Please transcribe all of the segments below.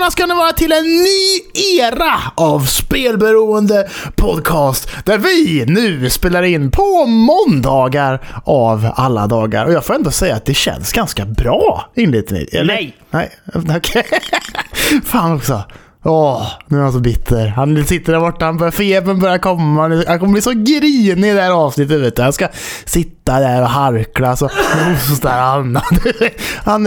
välkomna ska ni vara till en ny era av spelberoende podcast där vi nu spelar in på måndagar av alla dagar. Och jag får ändå säga att det känns ganska bra inledningsvis. Nej. Nej, okej. Fan också. Nu är han så bitter. Han sitter där borta, febern börjar komma. Han kommer bli så grinig i det här avsnittet, vet du. Han ska sitta där och harkla så där han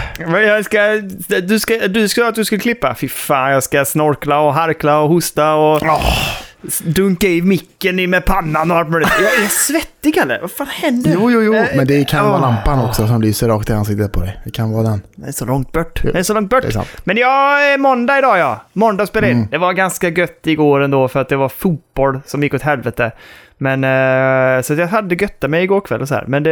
du ska klippa. Fy fan, jag ska snorkla och harkla och hosta och dunka i micken med pannan och allt möjligt. Jag är svettig, eller? Vad fan händer? Jo, men det kan vara lampan också som lyser rakt i ansiktet på dig. Det kan vara den. Det är så långt bort. Men jag är måndag idag, ja. Måndag spelar in. Det var ganska gött igår ändå för att det var fotboll som gick åt helvete. Men så jag hade göttat mig igår kväll och så här. Men det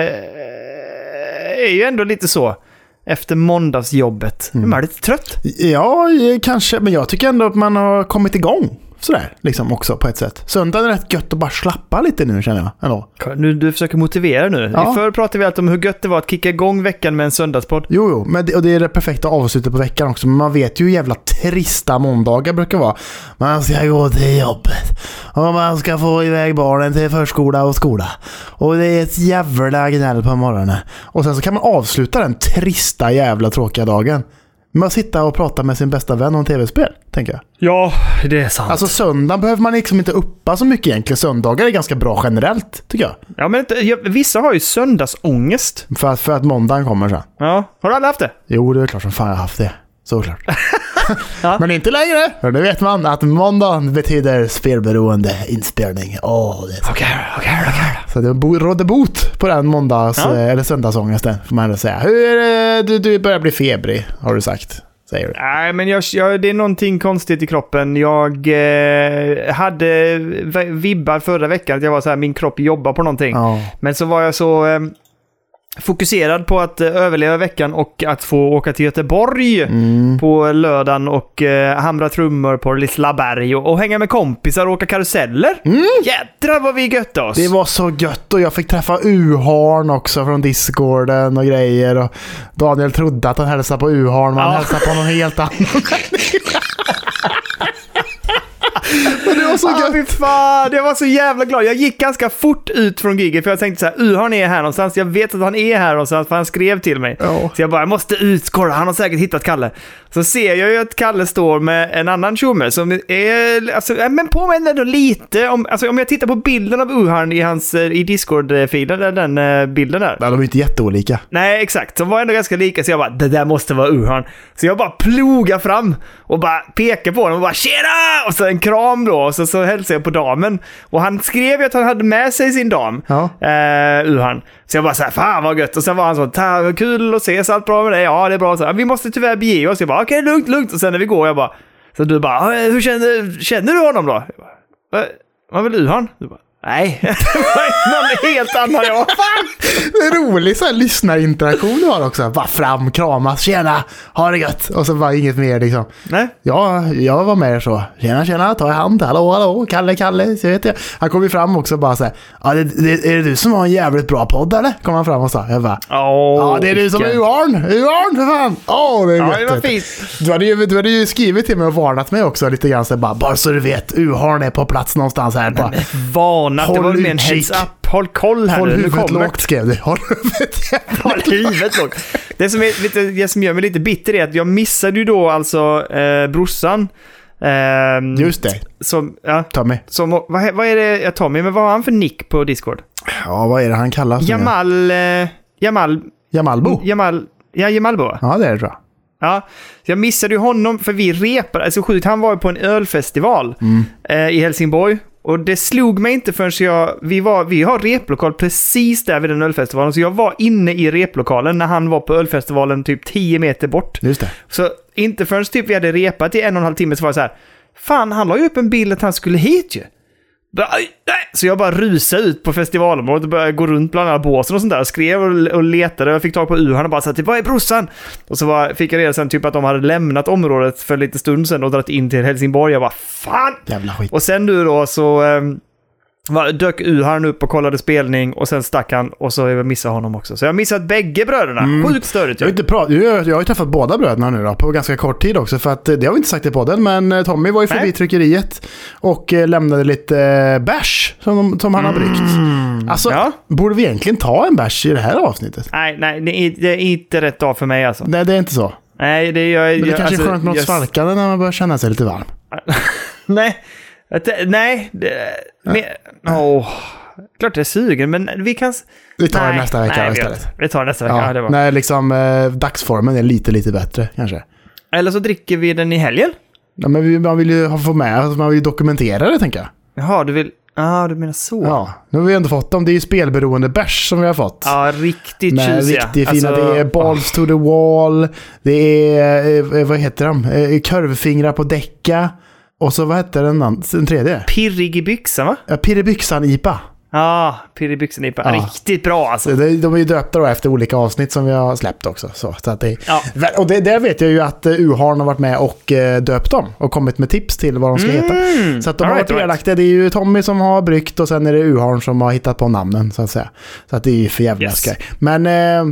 är ju ändå lite så. Efter måndagsjobbet. Man är lite trött. Ja, kanske. Men jag tycker ändå att man har kommit igång. Sådär, liksom också på ett sätt. Söndagen är rätt gött att bara slappa lite nu, känner jag. Ändå. Nu, du försöker motivera nu. Ja. Förr pratade vi alltid om hur gött det var att kicka igång veckan med en söndagspodd. Jo, men det är det perfekta avslutet på veckan också. Men man vet ju hur jävla trista måndagar brukar vara. Man ska gå till jobbet. Och man ska få iväg barnen till förskola och skola. Och det är ett jävla gnäll på morgonen. Och sen så kan man avsluta den trista jävla tråkiga dagen med att sitta och prata med sin bästa vän om tv-spel, tänker jag. Ja, det är sant. Alltså söndagen behöver man liksom inte uppa så mycket egentligen. Söndagar är ganska bra generellt, tycker jag. Ja, men vissa har ju söndagsångest. För att måndagen kommer sen. Ja, har du aldrig haft det? Jo, det är klart som fan jag har haft det. Såklart. Ja. Men inte längre. För det vet man att måndag betyder spelberoende inspelning. Det är Okej. så det rådde bot på den eller söndagsångesten, får man säga. Hur är det, du börjar bli febrig, har du sagt. Säger du. Nej, men det är någonting konstigt i kroppen. Jag hade vibbar förra veckan att jag var så här, min kropp jobbar på någonting. Ja. Men så var jag så fokuserad på att överleva veckan och att få åka till Göteborg på lördagen och hamra trummor på Lislaberg och hänga med kompisar och åka karuseller. Jädrar vad vi götte oss. Det var så gött och jag fick träffa U-Harn också från Discorden och grejer och Daniel trodde att han hälsade på U-Harn men han hälsade på någon helt annan. Men det var så gött. Fan, jag var så jävla glad. Jag gick ganska fort ut från giget för jag tänkte så här, U-Harn är här någonstans. Jag vet att han är här någonstans för han skrev till mig. Så jag måste utskåra. Han har säkert hittat Kalle. Så ser jag ju att Kalle står med en annan tjomme som är, alltså, men påminner ändå lite om jag tittar på bilden av U-Harn i Discord-filen, den bilden där. Ja, de är inte jätteolika. Nej, exakt. De var ändå ganska lika så jag bara, det där måste vara U-Harn. Så jag bara plogar fram och bara pekar på honom och bara, tjena! Och så en kram då och så hälsade jag på damen. Och han skrev ju att han hade med sig sin dam, U-Harn. Så jag bara så här, fan vad gött. Och sen var han så, kul att ses, allt bra med dig? Ja, det är bra. Så, vi måste tyvärr bege oss. Jag bara, okej, lugnt. Och sen när vi går, jag bara, så du bara, hur känner du honom då? Jag bara, vad vill U-Harn? Du bara, nej, någon helt annan. Jag bara, fan! Det är roligt så här lyssnarinteraktion du har också. Bara fram, kramas, tjena, ha det gött. Och så bara inget mer liksom. Nej. Ja, jag var med så. Tjena, ta i hand. Hallå, Kalle. Så vet jag. Han kom ju fram också bara så här. Ja, är det du som har en jävligt bra podd eller? Kom han fram och sa. Jag bara, ja, det är du som är U-Harn för fan. Det är det var fint. Du hade ju skrivit till mig och varnat mig också lite grann så bara så du vet, U-Harn är på plats någonstans här. Bara, det var med en heads up. Håll koll här. Håll huvudet lågt, skrev du. Håll huvudet lågt. Det som gör mig lite bitter är att jag missade ju då alltså brorsan. Just det. Som, Tommy. Vad är det? Tommy, men vad har han för nick på Discord? Ja, vad är det han kallas? Jamalbo. Jamalbo. Ja, det är det, tror jag. Ja, så jag missade ju honom för vi repade, alltså sjukt, han var ju på en ölfestival i Helsingborg. Och det slog mig inte förrän vi har replokal precis där vid den ölfestivalen. Så jag var inne i replokalen när han var på ölfestivalen typ 10 meter bort. Just det. Så inte förrän typ vi hade repat i 1,5 timme så var det så här, fan, han la ju upp en bild att han skulle hit ju. Så jag bara rusade ut på festivalområdet och började gå runt bland alla båsen och sånt där och skrev och letade och jag fick tag på U-Harn och bara sa till, vad är brorsan? Och så fick jag reda sen typ att de hade lämnat området för lite stund sedan och dragit in till Helsingborg. Jag bara, fan! Jävla skit. Och sen nu då så dök Uharn upp och kollade spelning och sen stack han och så jag missade honom också. Så jag har missat bägge bröderna. Sjukt störigt. Jag har ju träffat båda bröderna nu då, på ganska kort tid också, för att det har vi inte sagt i podden, men Tommy var ju förbi tryckeriet och lämnade lite bärs som han har bryggt. Alltså, borde vi egentligen ta en bärs i det här avsnittet? Nej, det är inte rätt dag för mig alltså. Nej, det är inte så. Nej, det gör men det kanske är skönt med något svalkande när man börjar känna sig lite varm. Klart det är sugen, men vi kan... Vi tar det nästa vecka istället. Vi tar nästa vecka, ja, det var. När liksom dagsformen är lite bättre kanske. Eller så dricker vi den i helgen. Ja, men man vill ju få med, man vill ju dokumentera det, tänker jag. Jaha, du menar så. Ja, nu har vi ändå fått dem. Det är ju spelberoende bärs som vi har fått. Ja, riktigt tjusiga. Riktigt fina. Alltså, det är balls to the wall. Det är, vad heter de? Kurvfingrar på däcka. Och så, vad heter den tredje? Pirrig i byxan, va? Ja, Pirrig byxan IPA. Ja, Pirrig i byxan IPA. Ja. Riktigt bra alltså. De är ju döpta då efter olika avsnitt som vi har släppt också. Så att det, och där vet jag ju att Uharn har varit med och döpt dem. Och kommit med tips till vad de ska heta. Så att de har varit delaktiga. Det är ju Tommy som har bryggt och sen är det Uharn som har hittat på namnen, så att säga. Så att det är ju för jävla skoj. Men...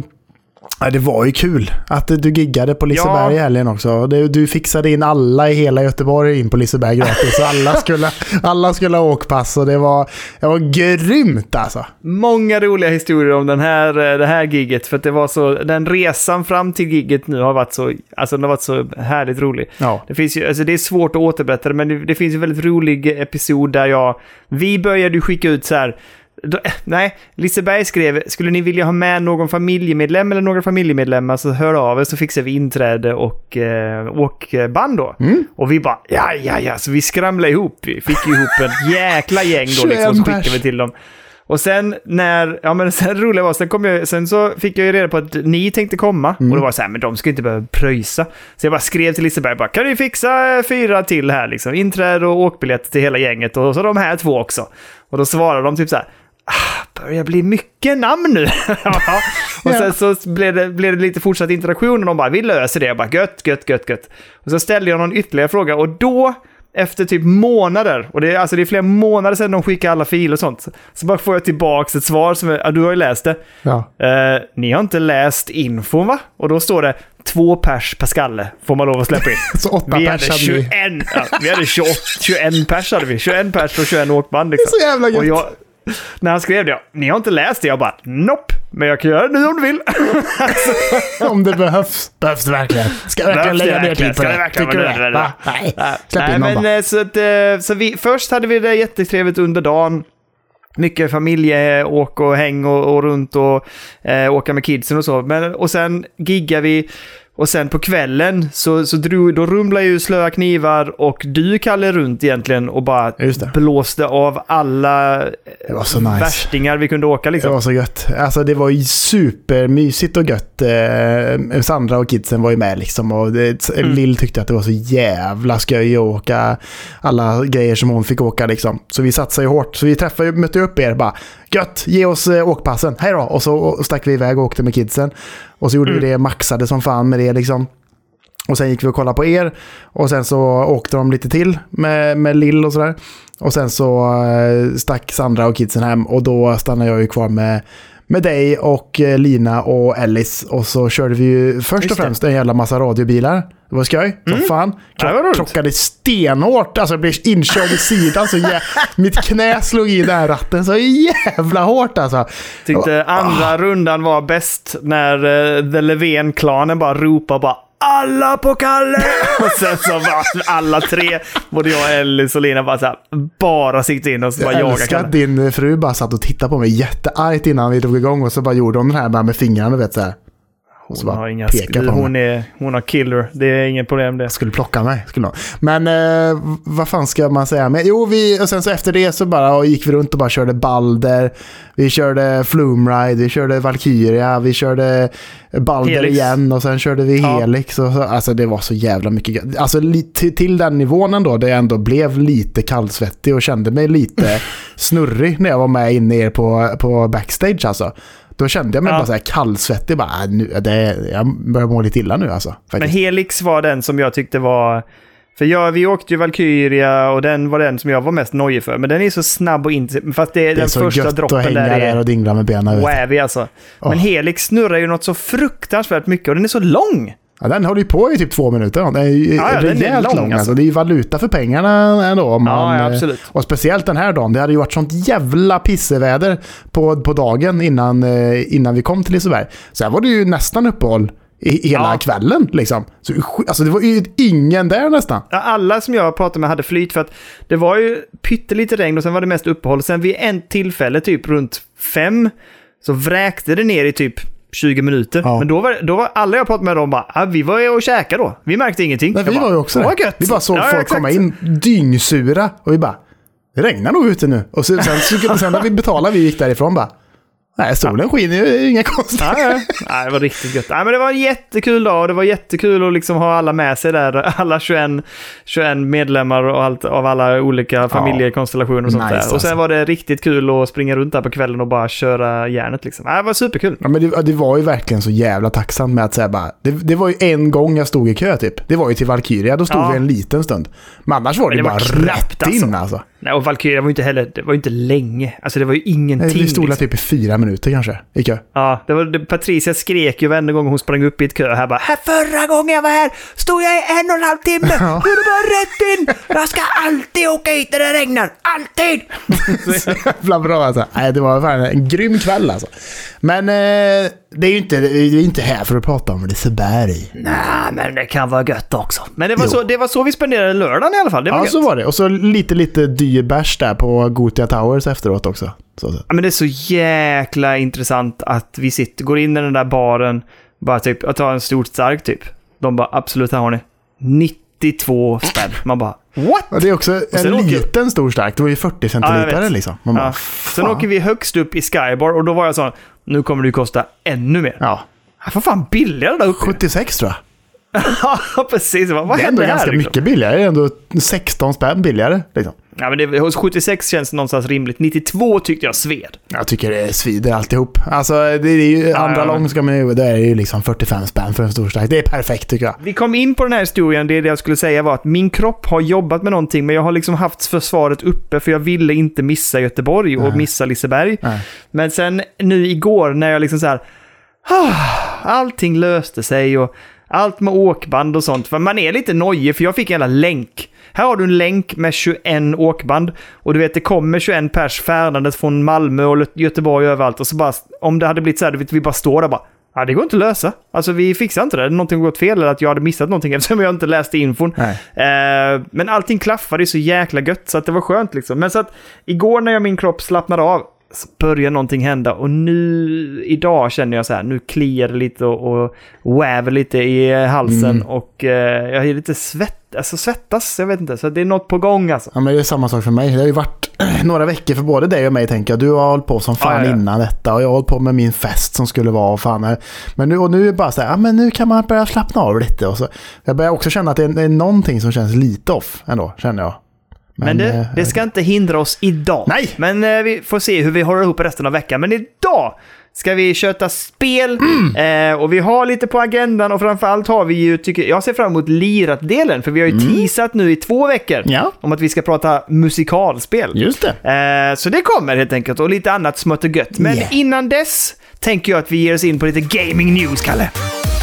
det var ju kul att du giggade på Liseberg i helgen också. Du fixade in alla i hela Göteborg in på Liseberg gratis. Så alla skulle ha åkpass och det var grymt alltså. Många roliga historier om det här gigget, för att det var så, den resan fram till gigget nu har varit så, alltså den har varit så härligt rolig. Ja. Det finns ju, alltså det är svårt att återberätta det, men det finns ju väldigt rolig episod där vi började ju skicka ut så här. Liseberg skrev, skulle ni vilja ha med någon familjemedlem eller några familjemedlemmar, så hör av er så fixar vi inträde och åkband då. Och vi bara, ja, så vi skramlade ihop. Vi fick ihop en jäkla gäng då liksom, så skickade vi till dem. Och sen sen roliga var, sen så fick jag ju reda på att ni tänkte komma. Och det var så här, men de ska inte behöva pröjsa. Så jag bara skrev till Liseberg, kan ni fixa 4 till här liksom, inträde och åkbiljett till hela gänget, och så de här 2 också. Och då svarade de typ så här, börjar bli mycket namn nu. Och sen så blev det lite fortsatt interaktion och de bara, vi löser det. Jag bara, gött. Och så ställde jag någon ytterligare fråga, och då efter typ månader, och det är flera månader sedan de skickade alla filer och sånt, så bara får jag tillbaka ett svar som är, du har ju läst det. Ni har inte läst infon, va? Och då står det 2 pers per skalle får man lov att släppa in. Så 8 vi pers hade 21, vi hade 21 pers hade vi. 21 pers och 21 åkband liksom. Det är så jävla gött. När han skrev det, ni har inte läst det, jag bara, nope, men jag kan göra det nu om du vill. Om det behövs det verkligen. Ska jag verkligen lägga ner tid på det? Tycker du det? Nej, släpp in någon bara. Så först hade vi det jättetrevligt under dagen. Mycket familjeåk och häng och runt och åka med kidsen och så. Och sen giggar vi. Och sen på kvällen då rumlade ju Slöa knivar och du, Kalle, runt egentligen och bara blåste av alla värstingar vi kunde åka liksom. Det var så gött. Alltså det var ju supermysigt och gött. Sandra och kidsen var ju med liksom, och Lill tyckte att det var så jävla skoj att åka alla grejer som hon fick åka liksom. Så vi satsade ju hårt. Så vi mötte upp er bara, gött, ge oss åkpassen. Hej då. Och så stack vi iväg och åkte med kidsen. Och så gjorde vi det, maxade som fan med det liksom. Och sen gick vi och kollade på er. Och sen så åkte de lite till med Lill och sådär. Och sen så stack Sandra och kidsen hem. Och då stannade jag ju kvar med dig och Lina och Ellis. Och så körde vi ju först och främst en jävla massa radiobilar. Det var skoj, som fan. Krockade stenhårt. Alltså jag blev inkörd i sidan. Så mitt knä slog i den här ratten så jävla hårt alltså. Tyckte andra rundan var bäst när The Levén-klanen bara ropade bara, alla på Kalle! Och sen så var alla 3, både jag, Ellis och Lina, bara siktade in och så bara jaga Kalle. Jag älskar att din fru bara satt och tittade på mig jätteargt innan vi drog igång, och så bara gjorde hon den här bara med fingrarna, vet så här. Och så bara peka på hon har killer. Det är inget problem det. Jag skulle plocka mig. Men vad fan ska man säga? Men, och sen så efter det så bara gick vi runt och bara körde Balder. Vi körde Flume Ride. Vi körde Valkyria. Vi körde Balder Helix igen. Och sen körde vi Helix. Och så, alltså det var så jävla mycket. Alltså till den nivån ändå. Det ändå blev lite kallsvettig och kände mig lite snurrig när jag var med inne på backstage alltså. Då kände jag mig bara så här kallsvettig. Jag börjar må lite illa nu alltså. Faktiskt. Men Helix var den som jag tyckte var... För vi åkte ju Valkyria och den var den som jag var mest nojig för. Men den är så snabb och inte... Fast det är den första droppen där. Det är så gött att hänga där och dingla med benen. Wavy alltså. Men Helix snurrar ju något så fruktansvärt mycket och den är så lång. Ja, den håller ju på i typ 2 minuter. Den är ju rejält lång. Alltså. Det är ju valuta för pengarna ändå. Ja, absolut. Och speciellt den här dagen. Det hade ju varit sånt jävla pisseväder på dagen innan vi kom till Liseberg. Så här var det ju nästan uppehåll hela kvällen liksom. Så, alltså det var ju ingen där nästan. Alla som jag pratade med hade flyt för att det var ju pyttelite regn och sen var det mest uppehåll. Sen vid en tillfälle typ runt 5 så vräkte det ner i typ 20 minuter. Ja. Men då var alla jag pratade med dem bara, vi var ju och käkade då. Vi märkte ingenting. Men vi var ju också det. Vi bara såg folk komma in dyngsura och vi bara, det regnar nog ute nu. Och sen när vi gick därifrån bara, nej, solen skiner ju, inga konstigheter. Nej, det var riktigt gött. Nej, men det var en jättekul dag och det var jättekul att liksom ha alla med sig där. Alla 21 medlemmar och allt av alla olika familjekonstellationer och sånt där. Och sen var det riktigt kul att springa runt där på kvällen och bara köra järnet liksom. Nej, det var superkul. Ja, men det var ju verkligen så jävla tacksamt med att säga bara, det var ju en gång jag stod i kö typ. Det var ju till Valkyria, då stod vi en liten stund. Men annars var det bara rätt in alltså. Nej, och Valkyria var ju inte heller, det var ju inte länge. Alltså det var ju ingenting. Vi stod liksom typ i 4 minuter kanske i kö. Ja, Patricia skrek ju varje gång hon sprang upp i ett kö här bara, förra gången jag var här stod jag i 1,5 timme. Nu är det bara rätt in. Jag ska alltid åka hit när det regnar. Alltid! Så jävla bra alltså. Nej, det var fan en grym kväll alltså. Men det är ju inte här för att prata om Liseberg. Nej, men det kan vara gött också. Men det var så vi spenderade lördagen i alla fall. Det var gött. Så var det. Och så lite dyr bärs där på Gothia Towers efteråt också. Så. Ja, men det är så jäkla intressant att vi går in i den där baren, bara typ, jag tar en stort stark typ. De bara, absolut, här har ni 92 spänn. Man bara, what? Och det är också en liten stor stark. Det var ju 40 centiliter liksom. Man bara, sen åker vi högst upp i Skybar och då var jag så, nu kommer det ju kosta ännu mer. Ja. Jag får fan billigare där uppe. 76 tror jag. Ja, precis. Vad det är ändå ganska liksom mycket billigare. Det är ändå 16 spänn billigare liksom. Ja, men hos 76 känns det någonstans rimligt. 92 tyckte jag sved. Jag tycker det svider alltihop. Alltså det är ju andra lång ska man ju, det är ju liksom 45 spänn för en stor stark. Det är perfekt tycker jag. Vi kom in på den här historien, det jag skulle säga var att min kropp har jobbat med någonting, men jag har liksom haft försvaret uppe för jag ville inte missa Göteborg och missa Liseberg. Men sen nu igår när jag liksom så här, allting löste sig och allt med åkband och sånt. För man är lite nojig för jag fick en jävla länk. Här har du en länk med 21 åkband. Och du vet, det kommer 21 pers färdandet från Malmö och Göteborg och överallt. Och så bara, om det hade blivit så här, vi bara står där bara, ja, det går inte att lösa. Alltså vi fixar inte det. Någonting har gått fel eller att jag hade missat någonting eftersom jag inte läste infon. Men allting klaffade så jäkla gött så att det var skönt liksom. Men så att igår när min kropp slappnade av så börjar någonting hända och nu idag känner jag så här, nu kliar det lite och väver lite i halsen och jag är lite svettas, jag vet inte, så det är något på gång alltså. Ja, men det är samma sak för mig. Det har ju varit några veckor för både dig och mig, tänker jag. Du har hållit på som fan innan detta och jag har hållit på med min fest som skulle vara fan. Men nu är det bara så här, men nu kan man börja slappna av lite och så. Jag börjar också känna att det är någonting som känns lite off ändå, känner jag. Men det ska inte hindra oss idag. Nej. Men vi får se hur vi håller ihop resten av veckan. Men idag ska vi köta spel. Och vi har lite på agendan. Och framförallt har vi ju, jag ser fram emot lirat-delen. För vi har ju teasat nu i 2 veckor om att vi ska prata musikalspel. Just det. Så det kommer helt enkelt. Och lite annat smått och gött. Men innan dess tänker jag att vi ger oss in på lite gaming news, Kalle.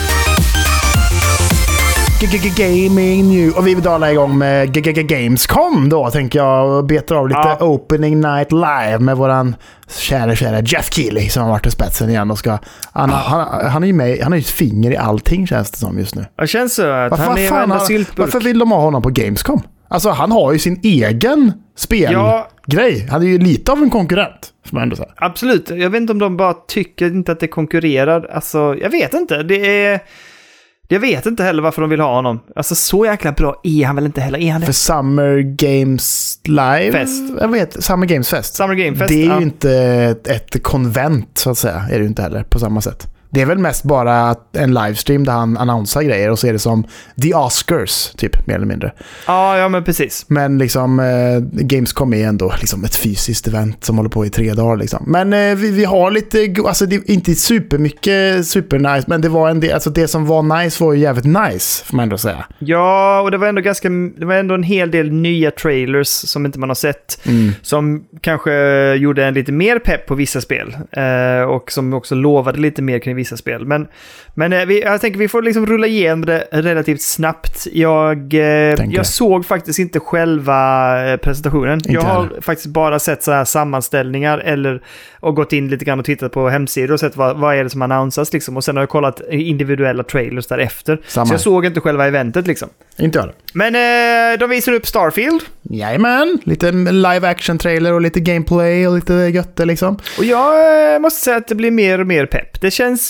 Gaming News. Och vi vill dala igång med Gamescom då, tänker jag, och betar av lite Opening Night Live med våran kära Jeff Keighley som har varit i spetsen igen och ska han är ju med, han har ju ett finger i allting känns det som just nu. Det känns så att han är en syltburk. Varför vill de ha honom på Gamescom? Alltså han har ju sin egen spelgrej. Han är ju lite av en konkurrent. Absolut. Jag vet inte om de bara tycker inte att det konkurrerar. Alltså, jag vet inte. Jag vet inte heller varför de vill ha honom. Alltså så jäkla bra är han väl inte heller. Är han det? För Summer Games Live? Fest. Jag vet, Summer Games Fest. Summer Game Fest, det är ju inte ett konvent så att säga. Är det ju inte heller på samma sätt. Det är väl mest bara en livestream där han annonsar grejer och så är det som The Oscars, typ, mer eller mindre. Ja, men precis. Men liksom Gamescom är ändå liksom ett fysiskt event som håller på i 3 dagar liksom. Men vi har lite, alltså det är inte supermycket supernice, men det var en del, alltså det som var nice var ju jävligt nice, får man ändå säga. Ja, och det var ändå en hel del nya trailers som inte man har sett, som kanske gjorde en lite mer pepp på vissa spel, och som också lovade lite mer kring vissa spel. Men jag tänker vi får liksom rulla igenom det relativt snabbt. Jag såg faktiskt inte själva presentationen. Jag har faktiskt bara sett så här sammanställningar och gått in lite grann och tittat på hemsidor och sett vad är det som annonsas liksom. Och sen har jag kollat individuella trailers därefter. Så jag såg inte själva eventet liksom. Inte jag. Men de visar upp Starfield. Jajamän, lite live action trailer och lite gameplay och lite götte liksom. Och jag måste säga att det blir mer och mer pepp. Det känns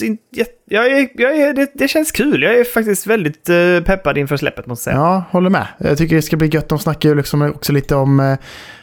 det känns kul. Jag är faktiskt väldigt peppad inför släppet, måste jag säga. Ja, håller med. Jag tycker det ska bli gött. De snackar ju liksom också lite om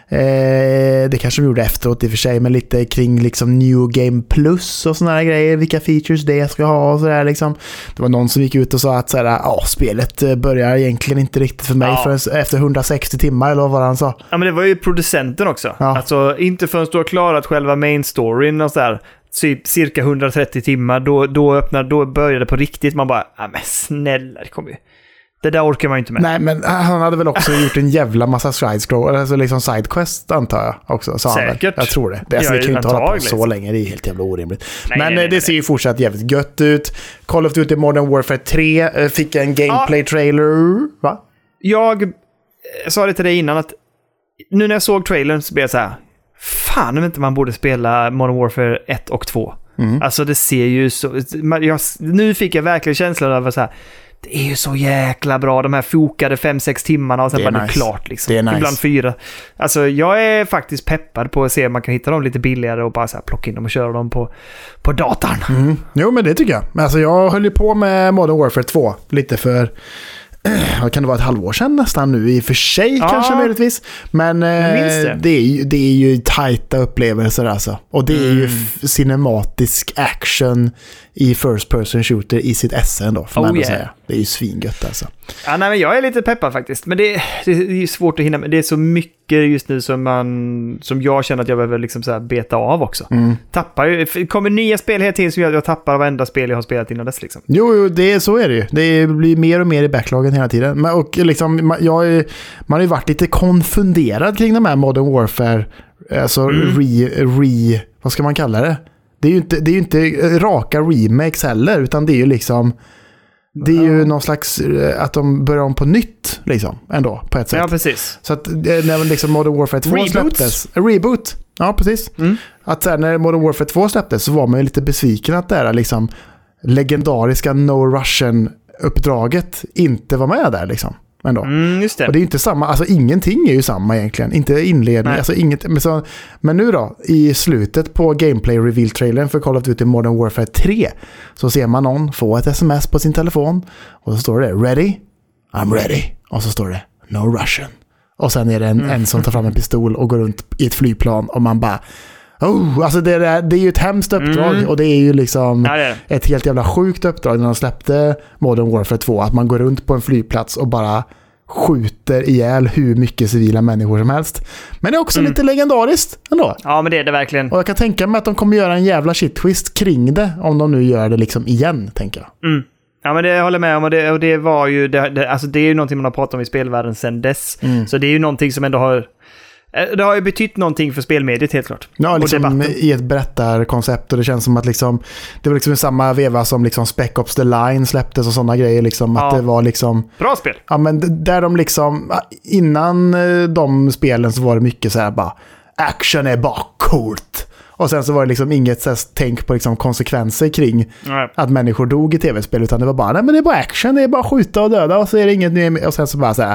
det kanske de gjorde efteråt i och för sig, men lite kring liksom New Game Plus och såna här grejer, vilka features det ska ha och sådär liksom. Det var någon som gick ut och sa att spelet börjar egentligen inte riktigt för mig förrän efter 160 timmar eller vad han sa. Ja, men det var ju producenten också. Ja. Alltså inte förrän du har klarat själva main storyn och sådär, cirka 130 timmar, då började det på riktigt. Man bara, men snälla, det där orkar man ju inte med. Nej, men han hade väl också gjort en jävla massa side-scroll, alltså liksom sidequest antar jag också. Säkert. Jag tror det. Det kan ju inte hålla på så länge, det är helt jävla orimligt. Nej, det ser ju fortsatt jävligt gött ut. Call of Duty Modern Warfare 3 fick en gameplay-trailer. Va? Jag sa det till dig innan att nu när jag såg trailern så blev jag så här, fan om inte man borde spela Modern Warfare 1 och 2. Alltså det ser ju så... nu fick jag verkligen känslan av så här, det är ju så jäkla bra, de här fokade 5-6 timmarna och sen det är klart liksom. Det är nice. Ibland 4. Alltså jag är faktiskt peppad på att se om man kan hitta dem lite billigare och bara så här plocka in dem och köra dem på datorn. Jo, men det tycker jag. Alltså jag höll ju på med Modern Warfare 2 lite för... kan det vara ett halvår sedan nästan nu i och för sig kanske möjligtvis, men det är ju tajta upplevelser alltså, och det är ju cinematisk action i first person shooter i sitt esse ändå, får man säga. Det är ju svingött alltså. Ja, nej, men jag är lite peppad faktiskt, men det är ju svårt att hinna med. Det är så mycket just nu som jag känner att jag behöver liksom så här beta av också. Kommer nya spel hela tiden som gör att jag tappar varenda spel jag har spelat innan dess liksom. Jo, så är det ju. Det blir mer och mer i backloggen hela tiden. Och liksom, man har ju varit lite konfunderad kring de här Modern Warfare, alltså vad ska man kalla det? Det är ju inte raka remakes heller, utan det är ju liksom det är ju någon slags att de börjar om på nytt liksom ändå på ett sätt. Ja, precis. Så att när liksom Modern Warfare 2 släpptes, reboot. Ja, precis. Att så här, när Modern Warfare 2 släpptes så var man ju lite besviken att det här liksom legendariska No Russian uppdraget inte var med där liksom. Ändå. Just det. Och det är inte samma, alltså ingenting är ju samma egentligen, inte inledning, alltså inget, men nu då, i slutet på gameplay reveal-trailern för Call of Duty Modern Warfare 3 så ser man någon få ett sms på sin telefon och så står det “Ready? I'm ready” och så står det “No Russian” och sen är det en som tar fram en pistol och går runt i ett flygplan och man bara alltså det är ju ett hemskt uppdrag och det är ju liksom ett helt jävla sjukt uppdrag när de släppte Modern Warfare 2, att man går runt på en flygplats och bara skjuter ihjäl hur mycket civila människor som helst. Men det är också lite legendariskt ändå. Ja, men det är det verkligen. Och jag kan tänka mig att de kommer göra en jävla shit-twist kring det om de nu gör det liksom igen, tänker jag. Ja, men det håller med om, och det var ju alltså det är ju någonting man har pratat om i spelvärlden sedan dess. Så det är ju någonting som ändå det har ju betytt någonting för spelmediet, helt klart. Ja, liksom i ett berättarkoncept, och det känns som att liksom, det var liksom i samma veva som liksom Spec Ops The Line släpptes och sådana grejer liksom, att det var liksom... Bra spel! Ja, men där de liksom, innan de spelen så var det mycket så här bara, action är bara coolt. Och sen så var det liksom inget så här, tänk på liksom konsekvenser kring att människor dog i tv-spel, utan det var bara, nej men det är bara action, det är bara skjuta och döda och så är det inget nytt, och sen så bara så här,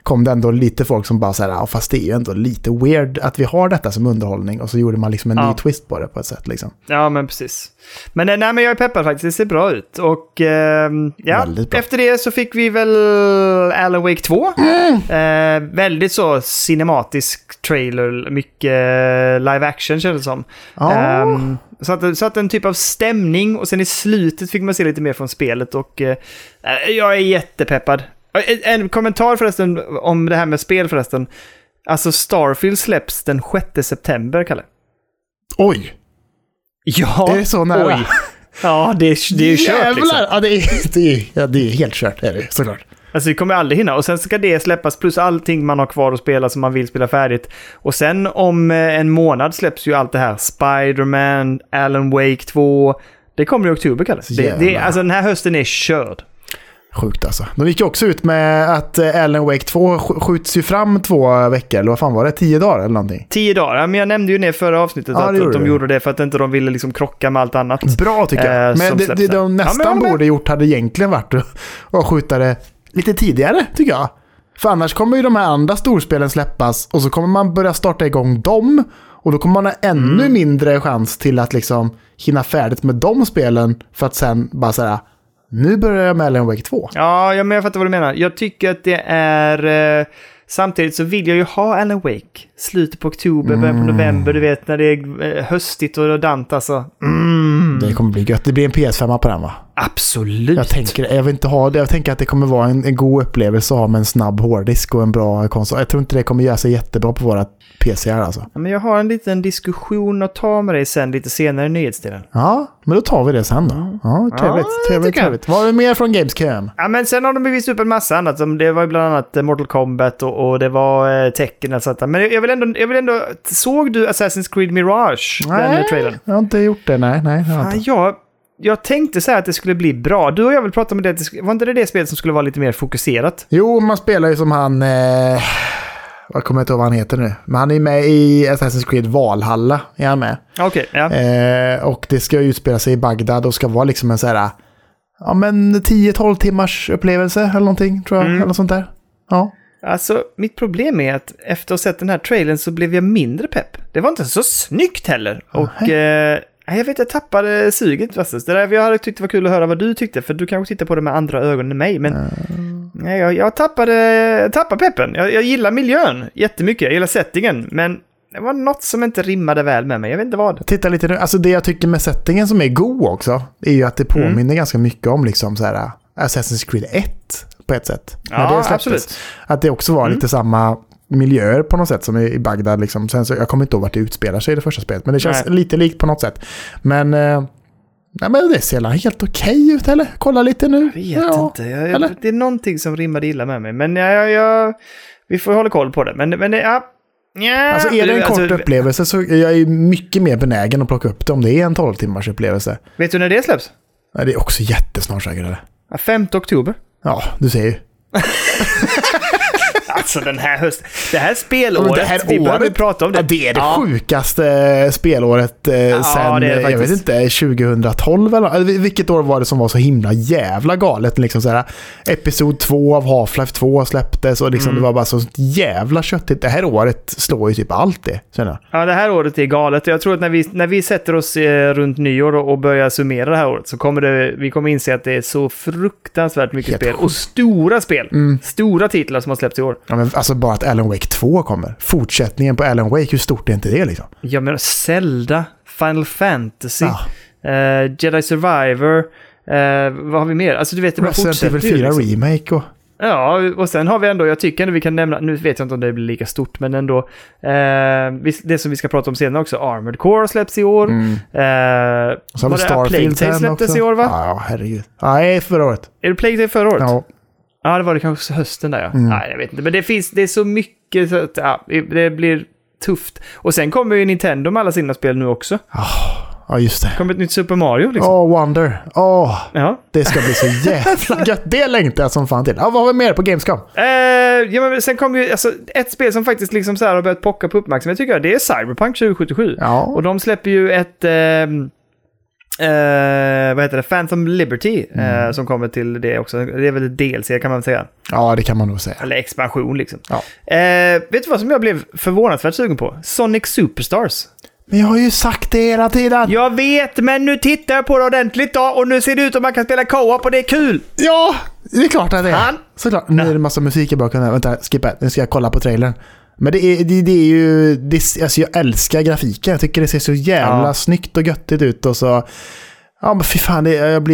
kom det ändå lite folk som bara såhär, fast det är ju ändå lite weird att vi har detta som underhållning, och så gjorde man liksom en ny twist på det på ett sätt liksom. Ja, men precis. Men nej, men jag är peppad faktiskt, det ser bra ut. Och ja, efter det så fick vi väl Alan Wake 2. Väldigt så cinematisk trailer, mycket live action kändes det som. Så att en typ av stämning, och sen i slutet fick man se lite mer från spelet, och jag är jättepeppad. En kommentar förresten om det här med spel förresten. Alltså Starfield släpps den 6 september, Kalle. Oj! Ja, är det så nära? Oj. Ja, det är ju kört liksom. Ja, det är helt kört, är det, såklart. Alltså vi kommer aldrig hinna. Och sen ska det släppas plus allting man har kvar att spela som man vill spela färdigt. Och sen om en månad släpps ju allt det här. Spider-Man, Alan Wake 2. Det kommer i oktober, kallas det. Alltså den här hösten är körd. Sjukt alltså. De gick ju också ut med att Alan Wake 2 skjuts ju fram 2 veckor. Eller vad fan var det? 10 dagar eller någonting? 10 dagar. Men jag nämnde ju det förra avsnittet att de gjorde det för att inte de ville liksom krocka med allt annat. Bra tycker jag. Men det de nästan borde gjort hade egentligen varit att skjuta det lite tidigare, tycker jag. För annars kommer ju de här andra storspelen släppas, och så kommer man börja starta igång dem, och då kommer man ha ännu mindre chans till att liksom hinna färdigt med de spelen, för att sen bara säga, nu börjar jag med Alan Wake 2. Ja, men jag fattar vad du menar. Jag tycker att det är... Samtidigt så vill jag ju ha Alan Wake. Slutet på oktober, början på november, du vet, när det är höstigt och dant alltså. Det kommer bli gött. Det blir en PS5 på den, va? Absolut. Jag vill inte ha det. Jag tänker att det kommer vara en god upplevelse att ha med en snabb hårddisk och en bra konsol. Jag tror inte det kommer göra sig jättebra på våra PC:ar alltså. Ja, men jag har en liten diskussion att ta med dig sen lite senare i nyhetsdelen. Ja, men då tar vi det sen då. Ja, trevligt. Vad är det mer från Gamescom? Ja, men sen har de bevisat upp en massa annat. Det var ju bland annat Mortal Kombat och det var Tekken och sånt där. Men jag vill ändå... Såg du Assassin's Creed Mirage? Nej, den trailern? Jag har inte gjort det. Nej. Jag tänkte säga att det skulle bli bra. Du och jag vill prata om det. Var inte det spelet som skulle vara lite mer fokuserat? Jo, man spelar ju som han... jag kommer inte ihåg vad han heter nu. Men han är med i Assassin's Creed Valhalla. Är han med? Okej, ja. Och det ska utspela sig i Bagdad och ska vara liksom en så här... Ja, men 10-12 timmars upplevelse eller någonting, tror jag. Eller sånt där. Ja. Alltså, mitt problem är att efter att ha sett den här trailern så blev jag mindre pepp. Det var inte så snyggt heller. Och jag vet, jag tappade suget. Det där jag hade tyckt det var kul att höra vad du tyckte. För du kanske tittar på det med andra ögon än mig. Men jag tappade peppen. Jag gillar miljön jättemycket. Jag gillar settingen. Men det var något som inte rimmade väl med mig. Jag vet inte vad. Titta lite nu. Alltså det jag tycker med settingen som är god också är ju att det påminner ganska mycket om liksom så här Assassin's Creed 1 på ett sätt. Ja, absolut. Att det också var lite samma miljöer på något sätt som i Bagdad liksom. Sen så, jag kommer inte ihåg vart det utspelar sig i det första spelet, men det känns lite likt på något sätt. Men men det ser helt okej ut, eller? Kolla lite nu. Jag vet inte. Det är någonting som rimmade illa med mig, men vi får hålla koll på det. Men alltså är det en kort upplevelse så är jag mycket mer benägen att plocka upp det om det är en 12 timmars upplevelse. Vet du när det släpps? Ja, det är också jättesnart säkert, eller? 5 oktober. Ja, du ser ju. Alltså den här det här spelåret, vi behöver prata om det. Ja, det är det sjukaste spelåret sen, det jag vet inte, 2012 eller vilket år var det som var så himla jävla galet liksom så här, episod 2 av Half-Life 2 släpptes och liksom det var bara så jävla köttigt. Det här året slår ju typ allt det, känner jag. Ja, det här året är galet. Jag tror att när vi sätter oss runt nyår och börjar summera det här året så kommer vi kommer inse att det är så fruktansvärt mycket spel och stora spel. Stora titlar som har släppts i år. Ja, men alltså bara att Alan Wake 2 kommer. Fortsättningen på Alan Wake, hur stort är inte det liksom? Ja, men Zelda, Final Fantasy, Jedi Survivor, vad har vi mer? Alltså du vet, det bara fortsätter. Resident Evil 4 liksom. Remake och... Ja, och sen har vi ändå, jag tycker ändå vi kan nämna, nu vet jag inte om det blir lika stort, men ändå det som vi ska prata om senare också, Armored Core släpps i år. Så har vi Starfield släpptes också i år, va? Ja, herregud. Nej, förra året. Är det Plague Tale förra året? Ja. Ja, det var det kanske hösten där, ja. Nej, jag vet inte. Men det är så mycket så att, det blir tufft. Och sen kommer ju Nintendo med alla sina spel nu också. Ja, just det. Kommer ett nytt Super Mario liksom. Wonder. Det ska bli så jävla gött. Det längtar jag som fan till. Vad har vi mer på Gamescom? Ja, men sen kommer ju alltså, ett spel som faktiskt liksom så här har börjat pocka på uppmärksamhet, tycker jag. Det är Cyberpunk 2077. Ja. Och de släpper ju vad heter det? Phantom Liberty som kommer till det också. Det är väl ett DLC kan man säga. Ja, det kan man nog säga. Eller expansion liksom. Ja. Vet du vad som jag blev förvånansvärt sugen på? Sonic Superstars. Men jag har ju sagt det hela tiden. Jag vet, men nu tittar jag på det ordentligt då. Och nu ser det ut att man kan spela co-op och det är kul. Ja, det är klart att det är. Fan. Såklart. Nu är det en massa musik i bakgrunden. Vänta, skippa. Nu ska jag kolla på trailern. Men det är ju... alltså jag älskar grafiken. Jag tycker det ser så jävla snyggt och göttigt ut. Och så... Ja, men fy fan.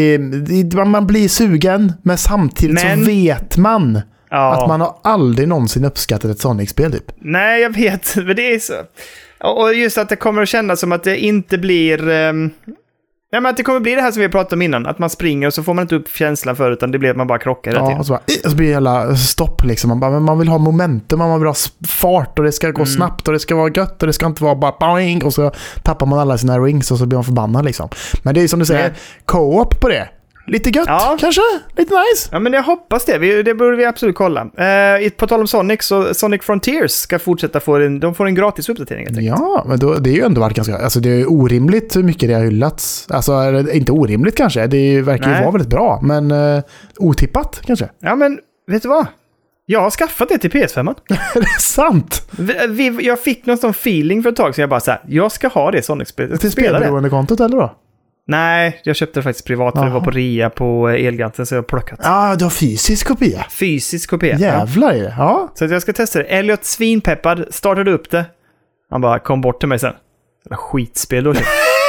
Man blir sugen. Men samtidigt så vet man att man har aldrig någonsin uppskattat ett Sonic-spel typ. Nej, jag vet. Men det är så... Och just att det kommer att kännas som att det inte blir... Ja, men att det kommer bli det här som vi pratade om innan. Att man springer och så får man inte upp känslan för utan det blir att man bara krockar. Ja, och så blir det hela stopp liksom. Man vill ha momentum, man vill ha fart och det ska gå snabbt och det ska vara gött och det ska inte vara bara boing och så tappar man alla sina rings och så blir man förbannad liksom. Men det är som du säger, co-op på det. Lite gött, kanske? Lite nice? Ja, men jag hoppas det. Det borde vi absolut kolla. På tal om Sonic, så Sonic Frontiers ska fortsätta de får en gratis uppdatering. Ja, men det är ju ändå varit ganska... Alltså det är ju orimligt hur mycket det har hyllats. Alltså, inte orimligt kanske. Det verkar ju vara väldigt bra, men otippat kanske. Ja, men vet du vad? Jag har skaffat det till PS5. Det är sant! Jag fick någon sån feeling för ett tag så jag bara så här, jag ska ha det Sonic-spelet. Till spelberoende-kontot eller då? Nej, jag köpte det faktiskt privat för det var på rea på Elganten så jag har plockat. Ja, du har fysisk kopia. Fysisk kopia. Jävlar ju. Ja. Så att jag ska testa det. Elliot svinpeppad startade upp det. Han bara kom bort till mig sen. Det var skitspel då.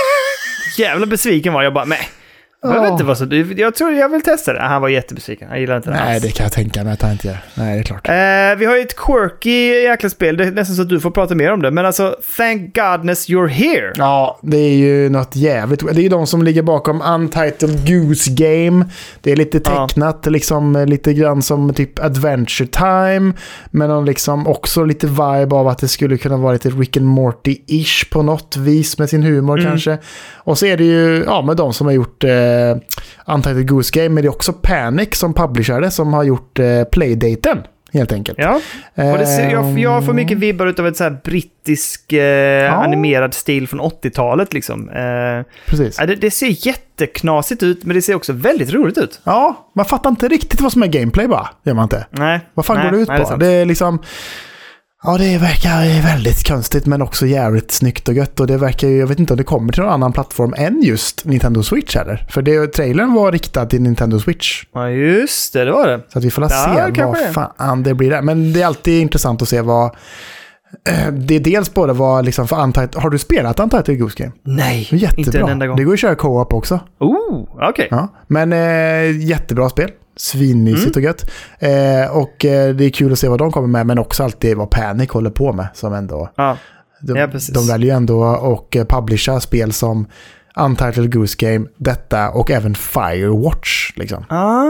Jävla besviken var jag bara, nej. Jag vet inte vad så. Jag tror jag vill testa det. Han var jättebesviken. Han gillar inte det. Nej, det kan jag tänka mig att han inte gör. Nej, det är klart. Vi har ju ett quirky jäkla spel. Det är nästan så att du får prata mer om det. Men alltså, thank godness you're here. Ja, det är ju något jävligt. Det är ju de som ligger bakom Untitled Goose Game. Det är lite tecknat, liksom lite grann som typ Adventure Time. Men liksom också lite vibe av att det skulle kunna vara lite Rick and Morty-ish på något vis med sin humor kanske. Och så är det ju, med de som har gjort Untitled Goose Game, men det är också Panic som publicerade som har gjort Playdaten helt enkelt. Ja, och jag får mycket vibbar utav ett så här brittisk animerad stil från 80-talet liksom. Precis. Det ser jätteknasigt ut, men det ser också väldigt roligt ut. Ja, man fattar inte riktigt vad som är gameplay bara, gör man inte. Nej. Vad fan går det ut på? Det är liksom... Ja, det verkar väldigt konstigt men också jävligt snyggt och gött och det verkar ju, jag vet inte om det kommer till någon annan plattform än just Nintendo Switch eller? För trailern var riktad till Nintendo Switch. Ja, just det var det. Så att vi får se vad fan det blir där. Men det är alltid intressant att se vad... Det är dels både vad liksom för Untitled... Har du spelat Untitled Goose Game? Nej, jättebra. inte en enda gång. Det går att köra co-op också. Okej. Ja, men jättebra spel. Svinmysigt och gött. Och det är kul att se vad de kommer med, men också alltid vad Panic håller på med som ändå... Ja. De väljer ju ändå och publisha spel som Untitled Goose Game, detta och även Firewatch liksom.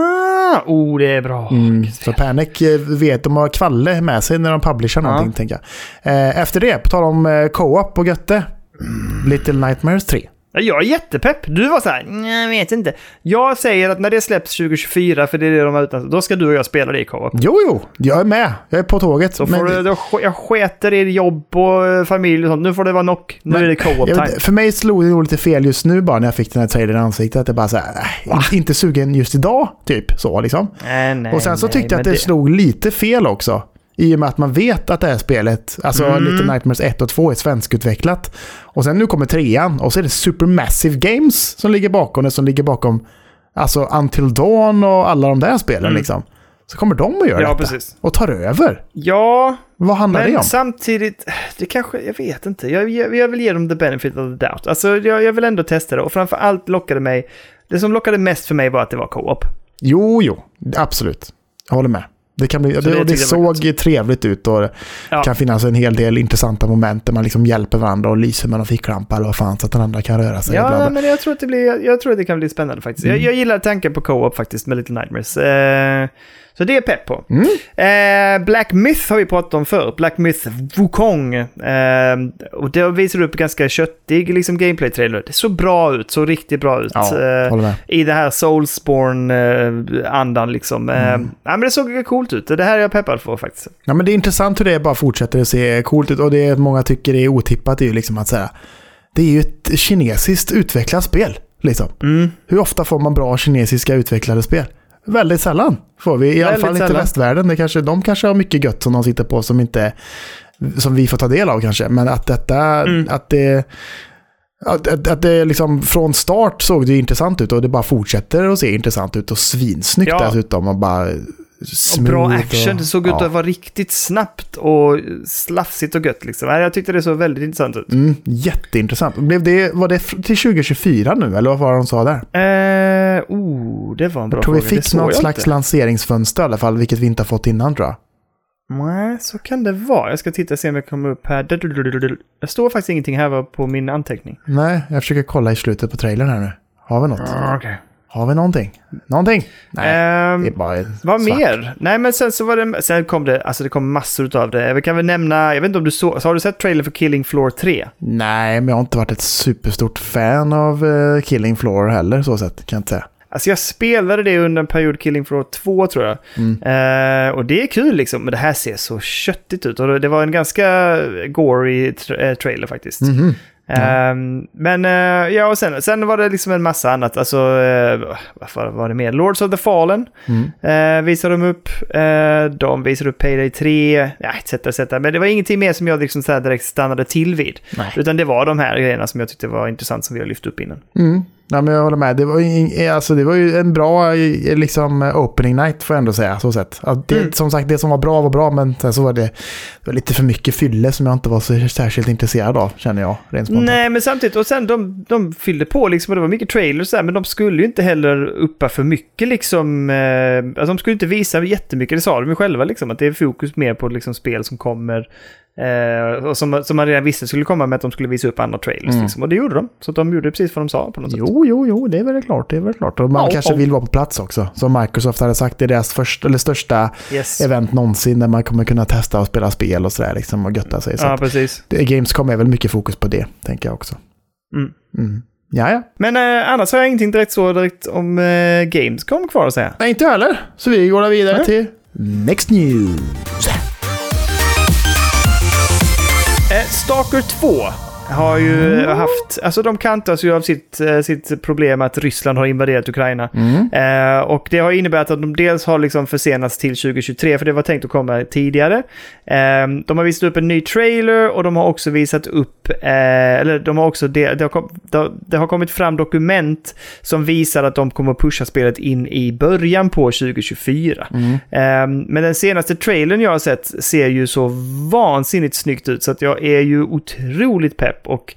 Det är bra. Så Panic vet de har kvalle med sig när de publishar någonting, tänker jag. Efter det, på tal om co-op och götte, Little Nightmares 3. Jag är jättepepp. Du var så här, nej, jag vet inte. Jag säger att när det släpps 2024, för det är det de har utan, då ska du och jag spela det i co-op. Jo, jag är med. Jag är på tåget. Så jag sketer i jobb och familj och sånt. Nu får det vara nog. Nu är det co-op time. För mig slog det nog lite fel just nu bara när jag fick den här trailern i ansiktet. Att det bara så här, inte sugen just idag, typ så liksom. Nej, och sen så tyckte jag att det slog lite fel också. I och med att man vet att det här spelet, alltså Little Nightmares 1 och 2 är svenskutvecklat. Och sen nu kommer 3:an och så är det Supermassive Games som ligger bakom det, som ligger bakom alltså Until Dawn och alla de där spelen liksom. Så kommer de att göra detta. Precis. Och tar över. Ja. Vad handlar det om? Men samtidigt, det kanske, jag vet inte. Jag vill ge dem the benefit of the doubt. Alltså jag vill ändå testa det. Och framförallt lockade mig, det som lockade mest för mig var att det var co-op. Jo, absolut. Jag håller med. Det kan bli, det såg trevligt ut och kan finnas en hel del intressanta moment där man liksom hjälper varandra och lyser med någon ficklampa eller vad fan så att den andra kan röra sig. Ja, men jag tror att det kan bli spännande faktiskt. Jag gillar tanken på co-op faktiskt med Little Nightmares. Så det är pepp på. Black Myth har vi pratat om förr. Black Myth Wukong. Och det visar upp ganska köttig liksom gameplay-trailer. Det såg bra ut, så riktigt bra ut. I det här Soulsborne-andan liksom. Ja, men det såg coolt ut. Det här är jag peppad för faktiskt. Ja, men det är intressant hur det bara fortsätter att se coolt ut. Och det många tycker är otippat är ju liksom att säga, det är ju ett kinesiskt utvecklat spel. Liksom. Hur ofta får man bra kinesiska utvecklade spel? Väldigt sällan får vi, i alla fall inte i västvärlden. De kanske har mycket gött som de sitter på som vi får ta del av kanske. Men att det liksom från start såg det intressant ut och det bara fortsätter att se intressant ut och svinsnyggt dessutom och bara och bra action, det såg ut att vara riktigt snabbt och slafsigt och gött liksom. Jag tyckte det såg väldigt intressant ut. Jätteintressant. Var det till 2024 nu, eller vad var det de sa där? Det var en bra fråga. Jag tror vi fick något slags lanseringsfönster i alla fall, vilket vi inte har fått innan tror jag. Nej, så kan det vara. Jag ska titta och se om jag kommer upp här. Det står faktiskt ingenting här på min anteckning. Nej, jag försöker kolla i slutet på trailern här nu. Har vi något? Okay. Har vi någonting? Nej, det är bara vad svart. Mer? Nej, men sen kom det, alltså det kom massor av det. Vi kan väl nämna, jag vet inte om så har du sett trailer för Killing Floor 3? Nej, men jag har inte varit ett superstort fan av Killing Floor heller, så sett, kan jag inte säga. Alltså jag spelade det under en period, Killing Floor 2 tror jag. Och det är kul liksom, men det här ser så köttigt ut. Och det var en ganska gory trailer faktiskt. Men och sen var det liksom en massa annat. Alltså, vad var det mer? Lords of the Fallen visade de upp. De visade upp Payday 3, etc. Men det var ingenting mer som jag liksom så här direkt stannade till vid. Nej. Utan det var de här grejerna som jag tyckte var intressant som vi har lyft upp innan. Ja, men jag håller med. Det var ju en bra liksom opening night får jag ändå säga, så sett. Som sagt, det som var bra, men sen så var det var lite för mycket fylle som jag inte var så särskilt intresserad av, känner jag. Rent spontant. Nej, men samtidigt, och sen de fyllde på liksom, och det var mycket trailers där, men de skulle ju inte heller uppa för mycket liksom, alltså de skulle inte visa jättemycket, det sa de ju själva liksom, att det är fokus mer på liksom spel som kommer och som man redan visste skulle komma, med att de skulle visa upp andra trailers liksom. Och det gjorde de, så de gjorde precis vad de sa på något sätt. Jo, det är väl klart. Och man kanske vill vara på plats också, som Microsoft hade sagt, det är deras största event någonsin där man kommer kunna testa och spela spel och sådär liksom, och götta sig. Så precis. Gamescom är väl mycket fokus på det, tänker jag också. Ja. Men annars har jag ingenting direkt om Gamescom kvar att säga. Nej, inte heller. Så vi går vidare till Next News. Stalker 2 har ju haft, alltså de kantas ju av sitt problem att Ryssland har invaderat Ukraina. Och det har inneburit att de dels har liksom försenats till 2023, för det var tänkt att komma tidigare. De har visat upp en ny trailer och de har också visat upp, det har kommit fram dokument som visar att de kommer att pusha spelet in i början på 2024. Men den senaste trailern jag har sett ser ju så vansinnigt snyggt ut, så att jag är ju otroligt pepp. Och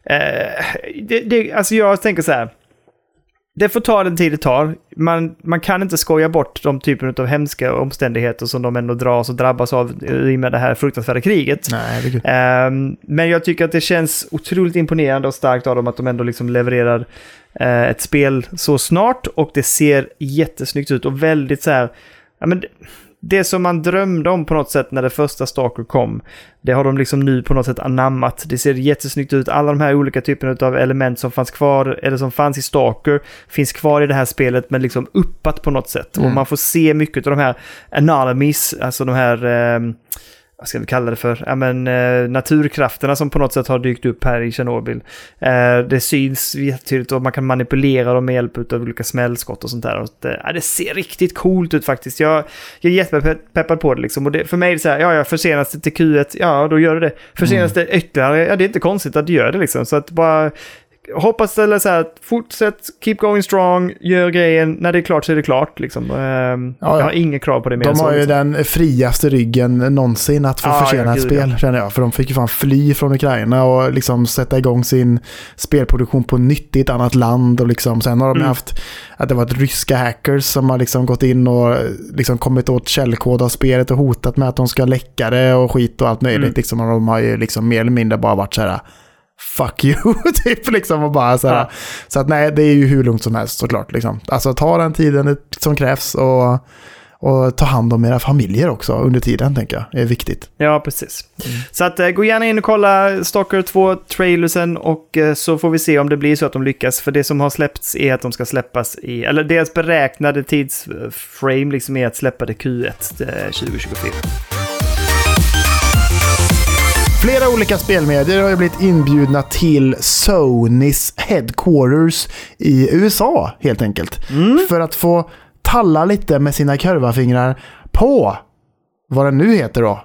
alltså jag tänker så här, det får ta den tid det tar. Man kan inte skoja bort de typen av hemska omständigheter som de ändå dras och drabbas av i med det här fruktansvärda kriget. Nej, men jag tycker att det känns otroligt imponerande och starkt av dem att de ändå liksom levererar ett spel så snart, och det ser jättesnyggt ut och väldigt så här, ja, men det som man drömde om på något sätt när det första Stalker kom, det har de liksom nu på något sätt anammat. Det ser jättesnyggt ut. Alla de här olika typerna av element som fanns kvar, eller som fanns i Stalker, finns kvar i det här spelet, men liksom uppat på något sätt. Och man får se mycket av de här anomalies, alltså de här vad ska vi kalla det för? Ja, men naturkrafterna som på något sätt har dykt upp här i Tjernobyl. Det syns jättetydligt och man kan manipulera dem med hjälp av olika smällskott och sånt där. Och det ser riktigt coolt ut faktiskt. Jag är jättepeppad på det liksom. Och det, för mig är det så här, försenas det till Q1, då gör det. Försenas det ytterligare, det är inte konstigt att det gör det liksom. Så att bara hoppas eller så här, fortsätt, keep going strong, gör grejen, när det är klart så är det klart liksom. Jag har inga krav på det mer. De har ju den friaste ryggen någonsin att få försena ett spel, känner jag, för de fick ju fan fly från Ukraina och liksom sätta igång sin spelproduktion på nytt i ett annat land, och liksom sen har de haft att det var ryska hackers som har liksom gått in och liksom kommit åt källkod av spelet och hotat med att de ska läcka det och skit och allt möjligt liksom, och de har ju liksom mer eller mindre bara varit så här fuck you, typ liksom, och bara så här. Så att nej, det är ju hur lugnt som helst såklart liksom. Alltså ta den tiden som krävs och ta hand om era familjer också under tiden, tänker jag, är viktigt. Ja, precis. Så att gå gärna in och kolla Stalker 2-trailersen, och så får vi se om det blir så att de lyckas, för det som har släppts är att de ska släppas eller deras beräknade tidsframe liksom är att släppa det Q1 2024. Flera olika spelmedier har ju blivit inbjudna till Sonys headquarters i USA helt enkelt. För att få talla lite med sina kurvafingrar på vad den nu heter då.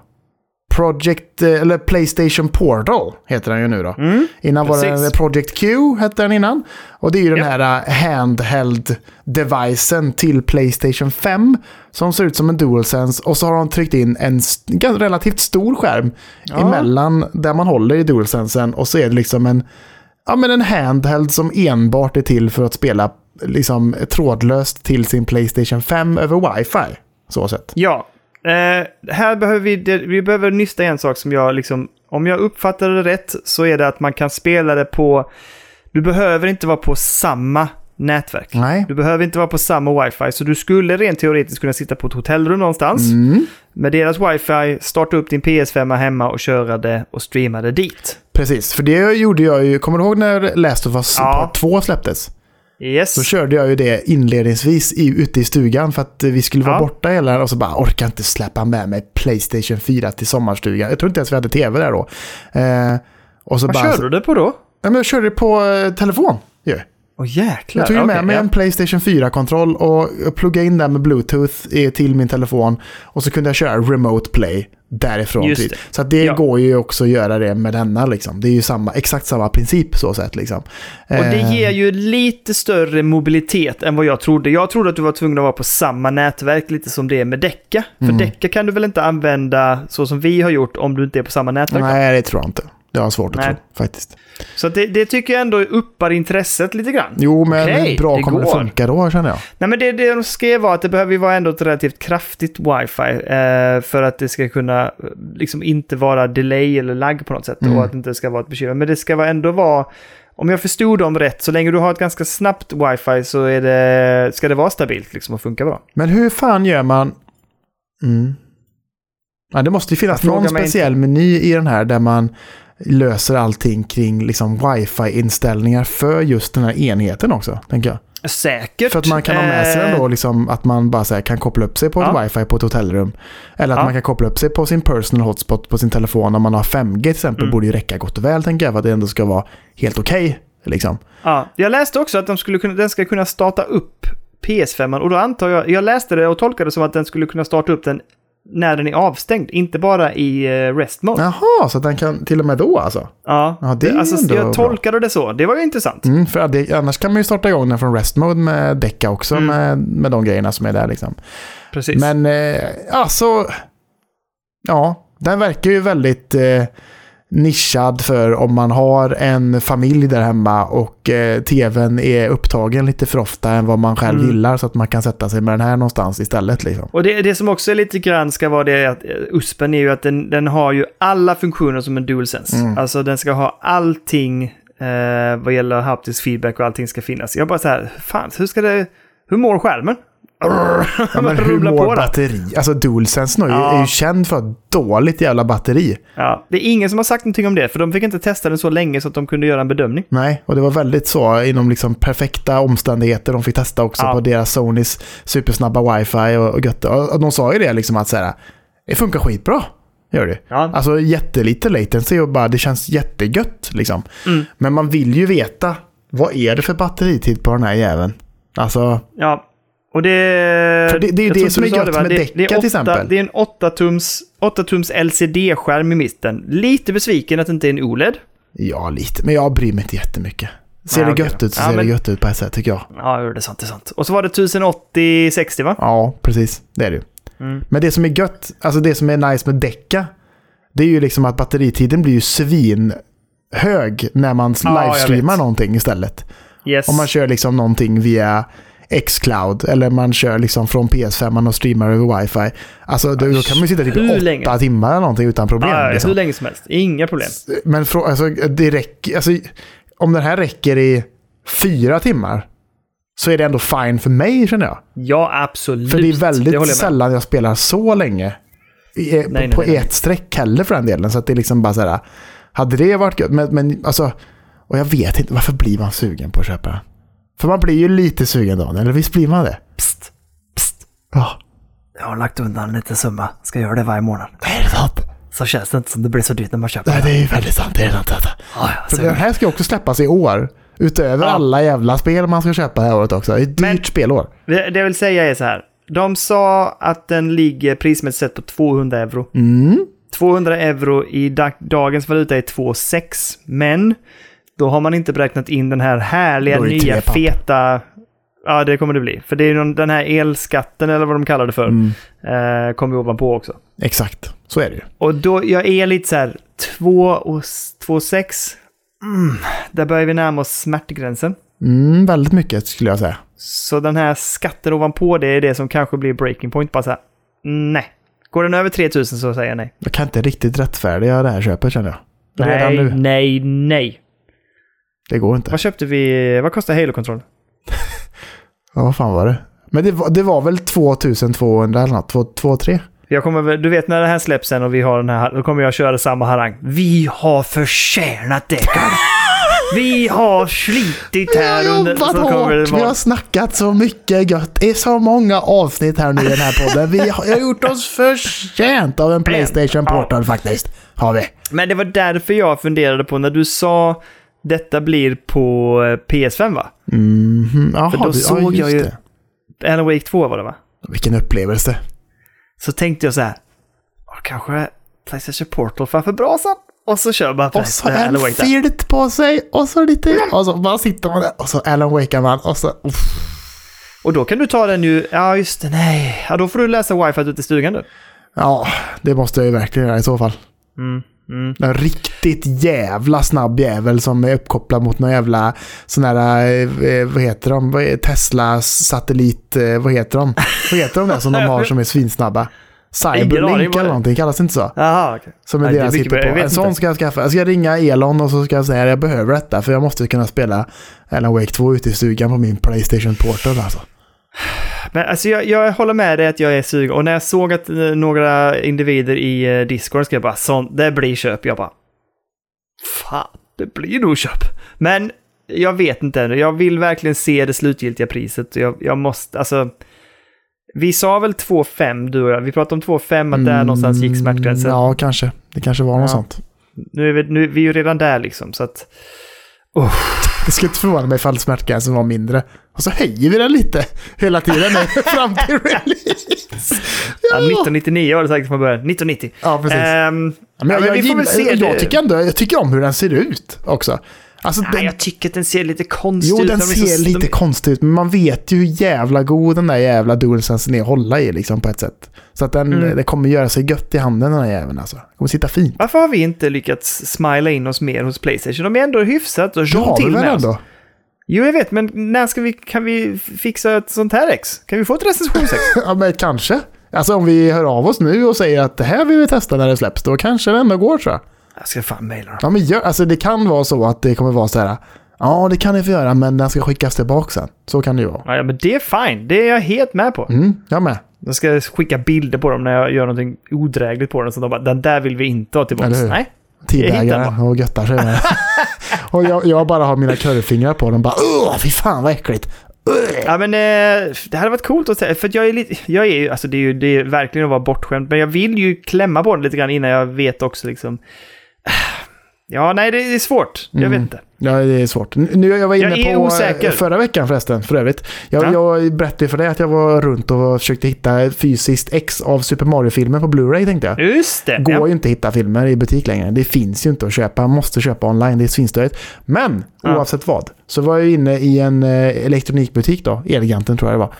Eller PlayStation Portal heter den ju nu då. Innan var det Project Q hette den innan. Och det är ju den här handheld devicen till PlayStation 5 som ser ut som en DualSense, och så har de tryckt in en relativt stor skärm emellan där man håller i DualSensen, och så är det liksom en handheld som enbart är till för att spela liksom trådlöst till sin PlayStation 5 över Wi-Fi. Så sett. Ja. Här behöver vi behöver nysta en sak som jag liksom, om jag uppfattar det rätt, så är det att man kan spela det på, du behöver inte vara på samma nätverk. Nej. Du behöver inte vara på samma wifi, så du skulle rent teoretiskt kunna sitta på ett hotellrum någonstans med deras wifi, starta upp din PS5 hemma och köra det och streama det dit. Precis, för det gjorde jag ju, kommer du ihåg när Last of Us Part 2 släpptes? Yes. Så körde jag ju det inledningsvis ute i stugan för att vi skulle vara borta hela, och så bara orkar inte släppa med mig PlayStation 4 till sommarstugan. Jag tror inte ens vi hade tv där då. Och så vad körde du det på då? Ja, men jag körde det på telefon. Ja. Jäklar. Jag tog med mig en PlayStation 4-kontroll och pluggade in den med Bluetooth till min telefon, och så kunde jag köra remote play därifrån. Så att det går ju också att göra det med denna liksom. Det är ju exakt samma princip så sett liksom. Och det ger ju lite större mobilitet än vad jag trodde. Jag trodde att du var tvungen att vara på samma nätverk, lite som det är med Decca. För Decca kan du väl inte använda så som vi har gjort om du inte är på samma nätverk? Nej, det tror jag inte. Det har svårt att tro, faktiskt. Så det tycker jag ändå uppar intresset lite grann. Jo, men hur bra kommer det funka då, känner jag? Nej, men det de skrev var att det behöver ju vara ändå ett relativt kraftigt wifi för att det ska kunna liksom inte vara delay eller lag på något sätt, och att det inte ska vara ett bekymmer. Men det ska ändå vara, om jag förstod dem rätt, så länge du har ett ganska snabbt wifi så ska det vara stabilt liksom och funka bra. Men hur fan gör man? Ja, det måste ju finnas någon speciell meny i den här där man löser allting kring liksom wifi-inställningar för just den här enheten också, tänker jag. Säkert. För att man kan ha med sig den då, liksom, att man bara så här, kan koppla upp sig på ett wifi på ett hotellrum. Eller att man kan koppla upp sig på sin personal hotspot på sin telefon. Om man har 5G till exempel, borde ju räcka gott och väl, tänker jag, för att det ändå ska vara helt okej. Liksom. Ja, jag läste också att den ska kunna starta upp PS5, och då antar jag läste det och tolkade det som att den skulle kunna starta upp den när den är avstängd, inte bara i rest mode. Jaha, så den kan till och med då alltså? Ja, det alltså, jag tolkade det så. Det var ju intressant. För annars kan man ju starta igång den från rest mode med Decca också, med de grejerna som är där liksom. Precis. Men alltså, ja, den verkar ju väldigt nischad för om man har en familj där hemma och tvn är upptagen lite för ofta än vad man själv gillar, så att man kan sätta sig med den här någonstans istället liksom. Och det som också är lite grann ska vara det att USPen är ju att den har ju alla funktioner som en DualSense. Alltså den ska ha allting vad gäller haptisk feedback, och allting ska finnas. Jag bara så här, fan, hur mår skärmen? Ja, men hur mår batteri? Alltså DualSense nu är ju känd för dåligt jävla batteri. Ja, det är ingen som har sagt någonting om det, för de fick inte testa den så länge så att de kunde göra en bedömning. Nej, och det var väldigt så inom liksom perfekta omständigheter. De fick testa också på deras Sonys supersnabba wifi och gött. Och de sa ju det liksom att så här, det funkar skitbra. Gör det. Ja. Alltså jättelite latency och bara det känns jättegött liksom. Men man vill ju veta, vad är det för batteritid på den här jäveln? Alltså... Ja. Och det är ju det som är gött med Decca till exempel. Det är en 8-tums LCD-skärm i mitten. Lite besviken att det inte är en OLED. Ja, lite. Men jag bryr mig inte jättemycket. Ser det gött ut så ser det gött ut på ett sätt, tycker jag. Ja, det är sant, det är sant. Och så var det 1080-60, va? Ja, precis. Det är det ju. Men det som är gött, alltså det som är nice med Decca, det är ju liksom att batteritiden blir ju svinhög när man livestreamar någonting istället. Yes. Om man kör liksom någonting via xCloud, eller man kör liksom från PS5 och streamar över wifi. Alltså då kan man sitta typ 8 timmar eller någonting utan problem. Ja, liksom. Hur länge som helst. Inga problem. Men alltså, det räcker, alltså, om den här räcker i 4 timmar så är det ändå fine för mig, känner jag. Ja, absolut. För det är väldigt sällan jag spelar så länge på ett streck heller för den delen. Så att det är liksom bara så här, hade det varit gött, men alltså, och jag vet inte, varför blir man sugen på att köpa den? För man blir ju lite sugen då, eller visst blir man det? Psst. Ja. Jag har lagt undan lite summa. Ska göra det varje månad. Är det sant? så känns det inte som det blir så dyrt när man köper. Nej, det är ju väldigt sant. Det är sant. För den här ska också släppas i år. Utöver alla jävla spel man ska köpa det här året också. Det är ett dyrt spelår. Det jag vill säga är så här. De sa att den ligger prismässigt sett på 200 euro. 200 euro i dagens valuta är 2,6. Men då har man inte beräknat in den här härliga nya feta... Ja, det kommer det bli. För det är den här elskatten eller vad de kallar det för. Kommer ovanpå också. Exakt, så är det ju. Och då, jag är lite så här 2,6. Där börjar vi närma oss smärtgränsen. Väldigt mycket skulle jag säga. Så den här skatten ovanpå det är det som kanske blir breaking point. Bara så här, nej. Går den över 3000 så säger jag nej. Jag kan inte riktigt rättfärdiga det här köpet, känner jag. Nej. Det går inte. Vad köpte vi? Vad kostar Halo-kontroll? Ja, vad fan var det? Men det var väl 2200 eller något? 2-3? Du vet när det här släpps sen och vi har den här, då kommer jag köra samma harang. Vi har förtjänat det, Kalle. Vi har slitit här under... Vi har snackat så mycket gött. Det är så många avsnitt här nu i den här podden. Vi har gjort oss förtjänt av en PlayStation Portal faktiskt. Har vi. Men det var därför jag funderade på när du sa detta blir på PS5, va? Jaha, för då såg jag ju Alan Wake 2 var det, va? Vilken upplevelse. Så tänkte jag så här, kanske PlayStation Portal för brasan. Och så kör man och så en filt på sig och så lite och så bara sitter man där och så Alan Wake man och så och då kan du ta den ju, ja just det, nej. Ja, då får du läsa wifi ut i stugan då. Ja, det måste jag ju verkligen göra i så fall. En riktigt jävla snabb jävel som är uppkopplad mot någon jävla sån här, vad heter de? Tesla satellit, vad heter de? Vad heter de där som de har som är svinsnabba? Cyberlink eller någonting, kallas det inte så? Jaha, okej. Som är deras hitta på. En sån ska jag skaffa. Jag ska ringa Elon och så ska jag säga att jag behöver detta för jag måste kunna spela Alan Wake 2 ute i stugan på min PlayStation Portal alltså. Men alltså jag håller med dig att jag är sugen. Och när jag såg att några individer i Discord skrev bara sånt, det blir köp. Jag bara, fan, det blir nog köp. Men jag vet inte ännu. Jag vill verkligen se det slutgiltiga priset. Jag måste, alltså... Vi sa väl 2,5 du och jag. Vi pratade om 2,5 att där någonstans gick smärtgränsen. Ja, kanske. Det kanske var något sånt. Nu är vi ju redan där liksom, så att... Det skulle inte förvåna mig ifall smärtgränsen var mindre. Och så höjer vi den lite hela tiden fram till release. Ja. 1999 var det säkert från början. 1990. Ja, precis. Men vi får väl se. Jag tycker om hur den ser ut också. Alltså, jag tycker att den ser lite konstig ut. Jo, den ser lite konstig ut, men man vet ju hur jävla god den där jävla DualSense är att hålla i liksom, på ett sätt. Så att det kommer göra sig gött i handen den här jäveln alltså. Det kommer sitta fint. Varför har vi inte lyckats smila in oss mer hos PlayStation? De är ändå hyfsat och ja, till med oss. Jo, jag vet, men när kan vi fixa ett sånt här ex? Kan vi få ett recensionsex? Ja, men kanske. Alltså om vi hör av oss nu och säger att det här vill vi testa när det släpps, då kanske det ändå går, tror jag. Jag ska fan mejla dem. Ja, men alltså det kan vara så att det kommer vara så här. Ja, det kan ni få göra, men den ska skickas tillbaka sen. Så kan det ju vara. Ja, men det är fine. Det är jag helt med på. Jag med. Jag ska skicka bilder på dem när jag gör någonting odrägligt på den. Så de bara, den där vill vi inte ha tillbaka. Nej. Tidägaren och göttar sig med. Och jag bara har mina körfingrar på dem. Bara, fy fan vad äckligt. Ja, men det hade varit coolt att säga. För att jag är ju, alltså det är verkligen att vara bortskämd. Men jag vill ju klämma på den lite grann innan jag vet också liksom. Ja, nej, det är svårt. Jag vet inte. Ja, det är svårt. Nu jag var inne på osäker. Förra veckan förresten, för övrigt. Jag berättade för dig att jag var runt och försökte hitta fysiskt ex av Super Mario-filmer på Blu-ray, tänkte jag. Just det. Går ju inte att hitta filmer i butik längre. Det finns ju inte att köpa. Man måste köpa online. Det är svinstödigt. Men oavsett vad, så var jag inne i en elektronikbutik då. Eleganten tror jag det var.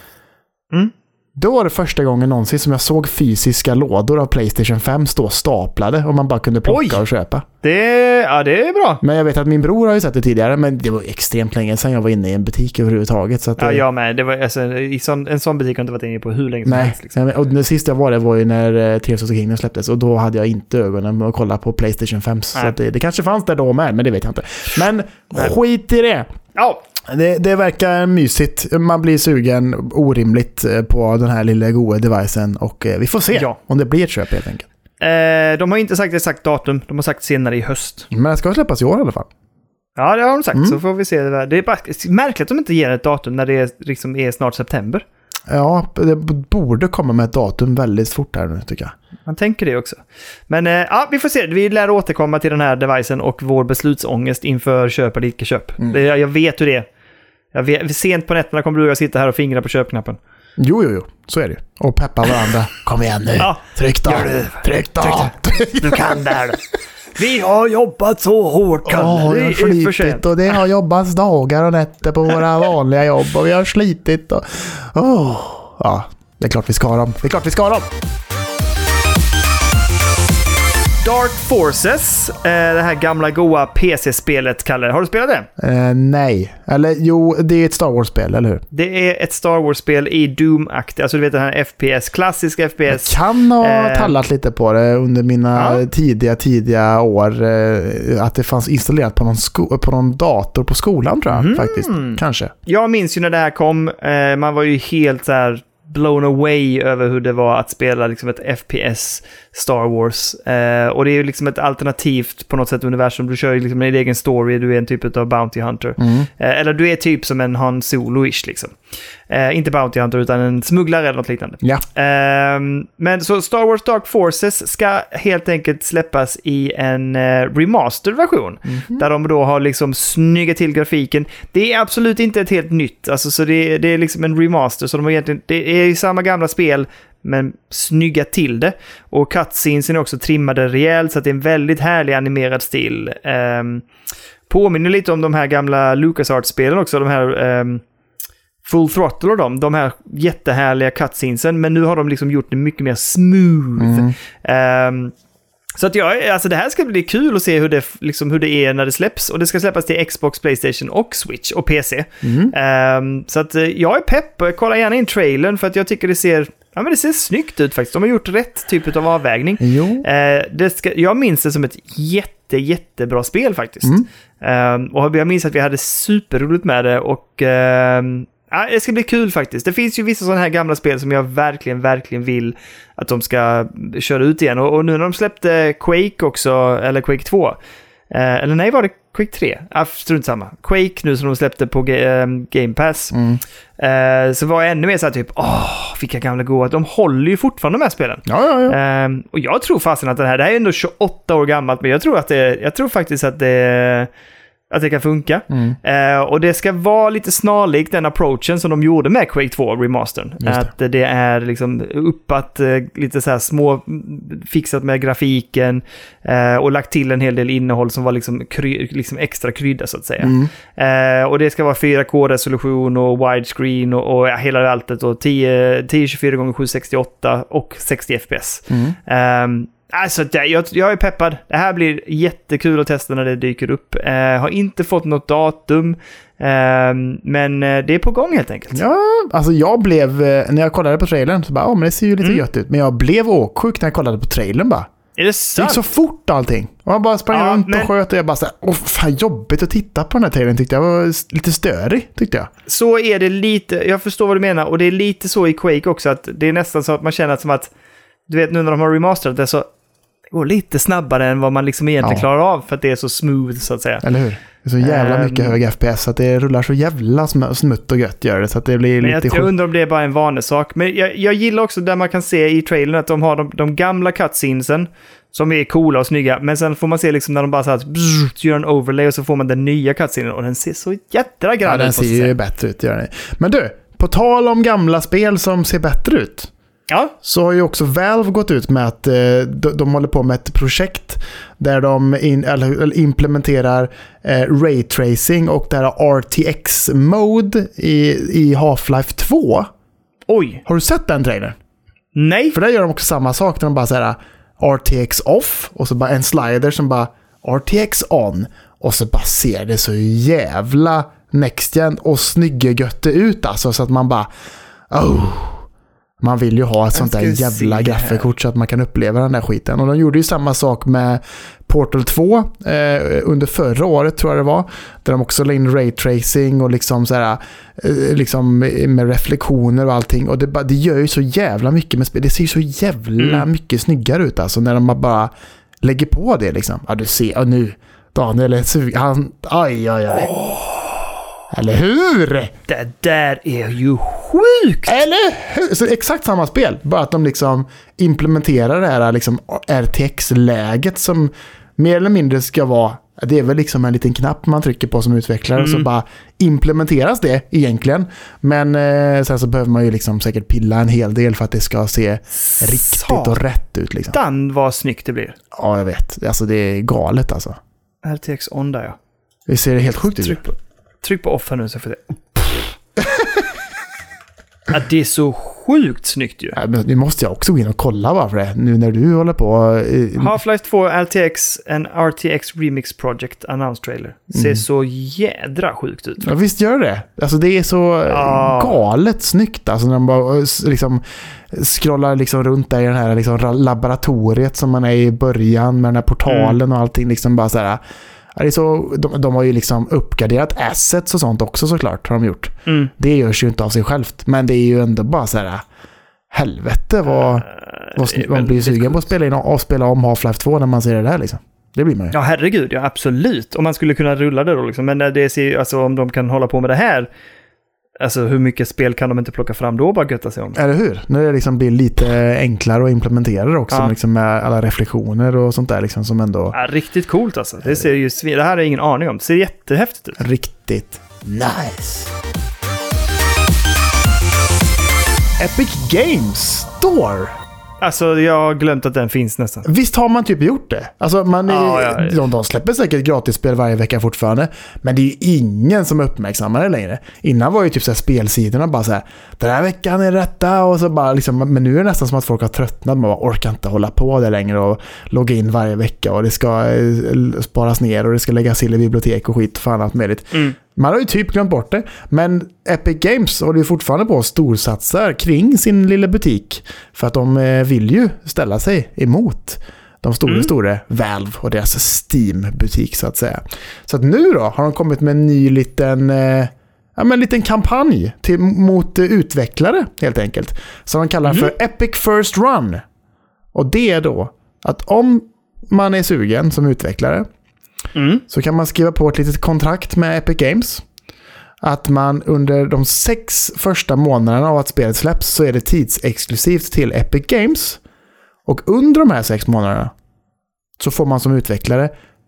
Då var det första gången någonsin som jag såg fysiska lådor av PlayStation 5 stå staplade och man bara kunde plocka och köpa. Det är bra. Men jag vet att min bror har ju sett det tidigare, men det var extremt länge sedan jag var inne i en butik överhuvudtaget. Så att jag med. Det var, alltså, en sån butik har inte varit inne på hur länge som helst. Liksom. Och det sista jag var ju när Tears of the Kingdom släpptes och då hade jag inte ögonen med att kolla på PlayStation 5. Så att det kanske fanns där då med, men det vet jag inte. Men skit i det. Ja. Det verkar mysigt. Man blir sugen orimligt på den här lilla goda devicen och vi får se om det blir ett köp helt enkelt. De har inte sagt exakt datum. De har sagt senare i höst. Men det ska släppas i år i alla fall. Ja, det har de sagt. Så får vi se det där. Det är bara märkligt att de inte ger ett datum när det liksom är snart september. Ja, det borde komma med ett datum väldigt fort här nu tycker jag. Man tänker det också. Men ja, vi får se. Vi lär återkomma till den här devicen och vår beslutsångest inför köp eller icke köp. Jag vet hur det är. Sent på nätterna kommer du och jag sitta här och fingra på köpknappen. Jo. Så är det. Och peppa varandra. Kom igen nu. Ja. Tryck då. Tryck då. Du kan det här. Vi har jobbat så hårt, Kalle. Det är slitit och det har jobbats dagar och nätter på våra vanliga jobb och vi har slitit och... Ja, det är klart vi ska dem. Dark Forces, det här gamla goa PC-spelet, Kalle. Har du spelat det? Nej. Eller jo, det är ett Star Wars-spel, eller hur? Det är ett Star Wars-spel i Doom-akt. Alltså du vet den här FPS, klassiska FPS. Jag kan ha tallat lite på det under mina tidiga år. Att det fanns installerat på någon dator på skolan, tror jag. Faktiskt, kanske. Jag minns ju när det här kom. Man var ju helt så här blown away över hur det var att spela liksom ett FPS Star Wars. Och det är ju liksom ett alternativt på något sätt universum. Du kör ju liksom en egen story, du är en typ av Bounty Hunter. Eller du är typ som en Han Solo-ish liksom. Inte Bounty Hunter utan en smugglare eller något liknande. Ja. Men så Star Wars Dark Forces ska helt enkelt släppas i en remastered-version. Där de då har liksom snyggat till grafiken. Det är absolut inte ett helt nytt. Alltså, så det är liksom en remaster. Så de har egentligen, det är samma gamla spel men snygga till det. Och cutscenesen är också trimmade rejält så att det är en väldigt härlig animerad stil. Påminner lite om de här gamla LucasArts-spelen också. De här Full Throttle och de här jättehärliga cutscenesen. Men nu har de liksom gjort det mycket mer smooth. Så att alltså det här ska bli kul att se hur det är när det släpps. Och det ska släppas till Xbox, PlayStation och Switch och PC. Så att jag är pepp. Kolla gärna in trailern för att jag tycker det ser snyggt ut faktiskt. De har gjort rätt typ av avvägning. Jag minns det som ett jättebra spel faktiskt. Och jag minns att vi hade superroligt med det och det ska bli kul faktiskt. Det finns ju vissa sådana här gamla spel som jag verkligen vill att de ska köra ut igen. Och nu när de släppte Quake också, eller Quake 2. Eller nej, var det Quake 3? Strunt samma. Quake nu som de släppte på Game Pass. Så var jag ännu mer så här typ, vilka gamla goa. De håller ju fortfarande de här spelen. Ja. Och jag tror fasen att det här är ändå 28 år gammalt, men jag tror faktiskt att det kan funka. Och det ska vara lite snarlikt den approachen som de gjorde med Quake 2 remastern. Att det är liksom uppat lite så här små fixat med grafiken och lagt till en hel del innehåll som var liksom extra krydda så att säga. Och det ska vara 4K-resolution och widescreen och hela alltet och 1024x768 och 60 fps. Alltså, jag är peppad. Det här blir jättekul att testa när det dyker upp. Har inte fått något datum, men det är på gång helt enkelt. Ja, alltså jag blev, när jag kollade på trailern så bara, men det ser ju lite gött ut. Men jag blev åksjuk när jag kollade på trailern bara. Är det sant? Det gick så fort allting. Och man bara sprang runt och sköt och jag bara såhär, fan jobbigt att titta på den här trailern tyckte jag. Var lite störig tyckte jag. Så är det lite, jag förstår vad du menar. Och det är lite så i Quake också att det är nästan så att man känner som att, du vet nu när de har remasterat det så går lite snabbare än vad man liksom egentligen klarar av för att det är så smooth så att säga. Eller hur? Det är så jävla mycket hög FPS att det rullar så jävla smutt och gött gör det så att det blir lite jag undrar om det är bara en vanesak. Men jag gillar också där man kan se i trailern att de har de gamla cutscenesen som är coola och snygga. Men sen får man se liksom när de bara så här gör en overlay och så får man den nya cutscenen och den ser så jädra grann ut. Ja, den ser ju bättre ut. Gör det. Men du, på tal om gamla spel som ser bättre ut. Ja. Så har ju också Valve gått ut med att de håller på med ett projekt där de implementerar raytracing och där RTX-mode i Half-Life 2. Oj! Har du sett den trailern? Nej. För där gör de också samma sak när de bara säger RTX off och så bara en slider som bara RTX on och så bara ser det så jävla next gen och snygga götte ut alltså så att man bara man vill ju ha ett sånt där jävla graffikort så att man kan uppleva den där skiten. Och de gjorde ju samma sak med Portal 2 under förra året tror jag det var. Där de också la in raytracing och liksom så här, liksom med reflektioner och allting. Och det gör ju så jävla mycket med spel. Det ser så jävla mycket snyggare ut alltså när de bara lägger på det liksom. Ja du ser, nu Daniel är aj. Eller hur? Det där är ju sjukt! Eller hur? Så exakt samma spel, bara att de liksom implementerar det här liksom RTX-läget som mer eller mindre ska vara, det är väl liksom en liten knapp man trycker på som utvecklare, så bara implementeras det egentligen. Men sen så behöver man ju liksom säkert pilla en hel del för att det ska se riktigt och rätt ut liksom. Den vad snyggt det blir. Ja, jag vet. Alltså det är galet alltså. RTX on där, ja. Det ser helt sjukt ut. Tryck på off här nu så får det. Ja, det är så sjukt snyggt ju. Ja, men nu måste jag också gå in och kolla bara för det. Nu när du håller på. Half-Life 2 RTX and RTX Remix Project Announced Trailer. Ser så jädra sjukt ut. Ja, visst gör det. Alltså det är så galet snyggt. Alltså när man bara liksom scrollar liksom runt där i den här liksom laboratoriet som man är i början med den här portalen och allting liksom bara så här. Det är så, de har ju liksom uppgraderat assets och sånt också såklart har de gjort. Det görs ju inte av sig självt, men det är ju ändå bara så här helvete vad man blir sugen på att spela om Half-Life 2 när man ser det där liksom. Det blir man ju. Ja, herregud, ja absolut. Om man skulle kunna rulla det då liksom, men det ser alltså om de kan hålla på med det här. Alltså hur mycket spel kan de inte plocka fram då och bara götta sig om? Eller hur? När det liksom blir lite enklare att implementera det också liksom med alla reflektioner och sånt där liksom som ändå... Ja, riktigt coolt alltså. Det ser ju det här är ingen aning om. Det ser jättehäftigt ut. Riktigt nice. Epic Games Store. Alltså jag har glömt att den finns nästan. Visst har man typ gjort det. Alltså de släpper säkert gratisspel varje vecka fortfarande. Men det är ju ingen som uppmärksammar det längre. Innan var ju typ så här spelsidorna bara så här, den här veckan är rätta och så bara liksom, men nu är det nästan som att folk har tröttnat. Man bara orkar inte hålla på det längre och logga in varje vecka och det ska sparas ner och det ska läggas till i bibliotek och skit och fan allt möjligt. Man har ju typ glömt bort det, men Epic Games håller ju fortfarande på att storsatsar kring sin lilla butik för att de vill ju ställa sig emot de stora Valve och deras Steam-butik så att säga. Så att nu då har de kommit med en ny liten kampanj mot utvecklare helt enkelt. Som de kallar för Epic First Run. Och det är då att om man är sugen som utvecklare så kan man skriva på ett litet kontrakt med Epic Games att man under de 6 första månaderna av att spelet släpps så är det tidsexklusivt till Epic Games, och under de här 6 månaderna så får man som utvecklare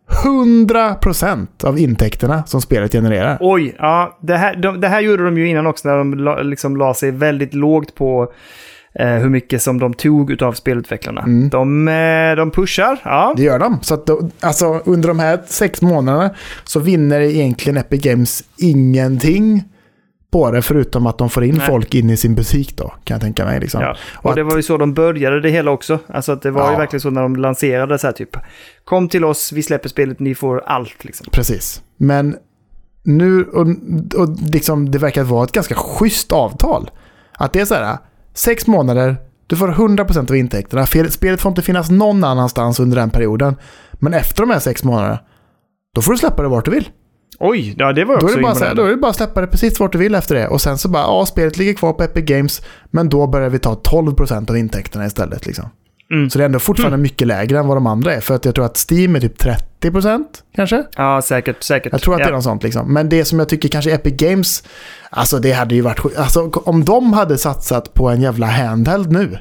100% av intäkterna som spelet genererar. Oj, ja, det här gjorde de ju innan också när de liksom la sig väldigt lågt på hur mycket som de tog utav spelutvecklarna. De pushar, ja. Det gör de. Så att alltså, under de här 6 månaderna så vinner egentligen Epic Games ingenting på det, förutom att de får in folk in i sin butik då, kan jag tänka mig. Liksom. Ja. Och det var ju så de började det hela också. Alltså att det var ju verkligen så när de lanserade så här typ, kom till oss, vi släpper spelet, ni får allt liksom. Precis. Men nu, och liksom, det verkar vara ett ganska schysst avtal. Att det är så här, 6 månader, du får 100% av intäkterna. Spelet får inte finnas någon annanstans under den perioden. Men efter de här 6 månaderna, då får du släppa det vart du vill. Oj, ja det var också då är det bara att släppa det precis vart du vill efter det. Och sen så bara, spelet ligger kvar på Epic Games, men då börjar vi ta 12% av intäkterna istället liksom. Så det är ändå fortfarande mycket lägre än vad de andra är. För att jag tror att Steam är typ 30% kanske. Ja, säkert. Jag tror att det är något sånt liksom. Men det som jag tycker kanske Epic Games, alltså det hade ju varit, alltså om de hade satsat på en jävla handheld nu.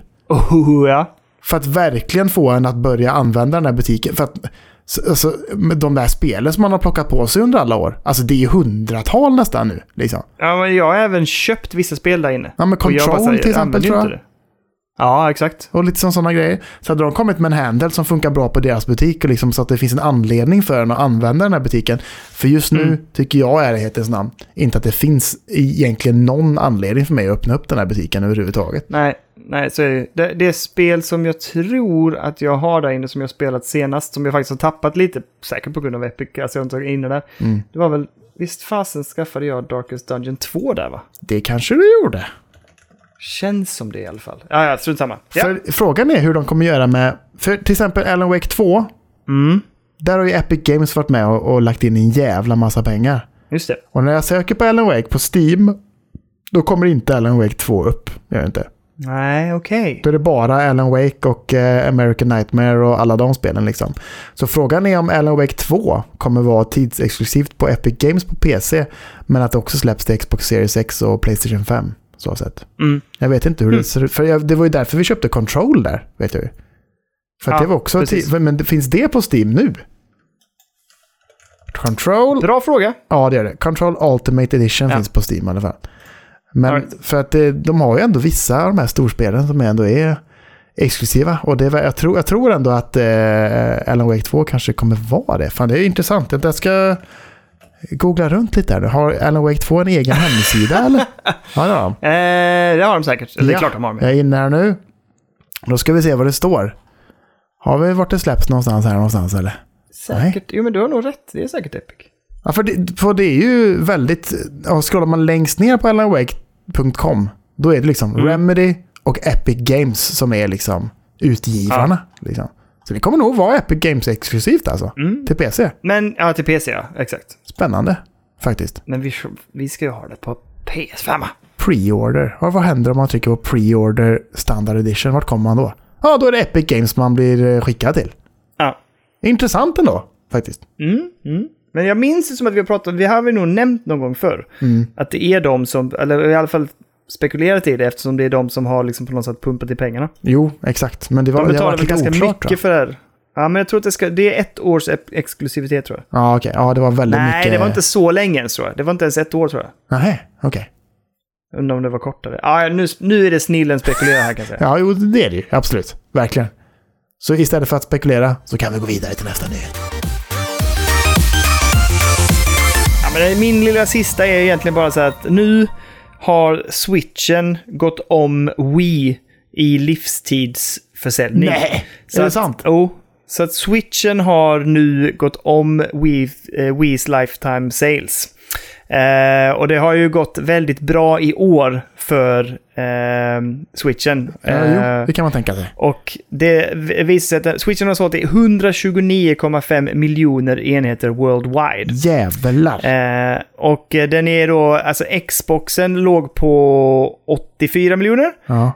För att verkligen få en att börja använda den här butiken. För att alltså, de där spelen som man har plockat på sig under alla år, alltså det är ju 100-tal nästan nu liksom. Ja, men jag har även köpt vissa spel där inne. Ja, men Control till exempel tror jag. Ja, exakt. Och lite sådana grejer. Så hade de kommit med en handheld som funkar bra på deras butik och liksom så att det finns en anledning för en att använda den här butiken. För just nu tycker jag, ärlighetens namn, inte att det finns egentligen någon anledning för mig att öppna upp den här butiken överhuvudtaget. Nej, så är det är spel som jag tror att jag har där inne som jag spelat senast, som jag faktiskt har tappat lite, säkert på grund av Epic, alltså jag har inte tagit inne där. Det var väl, visst fasen skaffade jag Darkest Dungeon 2 där va? Det kanske du gjorde. Känns som det i alla fall. Ja, strunt samma. Ja. För frågan är hur de kommer göra med, för till exempel Alan Wake 2, där har ju Epic Games varit med och lagt in en jävla massa pengar. Just det. Och när jag söker på Alan Wake på Steam, då kommer inte Alan Wake 2 upp. Gör det inte. Nej, okej. Då är det bara Alan Wake och American Nightmare och alla de spelen liksom. Så frågan är om Alan Wake 2 kommer vara tidsexklusivt på Epic Games på PC, men att det också släpps till Xbox Series X och PlayStation 5. så sett. Mm. Jag vet inte hur det ser ut. För det var ju därför vi köpte Control där, vet jag ju. För att det var också... Men finns det på Steam nu? Control... Bra fråga. Ja, det är det. Control Ultimate Edition finns på Steam i alla fall. Men för att de har ju ändå vissa av de här storspelen som ändå är exklusiva. Och det, jag tror ändå att Alan Wake 2 kanske kommer vara det. Fan, det är intressant. Jag ska googla runt lite här. Har Alan Wake 2 en egen hemsida eller? Ja, det har de. Det har de säkert. Eller det är klart de har. Jag är inne här nu. Då ska vi se vad det står. Har vi varit det släpps någonstans eller? Säkert. Nej. Jo, men du har nog rätt. Det är säkert Epic. Ja, för det är ju väldigt... Scrollar man längst ner på alanwake.com, då är det liksom Remedy och Epic Games som är liksom utgivarna. Liksom. Så det kommer nog vara Epic Games exklusivt alltså. Till PC. Men, ja, till PC, ja. Exakt. Spännande, faktiskt. Men vi ska ju ha det på PS5. Pre-order. Vad händer om man trycker på Pre-order Standard Edition? Vart kommer man då? Ja, då är det Epic Games man blir skickad till. Ja. Intressant ändå, faktiskt. Men jag minns det som att vi har nog nämnt någon gång förr. Att det är de som, eller i alla fall spekulerat i det, eftersom det är de som har liksom på något sätt pumpat i pengarna. Jo, exakt. Men det var, de betalar väl ganska oklart, mycket för det här. Ja, men jag tror att det är 1 års exklusivitet, tror jag. Ja, okej. Ja, det var väldigt mycket. Nej, det var inte så länge ens, tror jag. Det var inte ens 1 år, tror jag. Nej, okej. Undrar om det var kortare. Ja, nu är det snillen spekulerar här, kan jag säga. Ja, jo, det är det ju. Absolut. Verkligen. Så istället för att spekulera så kan vi gå vidare till nästa nyhet. Ja, men min lilla sista är egentligen bara så att nu har Switchen gått om Wii i livstidsförsäljning. Nej, så är det sant? Så att Switchen har nu gått om Wii's Lifetime Sales. Och det har ju gått väldigt bra i år för Switchen. Jo, det kan man tänka sig. Och det visar sig att Switchen har sålt i 129,5 miljoner enheter worldwide. Jävlar. Och den är då, alltså Xboxen låg på 84 miljoner. Ja.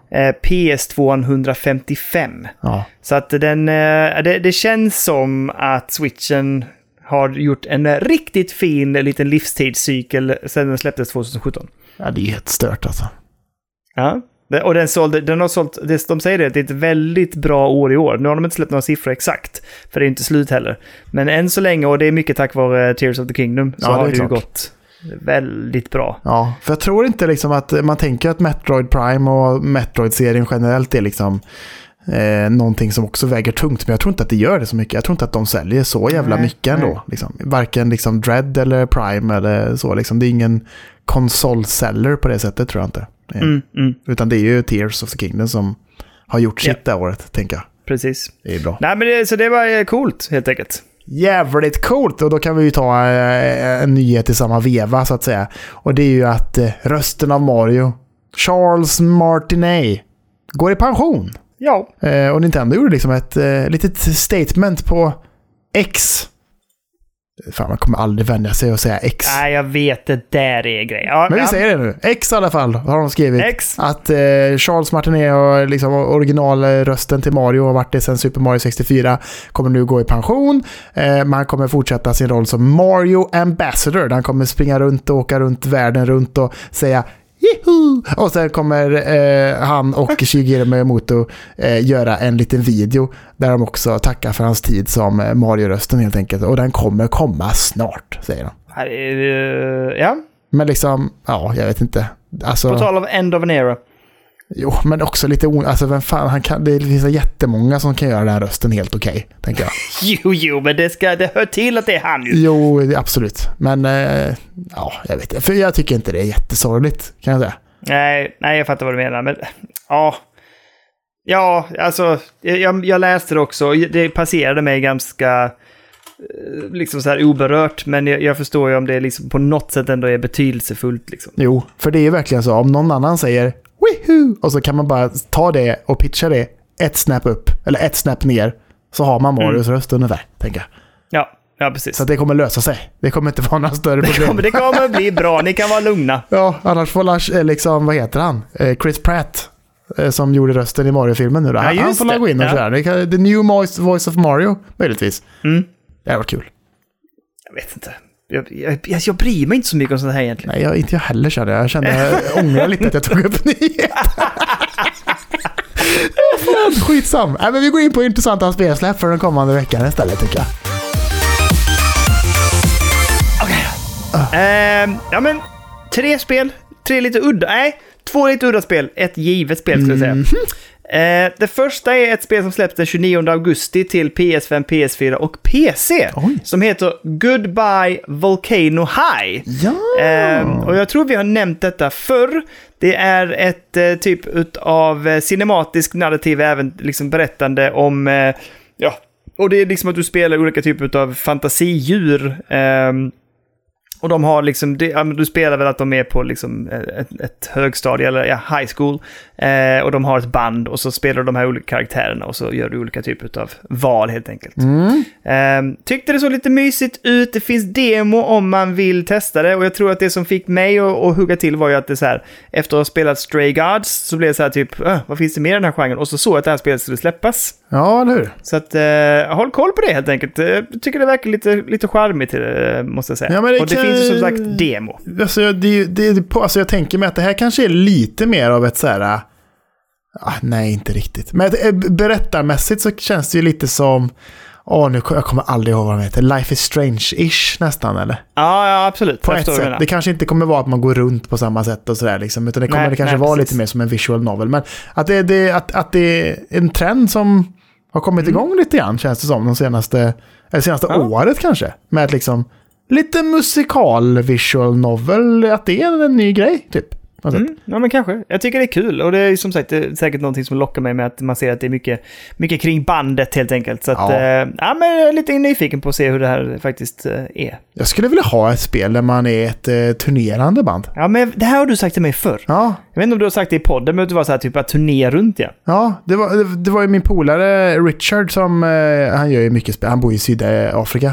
PS2 155. Ja. Så att det känns som att Switchen har gjort en riktigt fin liten livstidscykel sedan den släpptes 2017. Ja, det är helt stört alltså. Ja, och den har sålt, de säger det är ett väldigt bra år i år. Nu har de inte släppt några siffror exakt, för det är inte slut heller. Men än så länge, och det är mycket tack vare Tears of the Kingdom, så har det ju gått väldigt bra. Ja, för jag tror inte liksom att man tänker att Metroid Prime och Metroid-serien generellt är liksom någonting som också väger tungt, men jag tror inte att det gör det så mycket. Jag tror inte att de säljer så jävla mycket ändå. Liksom. Varken liksom Dread eller Prime eller så. Liksom. Det är ingen konsolseller på det sättet, tror jag inte. Utan det är ju Tears of the Kingdom som har gjort sitt det året, tänker jag. Precis. Det är bra. Nej, men så det var coolt, helt enkelt. Jävligt coolt, och då kan vi ju ta en nyhet i samma veva, så att säga. Och det är ju att rösten av Mario, Charles Martinet, går i pension. Ja. Och Nintendo gjorde liksom ett litet statement på X. Fan, man kommer aldrig vänja sig att säga X. Nej, jag vet, det där är grej. Ja, men vi säger det nu. X i alla fall har de skrivit. X. Att Charles Martinet och liksom originalrösten till Mario har varit det sedan Super Mario 64, kommer nu gå i pension. Man kommer fortsätta sin roll som Mario Ambassador. Han kommer springa runt och åka runt världen runt och säga Juhu! Och sen kommer han och Shigeru Miyamoto göra en liten video där de också tackar för hans tid som Mario-rösten, helt enkelt. Och den kommer komma snart, säger de. Ja. Men liksom, ja, jag vet inte. Alltså, på tal av end of an era. Jo, men också lite alltså vem fan, det finns jättemånga som kan göra den här rösten helt okej, tänker jag. Jo, men det hör till att det är han ju. Jo, absolut. Men ja, jag vet inte. För jag tycker inte det är jättesorgligt, kan jag säga. Nej, jag fattar vad du menar. Men ja, alltså jag läste det också. Det passerade mig ganska liksom så här oberört, men jag förstår ju om det liksom på något sätt ändå är betydelsefullt liksom. Jo, för det är ju verkligen så. Om någon annan säger Woohoo! Och så kan man bara ta det och pitcha det ett snap upp eller ett snap ner, så har man Marios röst ungefär, tänker jag. Ja, precis. Så det kommer lösa sig. Det kommer inte vara några större problem. Det kommer bli bra, ni kan vara lugna. Ja, annars får Lars, liksom, vad heter han? Chris Pratt, som gjorde rösten i Mario-filmen nu då. Ja, han får gå in och sådär. The new voice of Mario, möjligtvis. Det var kul. Jag vet inte. Jag bryr mig inte så mycket om sånt här egentligen. Nej, inte jag heller kände. Jag ångrar lite att jag tog upp nyhet. Skitsam. Nej, men vi går in på intressanta spelsläpp för den kommande veckan istället, tycker jag. Ja, men 3 spel. 3 lite udda. Nej, 2 lite udda spel. Ett givet spel, skulle jag säga. Det första är ett spel som släpptes den 29 augusti till PS5, PS4 och PC. Som heter Goodbye Volcano High. Ja. Och jag tror vi har nämnt detta förr. Det är ett typ av cinematisk narrativ, även liksom berättande om... och det är liksom att du spelar olika typer av fantasidjur. Och de har liksom, du spelar väl att de är på liksom ett högstadie eller high school. Och de har ett band och så spelar de här olika karaktärerna och så gör du olika typer av val helt enkelt. Tyckte det så lite mysigt ut. Det finns demo om man vill testa det. Och jag tror att det som fick mig att hugga till var ju att det så här, efter att ha spelat Stray Gods så blev det så här typ, vad finns det mer i den här genren? Och så såg jag att det här spelet skulle släppas. Ja, eller hur? Så att håll koll på det helt enkelt. Jag tycker det verkar lite charmigt, måste jag säga. Ja, men och det finns ju som sagt demo. Alltså jag tänker mig att det här kanske är lite mer av ett så här... nej, inte riktigt. Men berättarmässigt så känns det ju lite som... jag kommer aldrig ihåg vad de heter. Life is Strange-ish nästan, eller? Ja, absolut. På ett sätt. Det kanske inte kommer vara att man går runt på samma sätt och sådär liksom, utan det kommer kanske vara lite mer som en visual novel. Men att det är en trend som har kommit igång lite grann, känns det som, de senaste året kanske. Med att liksom lite musikal visual novel, att det är en ny grej, typ. Ja, men kanske. Jag tycker det är kul. Och det är som sagt det är säkert någonting som lockar mig med att man ser att det är mycket kring bandet helt enkelt. Så att, men jag är lite nyfiken på att se hur det här faktiskt är. Jag skulle vilja ha ett spel där man är ett turnerande band. Ja, men det här har du sagt till mig förr. Ja. Jag vet inte om du har sagt det i podden, men det var så här typ att turnera runt, ja. Ja, det var ju min polare Richard som, han gör ju mycket spel. Han bor i Sydafrika.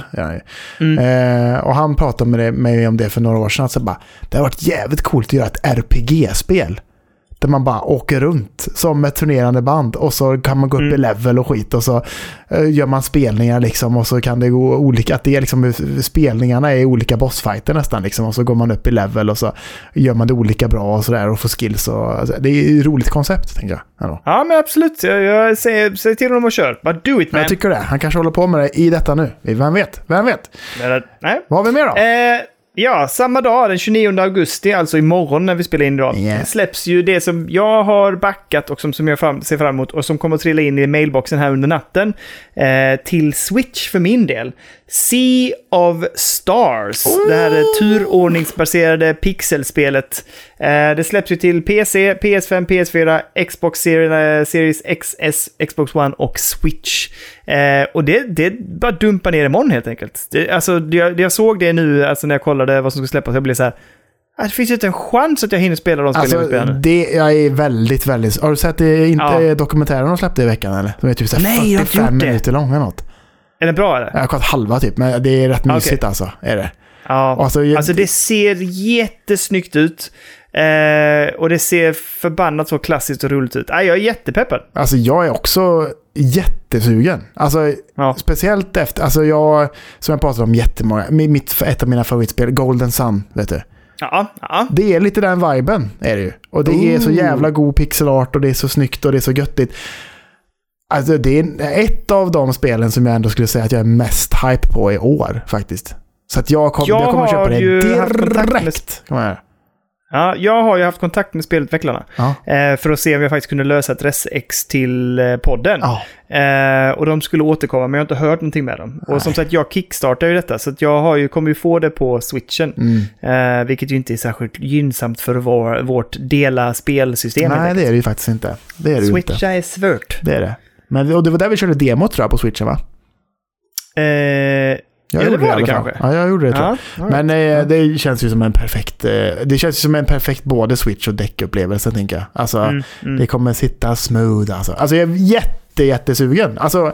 Och han pratade med mig om det för några år sedan. Så bara, det har varit jävligt coolt att göra ett RPG-spel. Där man bara åker runt som ett turnerande band och så kan man gå upp i level och skit och så gör man spelningar liksom och så kan det gå olika, att det är liksom spelningarna är olika bossfighter nästan liksom och så går man upp i level och så gör man det olika bra och sådär och får skills och alltså, det är ett roligt koncept, tänker jag. Ja, men absolut. Jag säger till honom att köra. Bara do it, man. Jag tycker det. Han kanske håller på med det i detta nu. Vem vet? Nej. Vad har vi mer då? Ja, samma dag, den 29 augusti, alltså imorgon när vi spelar in idag, släpps ju det som jag har backat och som jag ser fram emot och som kommer att trilla in i mailboxen här under natten till Switch för min del. Sea of Stars, det här turordningsbaserade pixelspelet. Det släpps ju till PC, PS5, PS4, Xbox Series XS, Xbox One och Switch. Och det bara dumpar ner imorgon helt enkelt. Jag såg det nu, alltså när jag kollade vad som skulle släppas, jag blev så här. Det finns ju inte en chans att jag hinner spela de spelen. Jag är väldigt, väldigt... Har du sett det, inte dokumentären de släppte i veckan, eller? De är typ så 45 minuter långa något. Är det bra, eller? Jag har kollat halva typ, men det är rätt mysigt alltså, är det. Ja, alltså det ser jättesnyggt ut. Och det ser förbannat så klassiskt och roligt ut. Jag är jättepeppad. Alltså jag är också jättesugen. Alltså speciellt efter, alltså som jag pratade om jättemånga, ett av mina favoritspel, Golden Sun, vet du. Ja. Det är lite den viben, är det ju. Och det är så jävla god pixelart och det är så snyggt och det är så göttigt. Alltså det är ett av de spelen som jag ändå skulle säga att jag är mest hype på i år faktiskt. Så att jag kommer köpa det direkt. Ja, jag har ju haft kontakt med spelutvecklarna för att se om jag faktiskt kunde lösa ett ResX till podden. Och de skulle återkomma, men jag har inte hört någonting med dem. Och som sagt, jag kickstartar ju detta, så att jag kommer ju få det på Switchen. Vilket ju inte är särskilt gynnsamt för vårt dela spelsystem. Nej, det är det ju faktiskt inte. Det är det Switch inte. är svårt. Det är det. Och det var där vi körde demo, tror jag, på Switchen, va? Jag gjorde det kanske. Ja, jag gjorde det, tror jag. Men det känns ju som en perfekt... det känns ju som en perfekt både Switch och däckupplevelse, tänker jag. Alltså, det kommer sitta smooth. Alltså jag är jättesugen. Alltså,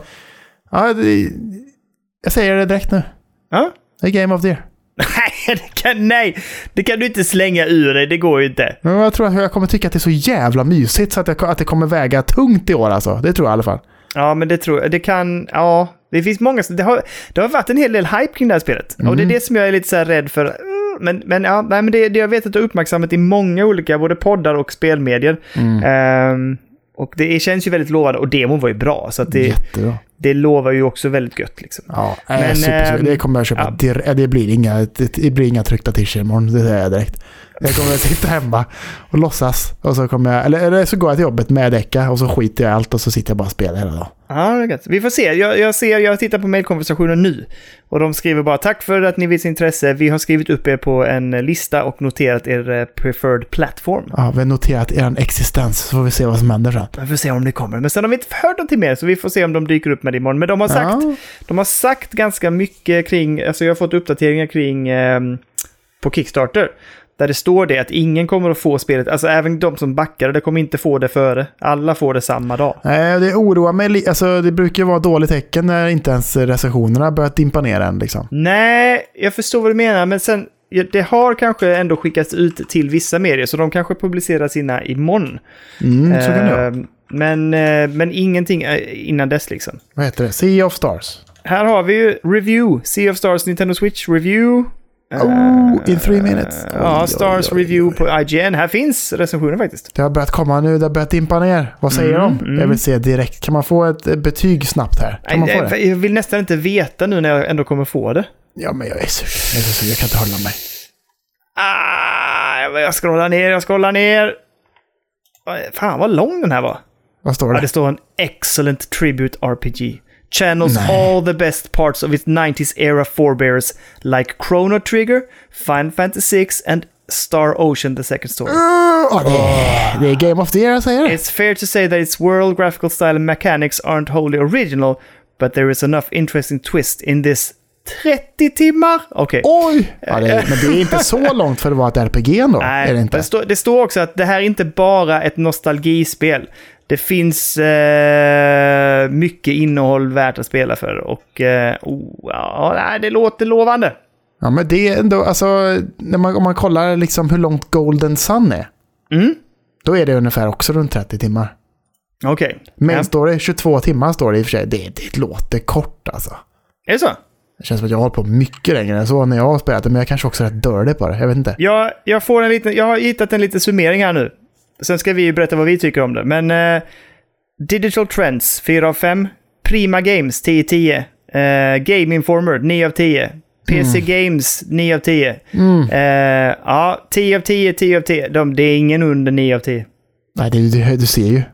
jag säger det direkt nu. Ja? Det är Game of the Year. Nej, det kan du inte slänga ur dig. Det går ju inte. Men jag tror att jag kommer tycka att det är så jävla mysigt så att det kommer väga tungt i år. Alltså. Det tror jag i alla fall. Ja, men det tror jag. Det kan... Ja, det finns många... Det har varit en hel del hype kring det här spelet. Och det är det som jag är lite så här rädd för. Men det jag vet att det är uppmärksammat i många olika både poddar och spelmedier. Och det känns ju väldigt lovande. Och demon var ju bra. Så att det lovar ju också väldigt gött liksom. Ja, super. Det kommer jag köpa. Ja. Det blir inga tryckta t-shirts imorgon, det säger jag direkt. Jag kommer att sitta hemma och låtsas. Och så kommer jag, eller så går jag till jobbet med Deka och så skiter jag allt och så sitter jag bara och spelar hela dagen. Ja, det är gött. Vi får se. Jag tittar på mejlkonversationen nu. Och de skriver bara tack för att ni visar intresse. Vi har skrivit upp er på en lista och noterat er preferred platform. Ja, vi har noterat er existens så får vi se vad som händer sen. Vi får se om det kommer. Men sen har vi inte hört någonting mer så vi får se om de dyker upp med det imorgon. Men de har sagt ganska mycket kring, alltså jag har fått uppdateringar kring på Kickstarter. Där det står det att ingen kommer att få spelet, alltså även de som backar, det kommer inte få det före. Alla får det samma dag. Nej, det oroar mig. Alltså det brukar vara dåligt tecken när inte ens recensionerna börjat dimpa ner än liksom. Nej, jag förstår vad du menar, men sen det har kanske ändå skickats ut till vissa medier så de kanske publicerar sina imorgon. Så kan det men ingenting innan dess liksom. Vad heter det? Sea of Stars. Här har vi ju review. Sea of Stars Nintendo Switch review. In 3 minutes. Stars review på IGN. Här finns recensioner faktiskt. Det har börjat komma nu, det har börjat dimpa ner. Vad säger de? Jag vill se direkt. Kan man få ett betyg snabbt här? Kan man få det? Jag vill nästan inte veta nu när jag ändå kommer få det. Ja, men jag är så sugen. Jag kan inte hålla mig. Jag scrollar ner. Fan, vad lång den här var. Vad står det? Det står en excellent tribute RPG. Channels all the best parts of its 90s era forebears like Chrono Trigger, Final Fantasy 6 and Star Ocean The Second Story. Det är Game of the Year, säger jag. It's fair to say that its world, graphical style and mechanics aren't wholly original, but there is enough interesting twist in this 30 timmar. Okej. Oj! Men det är inte så långt för att vara ett RPG ändå. Nej, är det inte? Det står också att det här är inte bara ett nostalgispel. Det finns mycket innehåll värt att spela för. Och det låter lovande. Ja, men det är ändå, alltså, om man kollar liksom hur långt Golden Sun är. Då är det ungefär också runt 30 timmar. Okej. Men står det 22 timmar står det i och för sig. Det låter kort alltså. Är det så? Det känns som att jag har hållit på mycket längre än så när jag har spelat det. Men jag kanske också är rätt dörlig på det. Jag vet inte. Jag har hittat en liten summering här nu. Sen ska vi berätta vad vi tycker om det. Men Digital Trends 4 av 5. Prima Games 10/10. Game Informer 9 av 10. PC Games 9 av 10. 10 av 10, 10 av 10. Det är ingen under 9 av 10. Nej, du ser ju.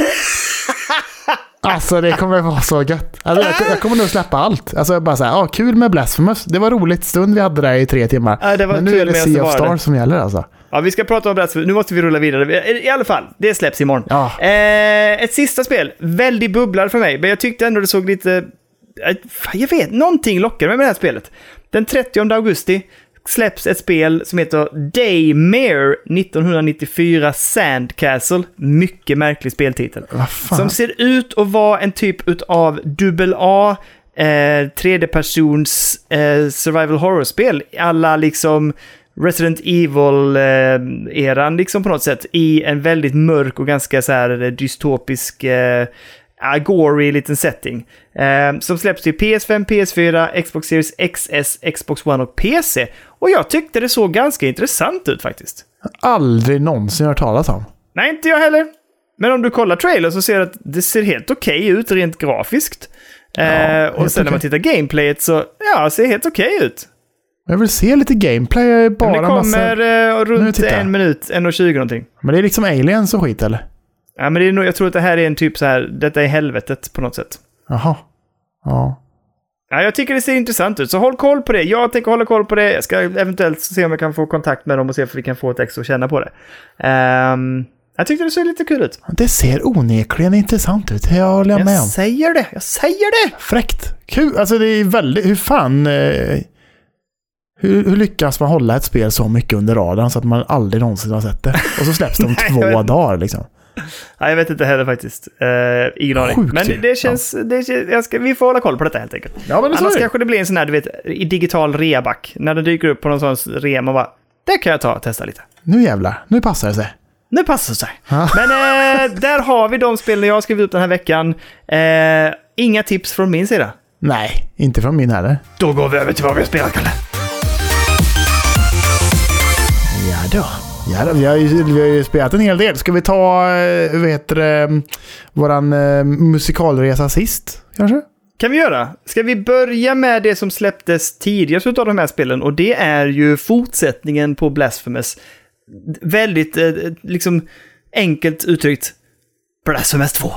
Alltså det kommer vara så gött. Alltså, jag kommer nog släppa allt. Alltså bara så här, kul med Blasphemous. Det var roligt stund vi hade där i 3 timmar. Det var men nu är det Sea of Stars som gäller alltså. Ja, vi ska prata om Blasphemous. Nu måste vi rulla vidare. I alla fall, det släpps imorgon. Ja. Ett sista spel. Väldigt bubblad för mig. Men jag tyckte ändå det såg lite... Jag vet, någonting lockar mig med det här spelet. Den 30 augusti släpps ett spel som heter Daymare 1994 Sandcastle. Mycket märklig speltitel. Som ser ut att vara en typ av AA tredjepersons survival horror-spel. Alla liksom Resident Evil-eran liksom på något sätt. I en väldigt mörk och ganska så här dystopisk gory liten setting. Som släpps till PS5, PS4, Xbox Series XS, Xbox One och PC. Och jag tyckte det såg ganska intressant ut faktiskt. Aldrig någonsin hört talas om. Nej, inte jag heller. Men om du kollar trailer så ser du att det ser helt okej ut rent grafiskt. Och sen när man tittar gameplayet så ser helt okej ut. Jag vill se lite gameplay. Bara men det kommer runt 1 minut, 1:20 någonting. Men det är liksom aliens och skit eller? Ja, men det är nog, jag tror att det här är en typ så här, detta är helvetet på något sätt. Jaha. Ja. Ja, jag tycker det ser intressant ut, så håll koll på det. Jag tänker hålla koll på det. Jag ska eventuellt se om jag kan få kontakt med dem och se om vi kan få ett extra och känna på det. Jag tyckte det ser lite kul ut. Det ser onekligen intressant ut. Jag håller med om. Jag säger det. Fräckt. Kul. Alltså det är väldigt... Hur fan... Hur lyckas man hålla ett spel så mycket under radarn så att man aldrig någonsin har sett det? Och så släpps det om 2 dagar liksom. Nej, jag vet inte heller faktiskt. Ingen aning. Men det känns... vi får hålla koll på detta helt enkelt. Ja, men annars kanske det blir en sån här, du vet, i digital reaback. När det dyker upp på någon sån rea, man bara, det kan jag testa lite. Nu jävlar, nu passar det sig. Nu passar det sig. Men där har vi de spelen jag har skrivit upp den här veckan. Inga tips från min sida. Nej, inte från min heller. Då går vi över till vad vi har spelat, Kalle. Ja, vi har ju spelat en hel del. Ska vi ta våran musikalresa sist, kanske? Kan vi göra? Ska vi börja med det som släpptes tidigare av de här spelen? Och det är ju fortsättningen på Blasphemous. Väldigt liksom enkelt uttryckt. Blasphemous 2.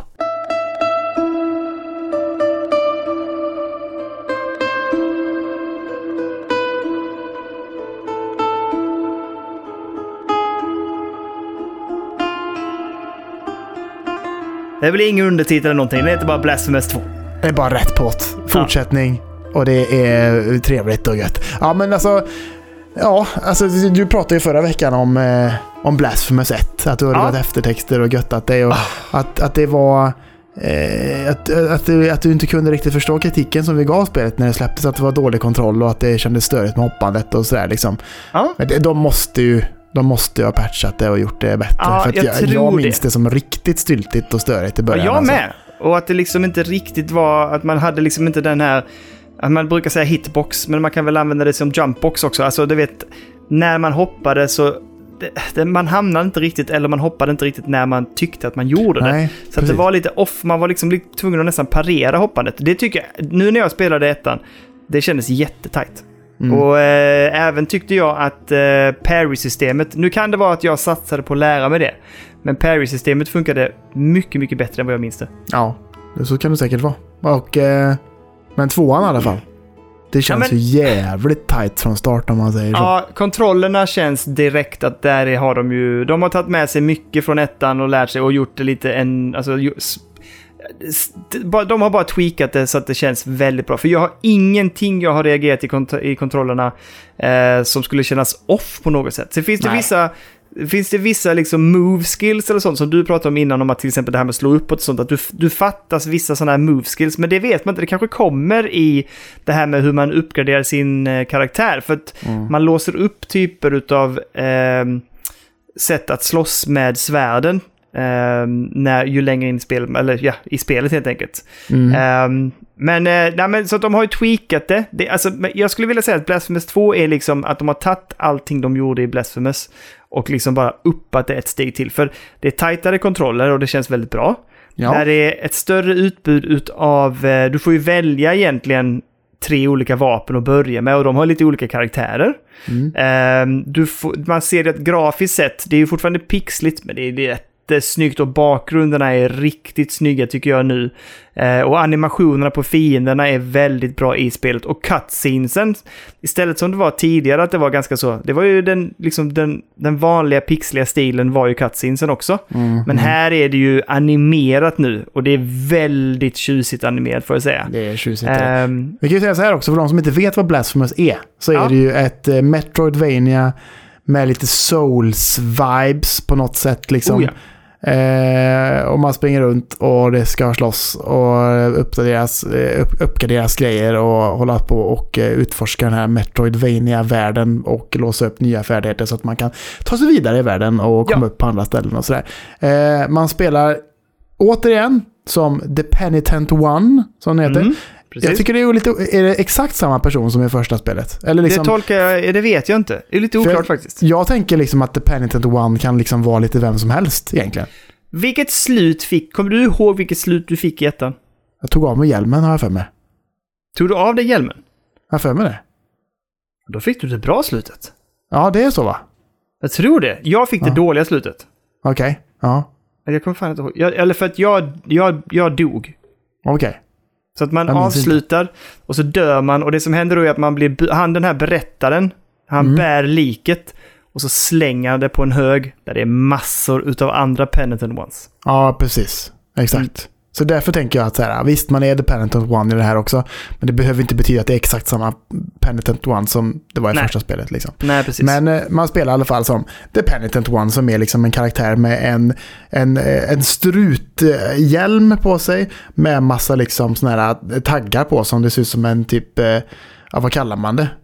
Det är väl ingen undertitel eller någonting. Det är inte bara Blasphemous 2. Det är bara rätt påt. Fortsättning. Ja. Och det är trevligt och gött. Ja, men alltså... Ja, alltså du pratade ju förra veckan om Blasphemous 1. Att du hade varit eftertexter och göttat dig. Och att det var... Att du inte kunde riktigt förstå kritiken som vi gav spelet när det släpptes. Att det var dålig kontroll och att det kändes störigt med hoppandet och sådär liksom. Ja. Men de måste ju ha patchat det och gjort det bättre. Ja, för jag minns det som riktigt styltigt och störigt i början. Ja, jag med. Och att det liksom inte riktigt var... Att man hade liksom inte den här... Att man brukar säga hitbox, men man kan väl använda det som jumpbox också. Alltså du vet, när man hoppade så... man hamnade inte riktigt, eller man hoppade inte riktigt när man tyckte att man gjorde det. Nej, så att det var lite off. Man var liksom lite tvungen att nästan parera hoppandet. Det tycker jag... Nu när jag spelade ettan, det kändes jättetajt. Och även tyckte jag att parry-systemet, nu kan det vara att jag satsade på att lära mig det, men parry-systemet funkade mycket, mycket bättre än vad jag minns det. Ja, så kan det säkert vara. Och, men tvåan i alla fall. Det känns ju jävligt tight från start om man säger så. Ja, kontrollerna känns direkt att där har de har tagit med sig mycket från ettan och lärt sig och gjort det lite de har bara tweakat det så att det känns väldigt bra. För jag har ingenting jag har reagerat i kontrollerna som skulle kännas off på något sätt. Så finns det vissa liksom move skills eller sånt som du pratade om innan, om att till exempel det här med att slå uppåt och sånt, att du fattas vissa sådana här move skills, men det vet man inte. Det kanske kommer i det här med hur man uppgraderar sin karaktär, för att man låser upp typer utav sätt att slåss med svärden ju längre in i spelet, eller ja, i spelet helt enkelt. Men så att de har ju tweakat det. Alltså, jag skulle vilja säga att Blasphemous 2 är liksom att de har tagit allting de gjorde i Blasphemous och liksom bara uppat det ett steg till. För det är tajtare kontroller och det känns väldigt bra. Ja. Där är ett större utbud utav... Du får ju välja egentligen 3 olika vapen att börja med, och de har lite olika karaktärer. Man ser det grafiskt sett, det är ju fortfarande pixligt, men det är snyggt och bakgrunderna är riktigt snygga tycker jag nu. Och animationerna på fienderna är väldigt bra i spelet. Och cutscenesen, istället som det var tidigare att det var ganska så, det var ju den vanliga pixliga stilen var ju cutscenesen också. Men här är det ju animerat nu, och det är väldigt tjusigt animerat får jag säga. Det är tjusigt. Vi kan ju säga så här också, för de som inte vet vad Blasphemous är, så är det ju ett Metroidvania med lite Souls-vibes på något sätt liksom. Och man springer runt och det ska slåss och uppgraderas grejer och hålla på och utforska den här Metroidvania-världen och låsa upp nya färdigheter så att man kan ta sig vidare i världen och komma upp på andra ställen och sådär. Man spelar återigen som The Penitent One, som den heter. Precis. Jag tycker det är det exakt samma person som i första spelet. Eller liksom, det tolkar jag, det vet jag inte. Det är lite oklart faktiskt. Jag tänker liksom att The Penitent One kan liksom vara lite vem som helst egentligen. Vilket slut kommer du ihåg vilket slut du fick i ettan? Jag tog av mig hjälmen, har jag för mig. Tog du av dig hjälmen? Jag har för mig det. Då fick du det bra slutet. Ja, det är så va? Jag tror det. Jag fick det dåliga slutet. Okej, ja. Jag kommer fan inte ihåg. Eller för att jag dog. Okej. Så att man avslutar och så dör man, och det som händer då är att man blir, den här berättaren, han bär liket och så slänger han det på en hög där det är massor utav andra Penitent Ones. Ja, precis. Exakt. Så därför tänker jag att så här, visst man är The Penitent One i det här också, men det behöver inte betyda att det är exakt samma Penitent One som det var i första spelet liksom. Nej, precis. Men man spelar i alla fall som The Penitent One, som är liksom en karaktär med en struthjälm på sig med massa liksom såna här taggar på som det ser ut som en typ vad kallar man det?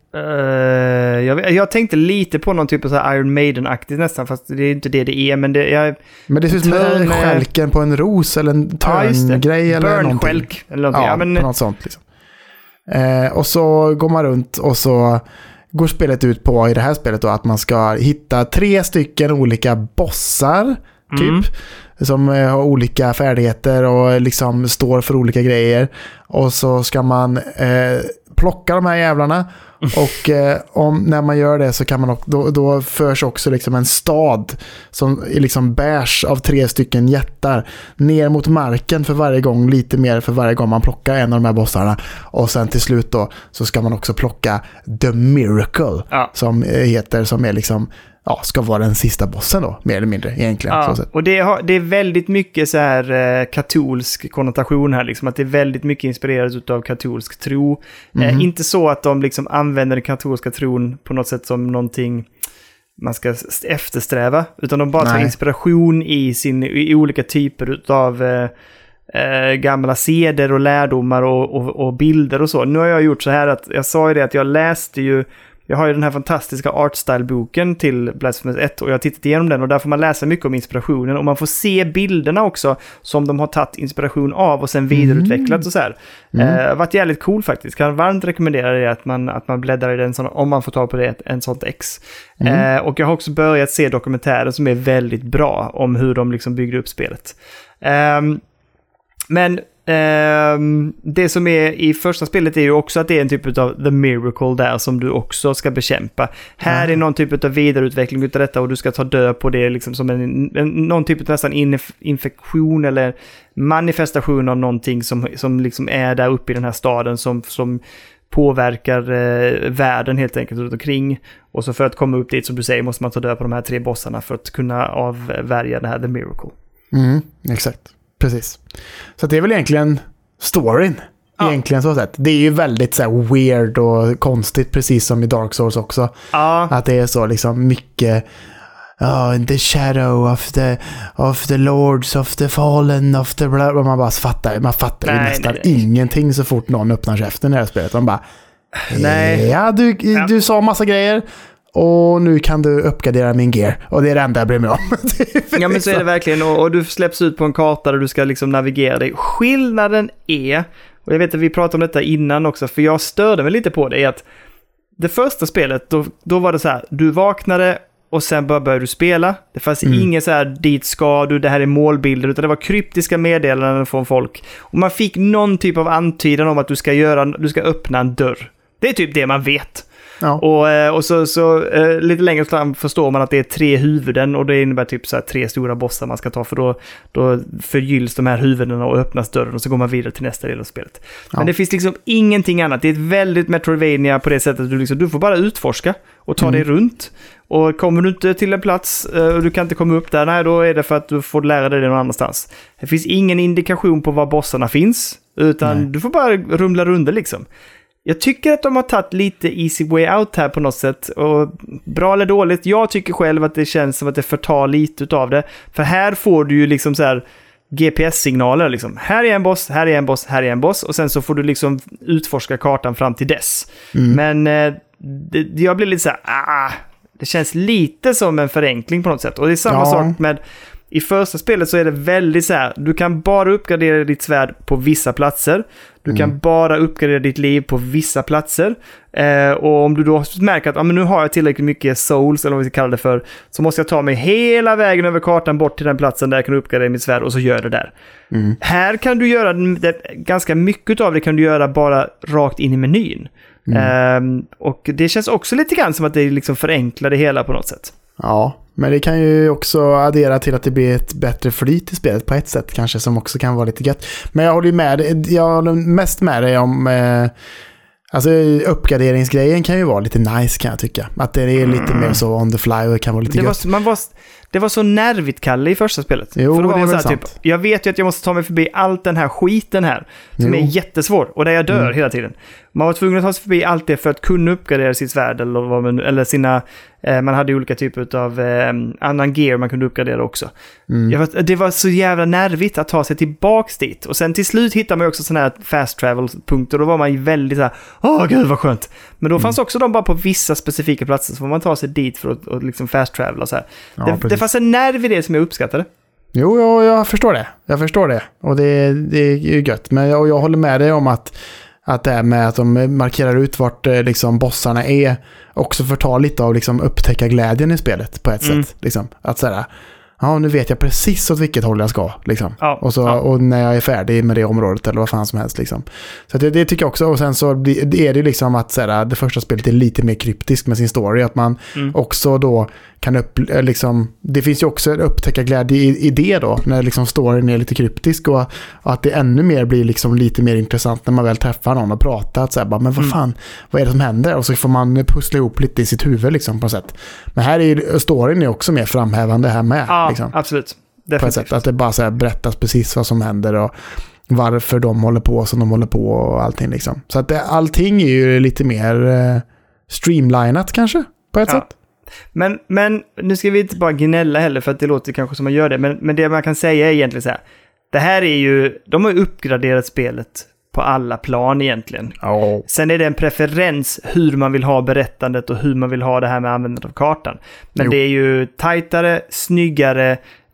Jag tänkte lite på någon typ av så här Iron Maiden-aktigt nästan, fast det är inte det är, men det ser ut som en skälken på en ros eller en törngrej eller någonting. Burnskälk eller någonting. Ja, men något sånt liksom. Och så går man runt och så går spelet ut på, i det här spelet då, att man ska hitta 3 stycken olika bossar typ, som har olika färdigheter och liksom står för olika grejer. Och så ska man plocka de här jävlarna. Och när man gör det så kan man då förs också liksom en stad som liksom bärs av 3 stycken jättar ner mot marken för varje gång, lite mer för varje gång man plockar en av de här bossarna. Och sen till slut då så ska man också plocka The Miracle, som är liksom, ska vara den sista bossen då, mer eller mindre egentligen. Ja, så och det är väldigt mycket så här katolsk konnotation här, liksom, att det är väldigt mycket inspirerat av katolsk tro. Inte så att de liksom använder den katolska tron på något sätt som någonting man ska eftersträva, utan de bara tar inspiration i olika typer av gamla seder och lärdomar och bilder och så. Nu har jag gjort så här att jag sa ju det att jag har ju den här fantastiska artstyle-boken till Blasphemous 1 och jag har tittat igenom den och där får man läsa mycket om inspirationen och man får se bilderna också som de har tagit inspiration av och sen vidareutvecklat och så här. Det har varit jävligt cool faktiskt. Kan varmt rekommendera det att man bläddrar i den sån, om man får tag på det, en sånt ex. Och jag har också börjat se dokumentärer som är väldigt bra om hur de liksom byggde upp spelet. Men det som är i första spelet är ju också att det är en typ av The Miracle där som du också ska bekämpa. Här är någon typ av vidareutveckling utav detta och du ska ta död på det liksom som någon typ av nästan infektion eller manifestation av någonting som liksom är där uppe i den här staden som påverkar världen helt enkelt runt omkring. Och så för att komma upp dit, som du säger, måste man ta död på de här 3 bossarna för att kunna avvärja det här The Miracle. Exakt. Precis. Så det är väl egentligen storyn. Egentligen så sett. Det är ju väldigt så här weird och konstigt, precis som i Dark Souls också. Att det är så liksom mycket in the shadow of the lords of the fallen of the blah. Man bara fattar ju nästan ingenting så fort någon öppnar käften i det här spelet. Man bara du sa massa grejer. Och nu kan du uppgradera min gear. Och det är det enda jag bryr mig om. Ja, men så är det verkligen. Och du släpps ut på en karta där du ska liksom navigera dig. Skillnaden är, och jag vet att vi pratade om detta innan också, för jag störde mig lite på det, är att det första spelet, då var det så här, du vaknade och sen började du spela. Det fanns inget så här, dit ska du, det här är målbilder, utan det var kryptiska meddelanden från folk. Och man fick någon typ av antydan om att du ska öppna en dörr. Det är typ det man vet. Ja. Och så lite längre fram förstår man att det är 3 huvuden och det innebär typ så här 3 stora bossar man ska ta, för då förgylls de här huvudena och öppnas dörren och så går man vidare till nästa del av spelet. Men det finns liksom ingenting annat. Det är ett väldigt Metroidvania på det sättet att du får bara utforska och ta dig runt. Och kommer du inte till en plats och du kan inte komma upp där, nej, då är det för att du får lära dig det någon annanstans. Det finns ingen indikation på var bossarna finns, utan du får bara rumla runt liksom. Jag tycker att de har tagit lite easy way out här på något sätt. Och bra eller dåligt, jag tycker själv att det känns som att det förtar lite utav det. För här får du ju liksom så här GPS-signaler liksom. Här är en boss, här är en boss, här är en boss. Och sen så får du liksom utforska kartan fram till dess. Men jag blir lite så här, det känns lite som en förenkling på något sätt. Och det är samma sak med, i första spelet så är det väldigt så här, du kan bara uppgradera ditt svärd på vissa platser. Du kan bara uppgradera ditt liv på vissa platser. Och om du då märker att men nu har jag tillräckligt mycket souls, eller vad vi ska kalla det för, så måste jag ta mig hela vägen över kartan bort till den platsen där jag kan uppgradera mitt svärd, och så gör det där. Här kan du göra ganska mycket av det kan du göra bara rakt in i menyn. Och det känns också lite grann som att det liksom förenklar det hela på något sätt. Ja, men det kan ju också addera till att det blir ett bättre flyt i spelet på ett sätt kanske, som också kan vara lite gött. Men jag håller mest med dig om alltså uppgraderingsgrejen kan ju vara lite nice, kan jag tycka. Att det är lite mer så on the fly och det kan vara lite gött. Det var så nervigt, Kalle, i första spelet. Jo, för det var så här, sant. typ, jag vet ju att jag måste ta mig förbi allt den här skiten här som är jättesvår, och där jag dör hela tiden. Man var tvungen att ta sig förbi allt det för att kunna uppgradera sitt svärd eller sina Man hade olika typer av annan gear man kunde uppgradera också. Det var så jävla nervigt att ta sig tillbaks dit. Och sen till slut hittade man ju också sådana här fast travel-punkter. Då var man ju väldigt så här, gud vad skönt. Men då fanns också de bara på vissa specifika platser, så får man ta sig dit för att liksom fast travela så här. Ja, det fanns en nerv i det som jag uppskattade. Jo, jag förstår det. Och det är ju gött. Men jag håller med dig om att det här med att de markerar ut vart liksom bossarna är också förtar lite av liksom upptäcka glädjen i spelet på ett sätt. Liksom. Att säga, nu vet jag precis åt vilket håll jag ska. Liksom. Ja, och när jag är färdig med det området eller vad fan som helst. Liksom. Så det tycker jag också. Och sen så är det liksom att säga, det första spelet är lite mer kryptiskt med sin story. Att man också då kan liksom, det finns ju också en upptäcka glädje i det då, när liksom storyn är lite kryptisk, och att det ännu mer blir liksom lite mer intressant när man väl träffar någon och pratar, att säga, bara, men vad fan, vad är det som händer? Och så får man pussla ihop lite i sitt huvud liksom, på något sätt. Men här är storyn är också mer framhävande här med. Ja, liksom, absolut. Definitivt. på ett sätt, att det bara så här berättas precis vad som händer och varför de håller på som de håller på och allting liksom. Så att allting är ju lite mer streamlinat kanske, på ett sätt. Men nu ska vi inte bara gnälla heller, för att det låter kanske som man gör det. Men det man kan säga är egentligen så här. Det här är ju, de har ju uppgraderat spelet på alla plan egentligen. Oh. Sen är det en preferens hur man vill ha berättandet och hur man vill ha det här med användandet av kartan. Men det är ju tajtare, snyggare,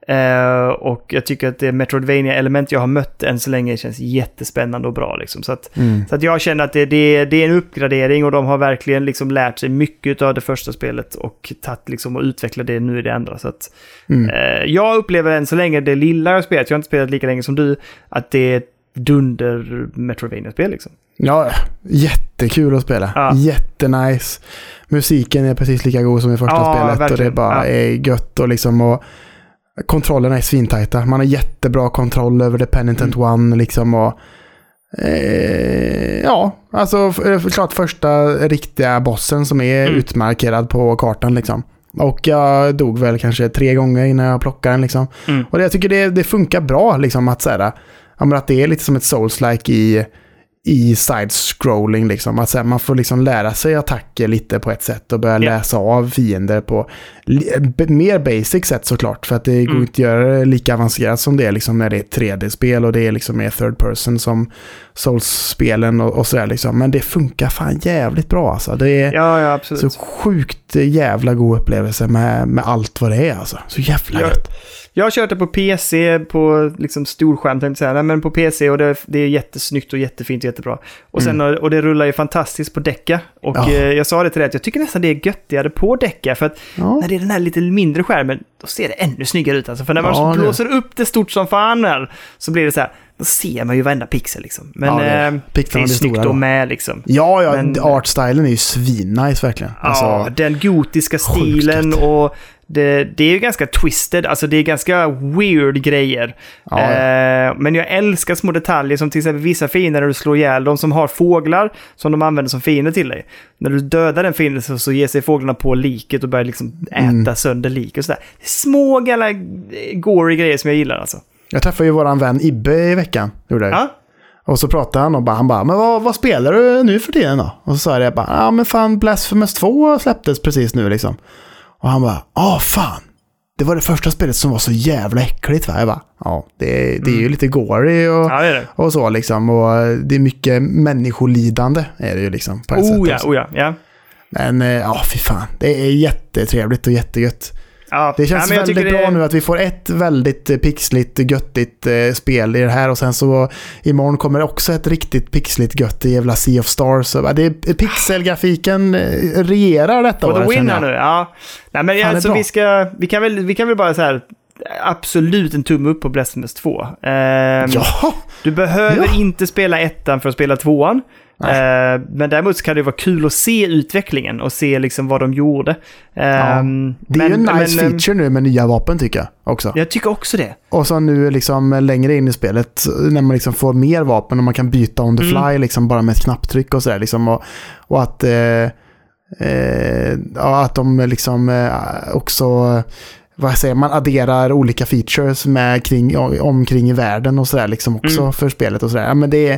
och jag tycker att det Metroidvania-element jag har mött än så länge känns jättespännande och bra liksom. Så att jag känner att det är en uppgradering, och de har verkligen liksom lärt sig mycket av det första spelet och tagit liksom och utvecklat det nu i det andra. Så att jag upplever än så länge det lilla jag spelat, jag har inte spelat lika länge som du, att det är ett dunder Metroidvania-spel liksom. Ja, jättekul att spela. Ja. Jättenice. Musiken är precis lika god som i första spelet, verkligen. Och det bara är gött och liksom, och kontrollerna är svintajta. Man har jättebra kontroll över The Penitent One liksom, och alltså klart första riktiga bossen som är utmarkerad på kartan liksom. Och jag dog väl kanske 3 gånger innan jag plockade den liksom. Och jag tycker det funkar bra liksom, att säga, att det är lite som ett Souls-like i side-scrolling liksom. Att man får liksom lära sig attacker lite på ett sätt och börja läsa av fiender på mer basic sätt såklart, för att det går inte att göra lika avancerat som det är liksom när det är 3D-spel och det är liksom mer third person som Souls-spelen och sådär liksom. Men det funkar fan jävligt bra alltså. Det är absolut. Så sjukt jävla god upplevelse med allt vad det är alltså. Så jävla gött. Jag har kört det på PC, på liksom storskärm tänkte jag säga. Men på PC, och det är jättesnyggt och jättefint och jättebra. Och sen och det rullar ju fantastiskt på Decca. Och jag sa det till dig att jag tycker nästan det är göttigare på Decca, för att när det är den här lite mindre skärmen, då ser det ännu snyggare ut alltså. För när man blåser upp det stort som fan här, så blir det så här, då ser man ju varenda pixel liksom. Men det är snyggt då med liksom. Men artstylen är ju svinnice verkligen. Alltså, den gotiska stilen och det är ju ganska twisted, alltså det är ganska weird grejer. Men jag älskar små detaljer, som till exempel vissa fiender när du slår ihjäl de som har fåglar som de använder som fiender till dig. När du dödar den fienden så ger sig fåglarna på liket och börjar liksom äta sönder lik och sådär. Små galla gory grejer som jag gillar alltså. Jag träffade ju våran vän Ibbe i veckan, gjorde jag. Och så pratade han och han bara, men vad spelar du nu för tiden då? Och så sa jag bara, men fan, Blasphemous 2 släpptes precis nu liksom. Och han bara, fan, det var det första spelet som var så jävla äckligt va? Jag bara, det är ju lite gory och så liksom. Och det är mycket människolidande är det ju liksom. På ett sätt ja. Men fy fan, det är jättetrevligt och jättegött. Ja, det känns väldigt bra nu att vi får ett väldigt pixligt, göttigt spel i det här, och sen så imorgon kommer det också ett riktigt pixligt gött jävla Sea of Stars. Det är pixelgrafiken regerar detta år. The winner nu, ja. Nej, men alltså, vi kan väl bara så här, absolut en tumme upp på Blasphemous 2. Du behöver inte spela 1:an för att spela 2:an. Men däremot kan det vara kul att se utvecklingen och se liksom vad de gjorde. Det är ju en nice feature nu med nya vapen tycker jag också. Jag tycker också det. Och så nu liksom längre in i spelet när man liksom får mer vapen och man kan byta on the fly liksom bara med ett knapptryck och sådär liksom, och att att de liksom också, vad säger man, adderar olika features med omkring i världen och sådär liksom också för spelet och sådär. Ja, men det är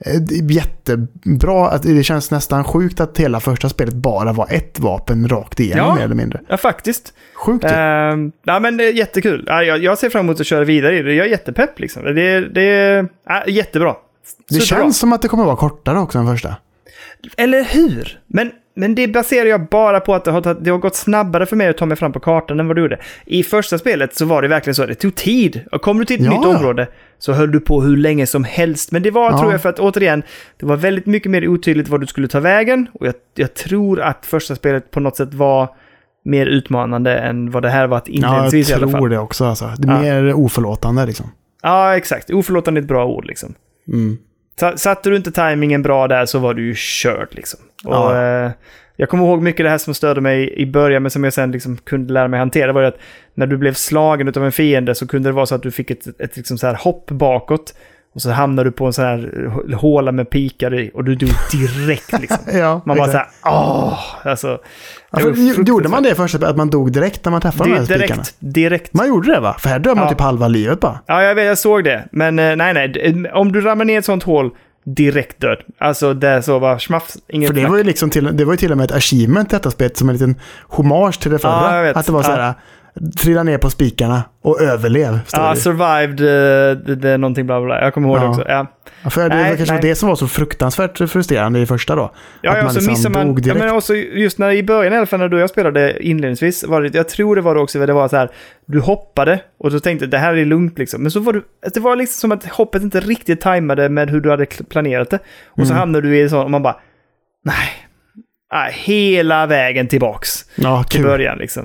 jättebra. Att det känns nästan sjukt att hela första spelet bara var ett vapen rakt igenom mer eller mindre. Ja, faktiskt. Sjukt. Ja, men det är jättekul. Jag ser fram emot att köra vidare i det. Jag är jättepepp liksom. Det är jättebra. Det känns som att det kommer att vara kortare också än första. Eller hur? Men det baserar jag bara på att det har gått snabbare för mig att ta mig fram på kartan än vad du gjorde. I första spelet så var det verkligen så att det tog tid. Och kom du till ett nytt område så höll du på hur länge som helst. Men det var, tror jag, för att återigen, det var väldigt mycket mer otydligt vad du skulle ta vägen. Och jag tror att första spelet på något sätt var mer utmanande än vad det här var inledningsvis i alla fall. Jag tror det också. Alltså. Det är mer oförlåtande liksom. Ja, exakt. Oförlåtande är ett bra ord liksom. Satte du inte timingen bra där så var du ju kört liksom. Och jag kommer ihåg mycket det här som störde mig i början, men som jag sen liksom kunde lära mig hantera, var att när du blev slagen av en fiende så kunde det vara så att du fick ett liksom så här hopp bakåt och så hamnade du på en sån här håla med pikar i och du dog direkt liksom. Man bara så här, alltså. Gjorde man det först, att man dog direkt när man träffade de här spikarna? Direkt. Man gjorde det, va? För här dör man typ halva livet bara. Ja, jag såg det. Men nej. Om du ramlar ner ett sånt hål, direkt död. Alltså det så var smaff. För det var ju liksom det var ju till och med ett achievement detta spelet, som en liten hommage till det förra. Att det var så här, trilla ner på spikarna och överlev. Survived det någonting bla bla. Jag kommer ihåg det också. Ja, för det var kanske det som var så fruktansvärt frustrerande i första då. Ja, att man så missar man dog direkt. Men också just när i början i alla fall när jag spelade inledningsvis var det, jag tror det var det också, det var så här, du hoppade och du tänkte det här är lugnt liksom. Men så var det var liksom som att hoppet inte riktigt tajmade med hur du hade planerat det. Och så hamnade du i så och man bara nej, hela vägen tillbaks till början liksom.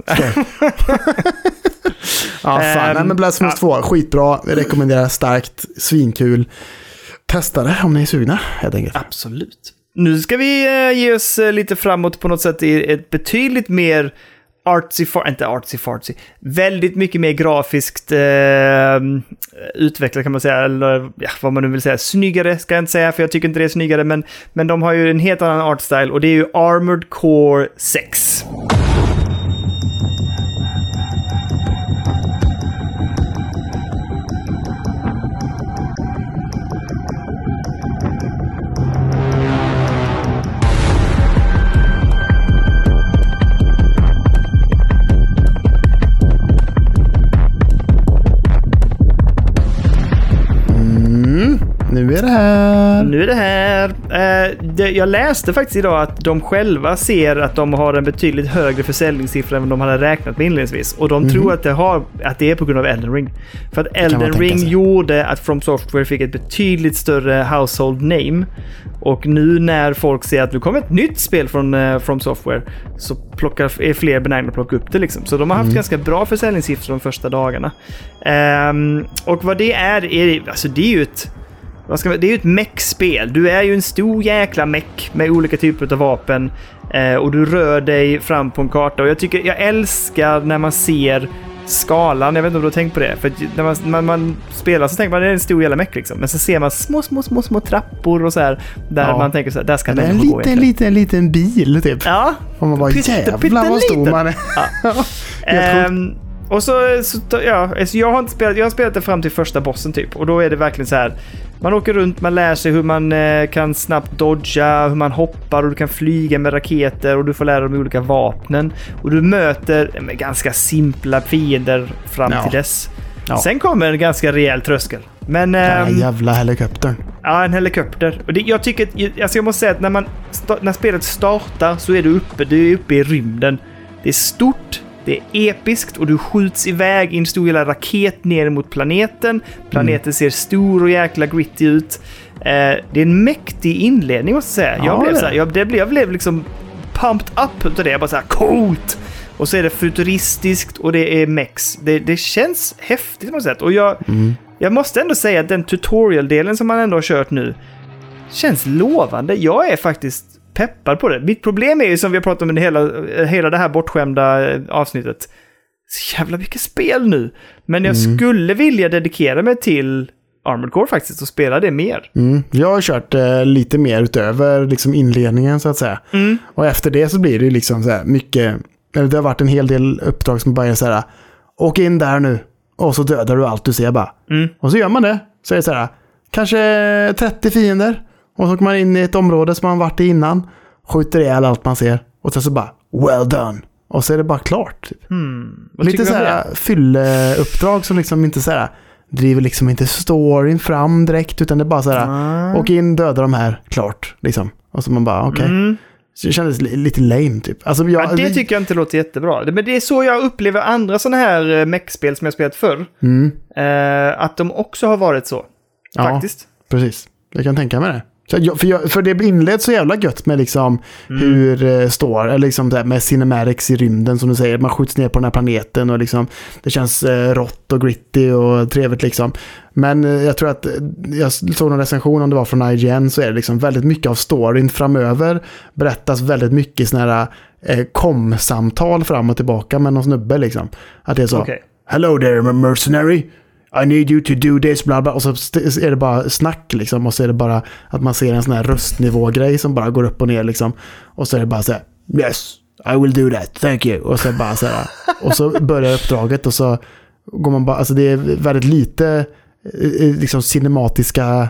Nej, men Blasphemous 2, skitbra, jag rekommenderar starkt, svinkul. Testa det om ni är sugna, helt enkelt. Absolut. Nu ska vi ge oss lite framåt på något sätt i ett betydligt mer väldigt mycket mer grafiskt utvecklat kan man säga, eller vad man nu vill säga, snyggare ska jag inte säga, för jag tycker inte det är snyggare, men de har ju en helt annan artstyle och det är ju Armored Core 6. Nu är det här. Jag läste faktiskt idag att de själva ser att de har en betydligt högre försäljningssiffra än de hade räknat med inledningsvis. Och de tror att det är på grund av Elden Ring. För att Elden Ring gjorde att From Software fick ett betydligt större household name. Och nu när folk ser att det kommer ett nytt spel från From Software så är fler benägna att plocka upp det liksom. Så de har haft ganska bra försäljningssiffror de första dagarna. Och vad det är alltså det är ju det är ju ett mech-spel. Du är ju en stor jäkla mech med olika typer av vapen och du rör dig fram på en karta. Och jag älskar när man ser skalan. Jag vet inte om du har tänkt på det. För när man spelar så tänker man att det är en stor jävla mech liksom. Men så ser man små trappor och så här. Där man tänker så här, där ska människor gå egentligen. En liten bil typ. Ja. Och man bara, jävlar vad stor man är. Och så jag har spelat det fram till första bossen typ. Och då är det verkligen så här, man åker runt, man lär sig hur man kan snabbt dodga, hur man hoppar och du kan flyga med raketer och du får lära dig de olika vapnen. Och du möter ganska simpla fiender fram till dess. Ja. Sen kommer en ganska rejäl tröskel. Men jävla helikoptern. Ja, en helikopter. Och jag tycker jag måste säga att när spelet startar så är du uppe i rymden. Det är stort. Det är episkt och du skjuts iväg i en stor jävla raket ner mot planeten. Planeten ser stor och jäkla gritty ut. Det är en mäktig inledning måste jag säga. Jag blev liksom pumped up utav det. Jag bara så här, coolt! Och så är det futuristiskt och det är mechs. Det känns häftigt på något sätt. Och jag måste ändå säga att den tutorial-delen som man ändå har kört nu känns lovande. Jag är faktiskt peppar på det. Mitt problem är ju som vi har pratat om hela det här bortskämda avsnittet. Så jävla mycket spel nu. Men jag skulle vilja dedikera mig till Armored Core faktiskt och spela det mer. Jag har kört lite mer utöver liksom inledningen så att säga. Och efter det så blir det ju liksom så här mycket, det har varit en hel del uppdrag som bara är så här, åk in där nu och så dödar du allt du ser bara. Och så gör man det. Så är det så här, kanske 30 fiender. Och så kommer man in i ett område som man varit i innan. Skjuter ihjäl allt man ser. Och sen så bara, well done. Och så är det bara klart. Typ. Lite så här fylleuppdrag som liksom inte så här driver liksom inte storyn fram direkt, utan det är bara så här åk in, döda de här, klart liksom. Och så man bara okej. Så det kändes lite lame typ. Alltså, det tycker jag inte låter jättebra. Men det är så jag upplever andra sådana här mech-spel som jag spelat förr. Att de också har varit så. Faktiskt. Precis. Jag kan tänka mig det. För det inleds så jävla gött med liksom hur står eller liksom det med cinematics i rymden som du säger, man skjuts ner på den här planeten och liksom det känns rått och gritty och trevligt liksom. Men jag tror att jag såg en recension om det var från IGN, så är det liksom väldigt mycket av storyn framöver berättas väldigt mycket i såna här kom-samtal fram och tillbaka med någon snubbe liksom. Att det är så, hello there mercenary, I need you to do this, bla bla. Och så är det bara snack liksom. Och så är det bara att man ser en sån här röstnivå-grej som bara går upp och ner liksom. Och så är det bara så här, yes, I will do that, thank you. Och så bara så här. Och så börjar uppdraget och så går man bara, alltså det är väldigt lite liksom cinematiska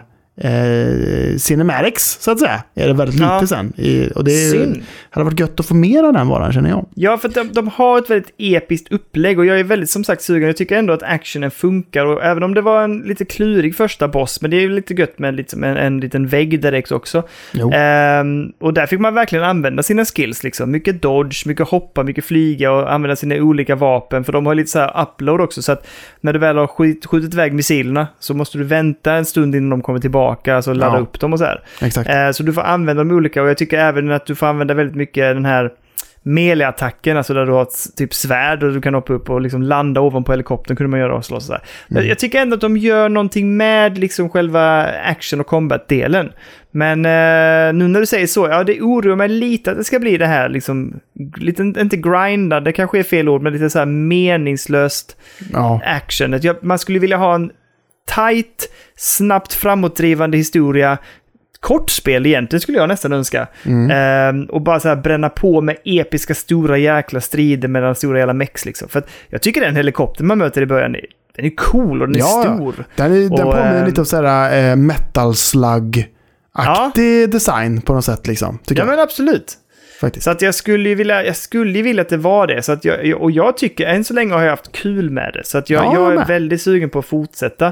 cinematics så att säga. Är det väldigt lite sen. Och det hade varit gött att få mer av den varan, känner jag. Ja, för de har ett väldigt episkt upplägg och jag är väldigt som sagt sugen. Jag tycker ändå att actionen funkar, och även om det var en lite klurig första boss, men det är ju lite gött med en liten vägg direkt också. Och där fick man verkligen använda sina skills liksom. Mycket dodge, mycket hoppa, mycket flyga och använda sina olika vapen, för de har lite så här upload också, så att när du väl har skjutit iväg missilerna så måste du vänta en stund innan de kommer tillbaka, alltså ladda upp dem och så här. Exakt. Så du får använda dem olika, och jag tycker även att du får använda väldigt mycket den här melee-attacken, alltså där du har ett typ svärd och du kan hoppa upp och liksom landa ovanpå helikoptern, kunde man göra och slåss så där. Men jag tycker ändå att de gör någonting med liksom själva action- och combat-delen. Men nu när du säger så, ja, det oroar mig lite att det ska bli det här liksom, lite, inte grinda, det kanske är fel ord, men lite så här meningslöst action. Man skulle vilja ha en tight, snabbt framåtdrivande historia, kortspel egentligen skulle jag nästan önska. Och bara så här bränna på med episka stora jäkla strider mellan stora jävla mechs liksom. För att jag tycker den helikopter man möter i början, den är cool och den är stor. Den påminner lite om så här metal slug-aktig design på något sätt liksom. Men absolut. Faktiskt. Så att jag skulle ju vilja att det var det. Så att jag tycker, än så länge har jag haft kul med det. Så att jag är väldigt sugen på att fortsätta.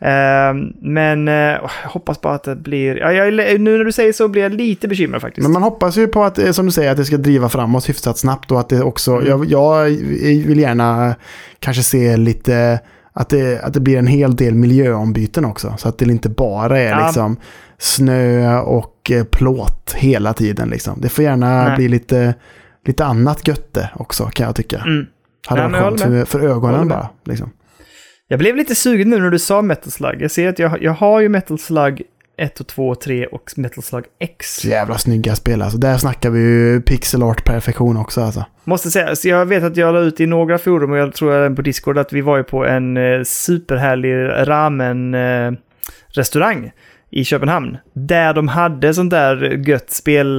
Men jag hoppas bara att det blir... nu när du säger så blir jag lite bekymrad faktiskt. Men man hoppas ju på att, som du säger, att det ska driva framåt hyfsat snabbt. Och att det också... Jag vill gärna kanske se lite... Att det blir en hel del miljöombyten också. Så att det inte bara är liksom snö och plåt hela tiden liksom. Det får gärna bli lite annat götte också, kan jag tycka. Hade varit skönt för ögonen bara liksom. Jag blev lite sugen nu när du sa Metal Slug. Jag ser att jag har ju Metal Slug 1 och 2 och 3 och Metal Slug X. Så jävla snygga spel alltså. Där snackar vi ju pixel art perfektion också alltså. Måste säga, så jag vet att jag la ut i några forum, och jag tror även på Discord, att vi var ju på en superhärlig ramen-restaurang i Köpenhamn. Där de hade sånt där gött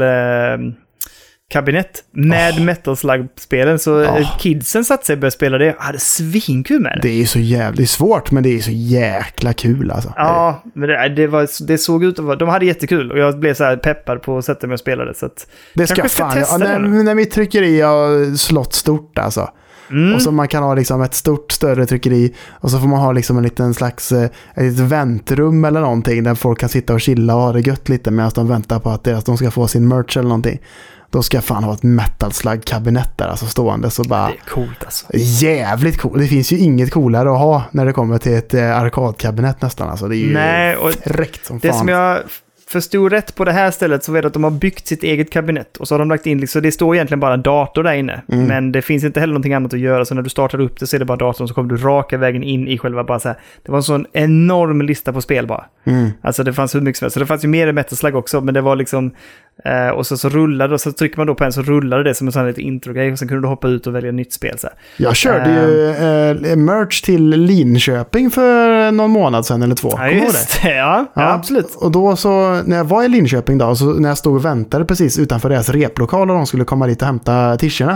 spelkabinett med Metal Slug-spelen. Så kidsen satt sig och började spela det. Jag hade svinkul med det. Det är ju så jävligt svårt, men det är så jäkla kul alltså. Ja, men det såg ut att vara... De hade jättekul, och jag blev så här peppad på att sätta mig och spela det. Så att det ska testa det. När vi trycker i och slått stort alltså. Och så man kan ha liksom ett större tryckeri, och så får man ha liksom en liten slags ett väntrum eller någonting där folk kan sitta och chilla och ha det gött lite medan de väntar på att de ska få sin merch eller någonting. Då ska jag fan ha ett Metal Slug-kabinett där alltså stående, så bara... Det är coolt alltså. Jävligt coolt. Det finns ju inget coolare att ha när det kommer till ett arkadkabinett nästan alltså. Det är ju fräckt som fan. Det som jag förstod rätt på det här stället, så är det att de har byggt sitt eget kabinett, och så har de lagt in liksom, det står egentligen bara en dator där inne, men det finns inte heller någonting annat att göra, så när du startar upp det så är det bara datorn, så kommer du raka vägen in i själva bara så här. Det var en sån enorm lista på spel bara. Alltså det fanns hur mycket som helst. Så det fanns ju mer i Metal Slug också, men det var liksom och så rullade, och så trycker man då på en, så rullade det som en sån här lite intro-grej, och sen kunde du hoppa ut och välja nytt spel så här. Jag körde ju merch till Linköping för någon månad sedan eller 2. Ja, just det. Ja, absolut. Och då så, när jag var i Linköping då, så när jag stod och väntade precis utanför deras replokal och de skulle komma dit och hämta tischerna.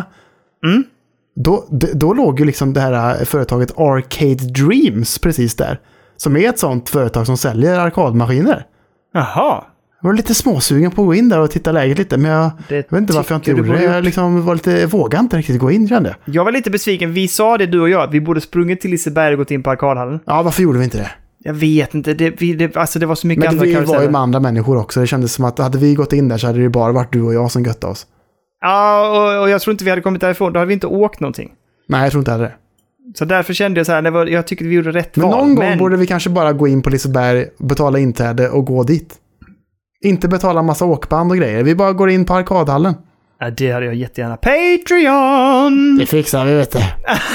Då låg ju liksom det här företaget Arcade Dreams precis där. Som är ett sånt företag som säljer arkadmaskiner. Jaha. Jag var lite småsugen på att gå in där och titta läget lite, men jag vet inte varför jag inte gjorde det. Jag liksom vågade inte riktigt gå in, kände jag. Jag var lite besviken. Vi sa det, du och jag, att vi borde sprungit till Liseberg och gått in på arkadhallen. Ja, varför gjorde vi inte det? Jag vet inte. Alltså det var så mycket men andra karuseller. Men vi var ju med andra människor också. Det kändes som att hade vi gått in där så hade det bara varit du och jag som göttade oss. Ja, och jag tror inte vi hade kommit därifrån. Då hade vi inte åkt någonting. Nej, jag tror inte heller. Så därför kände jag så här, jag tycker vi gjorde rätt val. Men någon gång borde vi kanske bara gå in på Liseberg, betala inträde och gå dit. Inte betala en massa åkband och grejer. Vi bara går in på arkadhallen. Ja, det hade jag jättegärna. Patreon! Det fixar vi, vet du.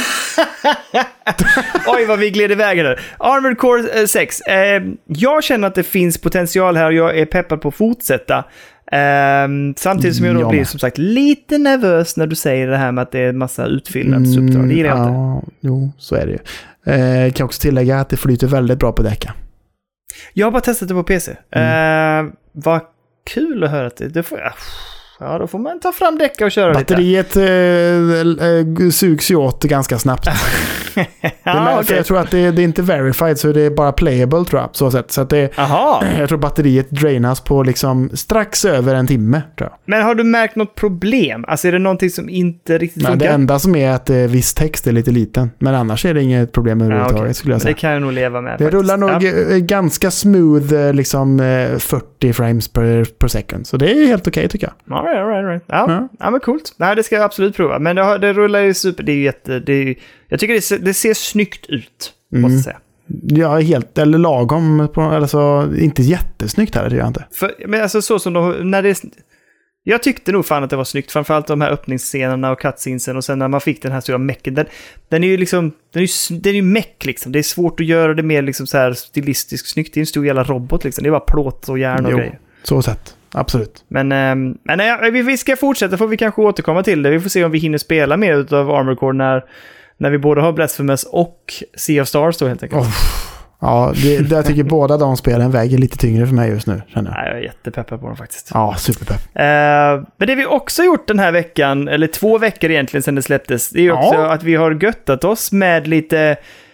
Oj, vad vi gled iväg där. Armored Core 6. Jag känner att det finns potential här och jag är peppad på att fortsätta. Samtidigt som jag då blir som sagt lite nervös när du säger det här med att det är en massa utfyllnadsuppdrag. Det gillar jag inte. Jo, så är det ju. Kan också tillägga att det flyter väldigt bra på däcka. Jag har bara testat det på PC. Vad kul att höra att det får jag... Ja, då får man ta fram däcka och köra batteriet lite. Sugs ju åt ganska snabbt. Okay. Jag tror att det är inte verified, så det är bara playable, tror jag. Så att det, jag tror batteriet drainas på liksom strax över en timme, tror jag. Men har du märkt något problem? Alltså är det någonting som inte riktigt funkar? Det enda som är att viss text är lite liten. Men annars är det inget problem överhuvudtaget, skulle jag säga. Det kan jag nog leva med. Det faktiskt rullar nog ganska smooth, liksom 40 frames per second. Så det är helt okej, tycker jag. All right. Ja, men coolt. Nej, det ska jag absolut prova. Men det rullar ju super. Det är ju jag tycker det ser snyggt ut, måste jag säga. Ja, helt eller lagom. Alltså, inte jättesnyggt här, det gör jag inte. Men alltså så som jag tyckte nog fan att det var snyggt. Framförallt de här öppningsscenerna och cutscenesen. Och sen när man fick den här stora mecken. Den är ju liksom... Den är ju meck liksom. Det är svårt att göra det mer liksom så här stilistiskt snyggt. Det är en stor jävla robot liksom. Det är bara plåt och järn och grejer. Så sett. Absolut. Men vi ska fortsätta, får vi kanske återkomma till det. Vi får se om vi hinner spela mer av Armored Core när vi både har Blasphemous och Sea of Stars då, helt enkelt. Ja, jag tycker båda de spelen väger lite tyngre för mig just nu, känner jag. Nej, jag är jättepeppad på dem faktiskt. Ja, superpepp. Men det vi också gjort den här veckan, eller 2 veckor egentligen sedan det släpptes, det är ju också att vi har göttat oss med lite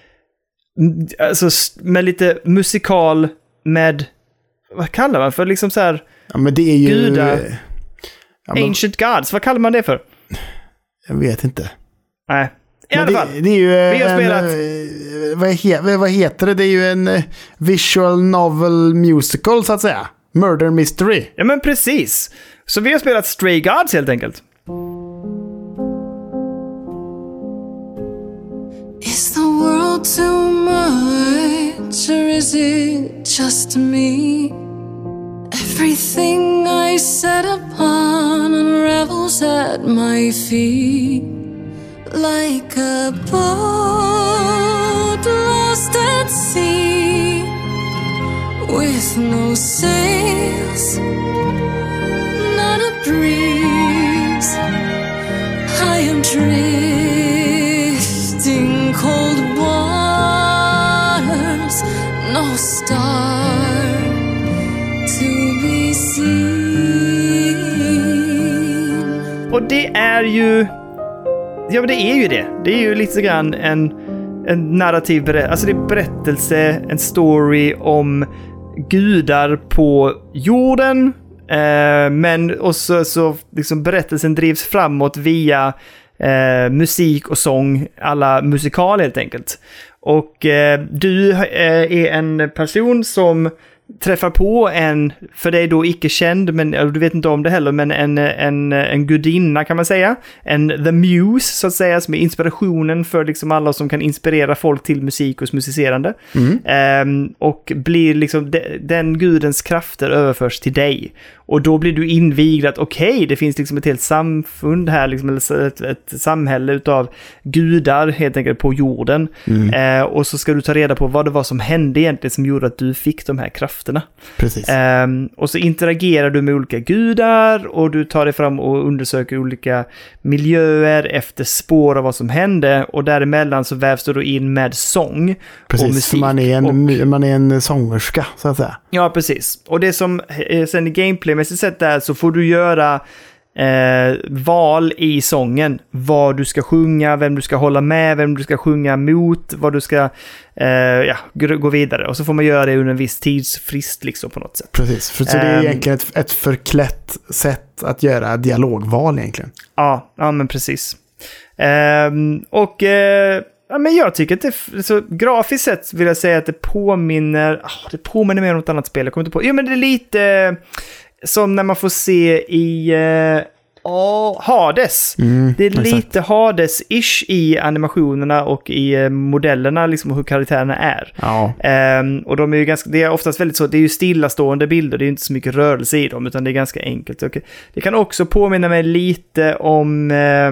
musikal med, vad kallar man för, liksom så här. Ja, men det är ju... Gudar. Ancient Gods, vad kallar man det för? Jag vet inte. Nej, i alla fall. Det är ju vi har spelat... vad heter det? Det är ju en visual novel musical, så att säga. Murder mystery. Ja, men precis. Så vi har spelat Stray Gods, helt enkelt. Is the world too much, or is it just me? Everything I set upon unravels at my feet, like a boat lost at sea, with no sails, not a breeze. I am drifting cold waters, no star to be seen. Och det är ju... Ja, men det är ju det. Det är ju lite grann en narrativ berättelse. Alltså det är berättelse, en story om gudar på jorden. Men också så liksom berättelsen drivs framåt via musik och sång, alla musikal helt enkelt. Och du är en person som träffar på en, för dig då icke känd, men du vet inte om det heller, men en gudinna kan man säga. The Muse, så att säga, som är inspirationen för liksom alla som kan inspirera folk till musik och musicerande. Och blir liksom den gudens krafter överförs till dig. Och då blir du invigd att okej, det finns liksom ett helt samfund här, liksom, eller ett samhälle utav gudar helt enkelt på jorden. Och så ska du ta reda på vad det var som hände egentligen som gjorde att du fick de här krafterna. Precis. Och så interagerar du med olika gudar och du tar dig fram och undersöker olika miljöer efter spår av vad som hände, och däremellan så vävs du då in med sång. Precis, och musik. Man är en sångerska, så att säga. Ja, precis. Och det som sen i gameplaymässigt sett där, så får du göra val i sången. Vad du ska sjunga, vem du ska hålla med, vem du ska sjunga mot, vad du ska gå vidare. Och så får man göra det under en viss tidsfrist liksom på något sätt. Precis, för så det är egentligen ett förklätt sätt att göra dialogval egentligen. Ja men precis. Men jag tycker att det så grafiskt sett vill jag säga att det påminner mer om något annat spel. Jag kommer inte på. Ja, men det är lite som när man får se i Hades. Det är lite Hades-ish i animationerna och i modellerna liksom, och hur karaktärerna är. Ja. Och de är ju ganska, det är oftast väldigt så, det är ju stillastående bilder, det är ju inte så mycket rörelse i dem, utan det är ganska enkelt. Och det kan också påminna mig lite om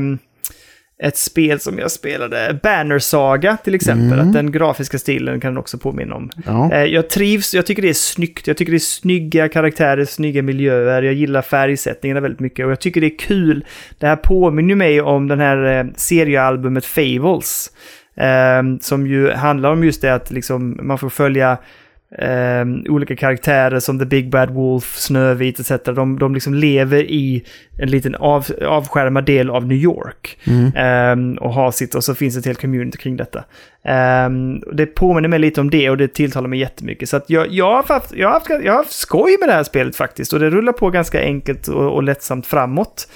ett spel som jag spelade, Banner Saga till exempel, att den grafiska stilen kan också påminna om. Ja. Jag tycker det är snyggt, jag tycker det är snygga karaktärer, snygga miljöer, jag gillar färgsättningarna väldigt mycket och jag tycker det är kul. Det här påminner mig om den här seriealbumet Fables, som ju handlar om just det att liksom, man får följa olika karaktärer som The Big Bad Wolf, Snövit etc. De liksom lever i en liten avskärmad del av New York och har sitt, och så finns ett helt community kring detta. Det påminner mig lite om det och det tilltalar mig jättemycket. Så att jag har haft skoj med det här spelet faktiskt, och det rullar på ganska enkelt och lättsamt framåt.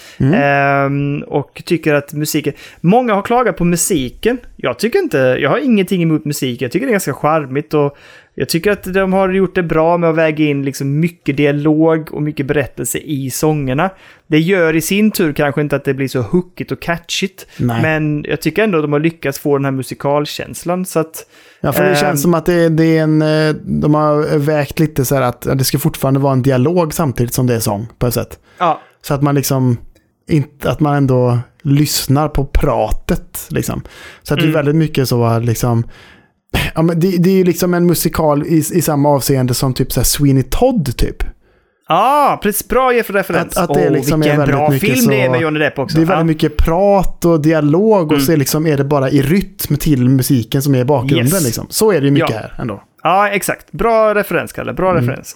Och tycker att musiken, många har klagat på musiken. Jag har ingenting emot musik. Jag tycker det är ganska charmigt och jag tycker att de har gjort det bra med att väga in liksom mycket dialog och mycket berättelse i sångerna. Det gör i sin tur kanske inte att det blir så hookigt och catchigt. Nej. Men jag tycker ändå att de har lyckats få den här musikalkänslan. Så att, ja, för det känns som att det är en... De har vägt lite så här att det ska fortfarande vara en dialog samtidigt som det är sång på ett sätt. Ja. Så att man liksom... att man ändå lyssnar på pratet liksom. Så att det är väldigt mycket så liksom... Ja, men det är ju liksom en musikal i samma avseende som typ så här Sweeney Todd typ. Precis, bra referens. Att det liksom vilken är bra mycket film så, det är med Johnny Depp också. Det är väldigt mycket prat och dialog och så liksom är det bara i rytm till musiken som är i bakgrunden liksom. Så är det ju mycket här ändå. Ja, exakt. Bra referens, Kalle. Bra referens.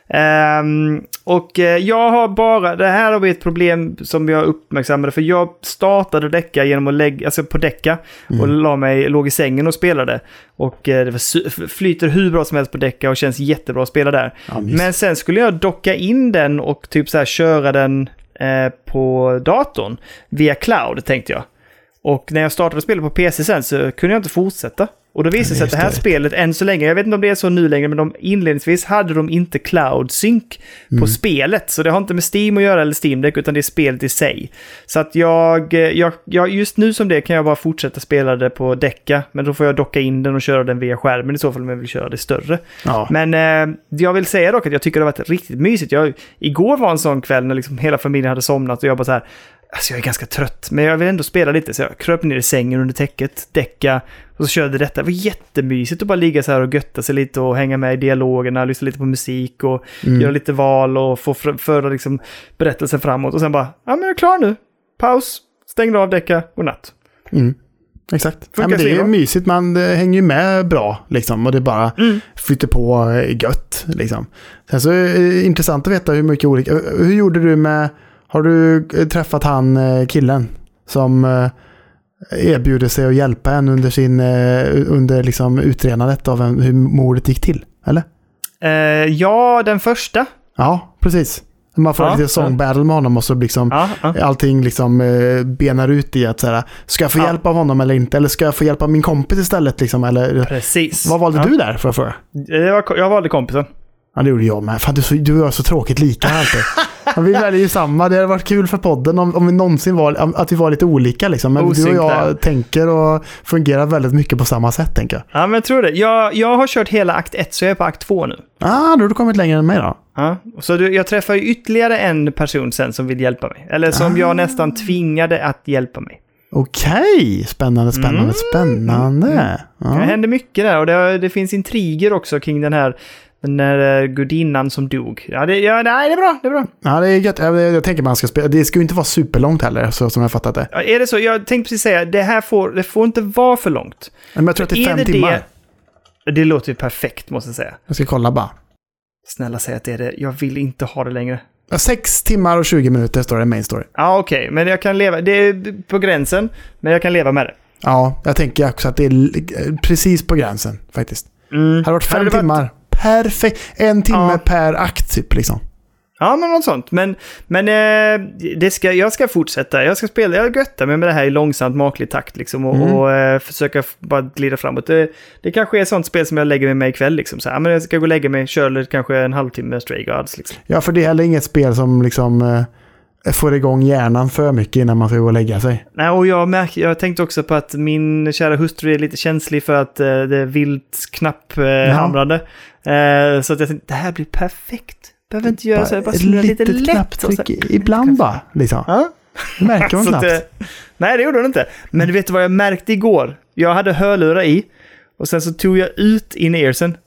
Och jag har bara, det här har vi ett problem som jag uppmärksammade, för jag startade Decca genom att lägga, alltså på Decca och låg i sängen och spelade, och det flyter hur bra som helst på Decca och känns jättebra att spela där. Ja, men sen skulle jag docka in den och typ så här köra den på datorn via cloud, tänkte jag. Och när jag startade spelet på PC sen så kunde jag inte fortsätta. Och då visade det sig att det här spelet än så länge, jag vet inte om det är så nu längre, men inledningsvis hade de inte cloud sync på spelet. Så det har inte med Steam att göra eller Steam Deck, utan det är spelet i sig. Så att jag just nu som det kan jag bara fortsätta spela det på Decca, men då får jag docka in den och köra den via skärmen i så fall om jag vill köra det större. Ja. Men jag vill säga dock att jag tycker det har varit riktigt mysigt. Igår var en sån kväll när liksom hela familjen hade somnat och jag bara så här, alltså jag är ganska trött, men jag vill ändå spela lite, så jag kröp ner i sängen under täcket, Decca, och så körde detta. Det var jättemysigt att bara ligga så här och götta sig lite och hänga med i dialogerna, lyssna lite på musik och göra lite val och få föra liksom berättelsen framåt, och sen bara, men jag är klar nu, paus, stängde av Decca och natt. Exakt. Ja, men det är ju mysigt, man hänger ju med bra liksom, och det bara flyter på gött liksom. Sen så är det intressant att veta hur mycket olika, hur gjorde du med, har du träffat han killen som erbjuder sig att hjälpa en under liksom utredandet av hur mordet gick till, eller? Ja, den första. Ja, precis. Man får lite song battle med honom och så liksom allting liksom benar ut i att så här, ska jag få hjälp av honom eller inte, eller ska jag få hjälp av min kompis istället liksom, eller precis. Vad valde du där för att fråga? Jag valde kompisen. Ja, det gjorde jag med. Fan, du var så tråkigt lika här alltid. Vi väljer ju samma. Det hade varit kul för podden om vi någonsin att vi var lite olika liksom. Men du och jag tänker och fungerar väldigt mycket på samma sätt, tänker jag. Ja, men jag tror det. Jag har kört hela akt 1, så jag är på akt 2 nu. Då har du kommit längre än mig då. Ja, så jag träffar ju ytterligare en person sen som vill hjälpa mig. Eller som jag nästan tvingade att hjälpa mig. Okej, spännande. Ja. Det händer mycket där, och det finns intriger också kring den här gudinnan som dog. Det är bra. Ja, det är gött. Jag tänker man ska spela. Det ska ju inte vara superlångt heller, så som jag fattat det. Ja, är det så? Jag tänkte precis säga, det får inte vara för långt. Men jag tror att det är 5 timmar. Det låter ju perfekt, måste jag säga. Jag ska kolla bara. Snälla säg att det är det. Jag vill inte ha det längre. 6 timmar och 20 minuter står det main story. Ja, okej. Men jag kan leva... Det är på gränsen, men jag kan leva med det. Ja, jag tänker också att det är precis på gränsen faktiskt. Det hade varit 5 timmar. Perfekt. 1 timme per akt typ liksom. Ja, men något sånt. Men jag ska fortsätta. Jag ska spela. Jag göttar mig med det här i långsamt maklig takt liksom, och försöka bara glida framåt. Det kanske är ett sånt spel som jag lägger mig med ikväll liksom. Så, men jag ska gå och lägga mig, köra kanske en halvtimme Stray Gods liksom. Ja, för det är heller inget spel som liksom får igång hjärnan för mycket innan man ska gå och lägga sig. Nej, och jag tänkte också på att min kära hustru är lite känslig för att det är vilt knapphamrande. Så att jag tänkte, det här blir perfekt. Behöver inte göra så, jag bara snurra lite lätt. Ibland bara, liksom. Ja? Det märker man knappt. Nej, det gjorde hon inte. Men du vet vad jag märkte igår? Jag hade hörlurar i och sen så tog jag ut in-earsen.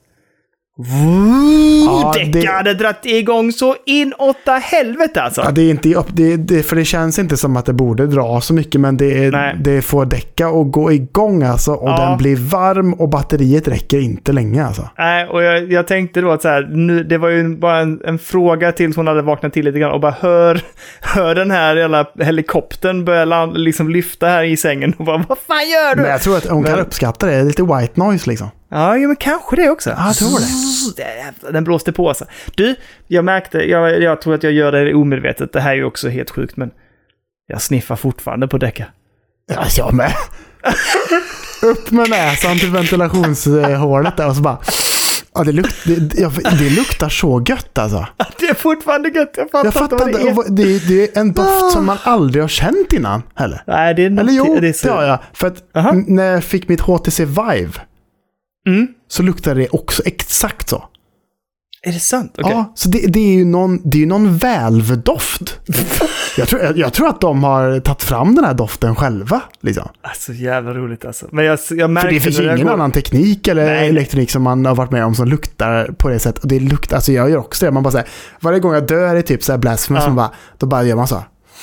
Däcka hade dratt igång så inåtta helvete alltså. Ja, det är inte för det känns inte som att det borde dra så mycket, men det får däcka och gå igång alltså, och den blir varm och batteriet räcker inte länge alltså. Nej, och jag tänkte då att så här, nu, det var ju bara en fråga tills hon hade vaknat till lite grann och bara hör den här jävla helikoptern börja liksom lyfta här i sängen och bara, vad fan gör du? Men jag tror att hon kan uppskatta det, lite white noise liksom. Ja, men kanske det också. Ja, jag tror det. Den blåste på alltså. Du, jag märkte, jag tror att jag gör det omedvetet. Det här är ju också helt sjukt, men jag sniffar fortfarande på däcka. Ja, jag med. Upp med näsan till ventilationshålet där och så bara... Ja, det luktar så gött alltså. Det är fortfarande gött. Jag fattar det är en doft som man aldrig har känt innan heller. Nej, det är något. Eller jo, det är så. Det har jag. För att när jag fick mitt HTC Vive så luktar det också exakt så. Är det sant? Okay. Ja, så det är ju någon Valve-doft. jag tror att de har tagit fram den här doften själva. Liksom. Alltså jävla roligt alltså. Men jag märker för det finns ingen annan teknik eller elektronik som man har varit med om som luktar på det sättet. Och det luktar, alltså jag gör också det. Man bara säger, varje gång jag dör är typ så här blasphemous, då bara gör man så.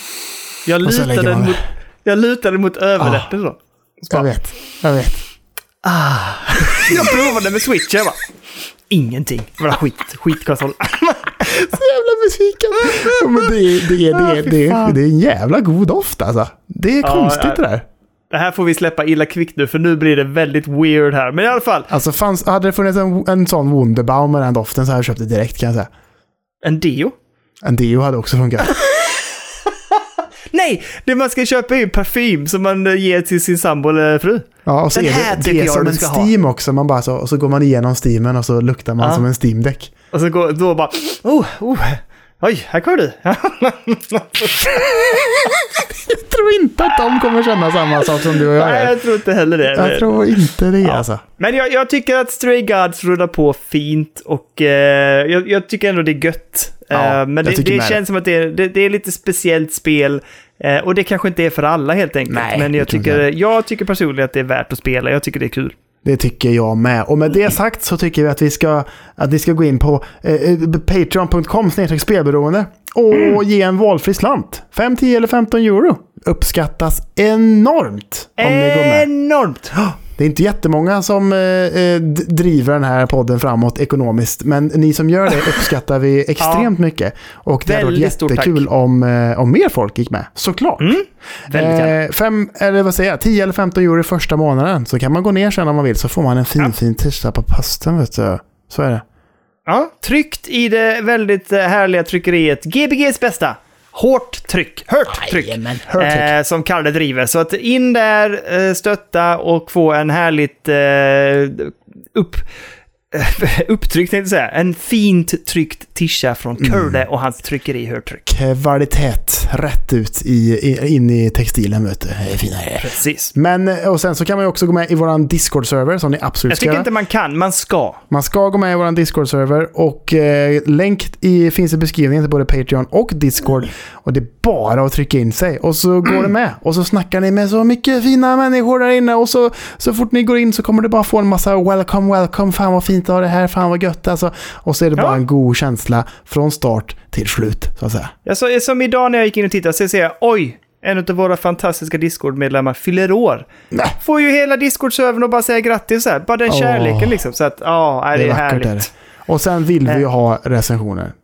Jag lutade mot överläppen då. Jag vet. Jag provade med Switch, jag bara, ingenting. Bara skitkonsol. Så jävla besviken. Men det är en jävla god doft alltså. Det är konstigt det där. Det här får vi släppa illa kvickt nu, för nu blir det väldigt weird här. Men i alla fall. Alltså hade det funnits en sån Wunderbaum med den doften så hade jag köpt det direkt, kan jag säga. En deo? En deo hade också funkat. Nej, det man ska köpa är ju parfym som man ger till sin sambo eller fru. Ja, och så den är det är som en Steam också. Man bara och så går man igenom Steamen och så luktar man som en Steam-däck. Och så då bara, oj, här kommer du. Jag tror inte att de kommer känna samma sak som du och jag. Nej, jag tror inte heller det. Jag tror inte det alltså. Men jag tycker att Stray Gods rullar på fint och jag tycker ändå det är gött. Men det känns som att det är lite speciellt spel. Och det kanske inte är för alla helt enkelt. Nej, men jag tycker personligen att det är värt att spela. Jag tycker det är kul. Det tycker jag med. Och med det sagt så tycker vi att vi ska gå in på patreon.com/spelberoende och ge en valfri slant. 5, 10 eller 15 euro. Uppskattas enormt om ni går med. Enormt! Det är inte jättemånga som driver den här podden framåt ekonomiskt, men ni som gör det uppskattar vi extremt mycket. Och det hade varit jättekul om mer folk gick med, såklart. 10 eller 15 euro i första månaden, så kan man gå ner sen om man vill, så får man en fin tisdag på posten, vet du. Så är det. Ja, tryckt i det väldigt härliga tryckeriet GBGs bästa. Hårt tryck. Som Kalle driver. Så att in där, stötta och få en härligt upptryckt, tänkte jag säga. En fint tryckt tisha från Kurde och hans tryckeri Hörtryck. Kvalitet rätt ut in i textilen, vet du. Det är fina grejer. Precis. Men, och sen så kan man ju också gå med i våran Discord-server som ni absolut ska. Jag tycker inte man kan, man ska. Man ska gå med i våran Discord-server och länk finns i beskrivningen till både Patreon och Discord. Och det är bara att trycka in sig och så går det med. Och så snackar ni med så mycket fina människor där inne och så fort ni går in så kommer det bara få en massa welcome, fan vad fint av det här, fan vad gött alltså. Och så är det bara en god känsla från start till slut, så att säga. Som idag när jag gick in och tittade så ser jag, oj, en av våra fantastiska Discord-medlemmar fyller år. Nej. Får ju hela Discord-servern och bara säga grattis så här. Bara den kärleken liksom. Så att, det är härligt. Och sen vill vi ju ha recensioner.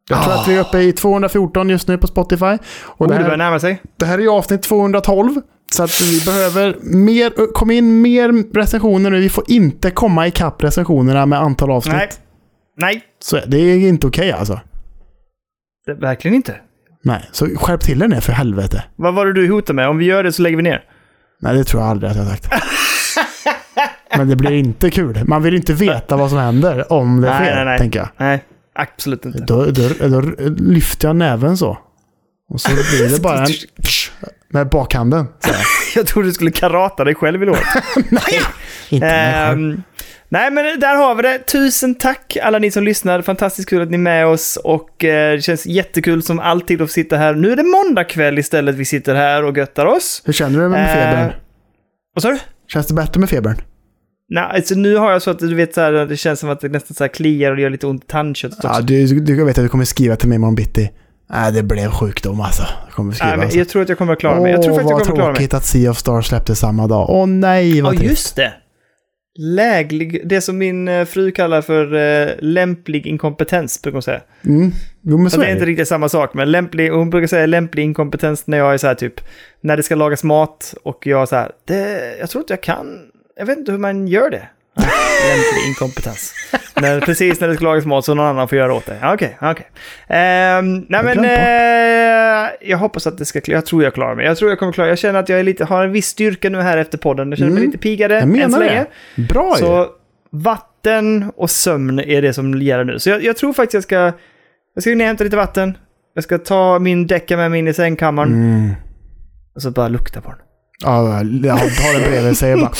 Jag tror att vi är uppe i 214 just nu på Spotify. Och Det börjar närma sig. det här är ju avsnitt 212. Så att vi behöver komma in mer recensioner nu. Vi får inte komma i kapp recensionerna med antal avsnitt. Nej. Så det är inte okej alltså. Det, verkligen inte. Nej, så skärp till den för helvete. Vad var det du hotade med? Om vi gör det så lägger vi ner. Nej, det tror jag aldrig att jag har sagt. Men det blir inte kul. Man vill inte veta vad som händer om det sker, tänker jag. Nej, absolut inte. Då lyfter jag näven så. Och så blir det bara med bakhanden. Jag trodde du skulle karata dig själv i låt. Nej, inte mig själv. Nej, men där har vi det. Tusen tack alla ni som lyssnar. Fantastiskt kul att ni är med oss. Och det känns jättekul som alltid att få sitta här. Nu är det måndag kväll istället. Vi sitter här och göttar oss. Hur känner du med febern? Vad sa du? Känns det bättre med febern? Nej, alltså nu har jag så att du vet så här, det känns som att det nästan så här kliar och det gör lite ont i tandköttet också. Ja, du vet att du kommer skriva till mig imorgon bitti. Nej, det blev sjukdom alltså. Jag kommer skriva. Nej, men jag tror att jag kommer att klara mig. Jag tror faktiskt jag kommer att klara mig. Vad tråkigt att Sea of Stars släppte samma dag. Nej, vad trist. Just det. Läglig, det som min fru kallar för lämplig inkompetens, brukar hon säga. Jo, men så det är inte riktigt samma sak, men hon brukar säga lämplig inkompetens när jag är så här typ, när det ska lagas mat och jag så här, jag tror inte jag kan, jag vet inte hur man gör det. Lämplig inkompetens. Precis när det ska lagas mat så någon annan får göra åt det. Okej. Nej men jag hoppas att det ska jag tror jag klarar mig. Jag tror jag kommer klara. Jag känner att jag har en viss styrka nu här efter podden. Jag känner mig lite piggare än så länge. Bra. Så vatten och sömn är det som gäller nu. Så jag tror faktiskt jag ska ner och hämta lite vatten. Jag ska ta min däcka med mig in i sängkammaren. Och så bara lukta på den. Ja, jag har den bredvid sig bara.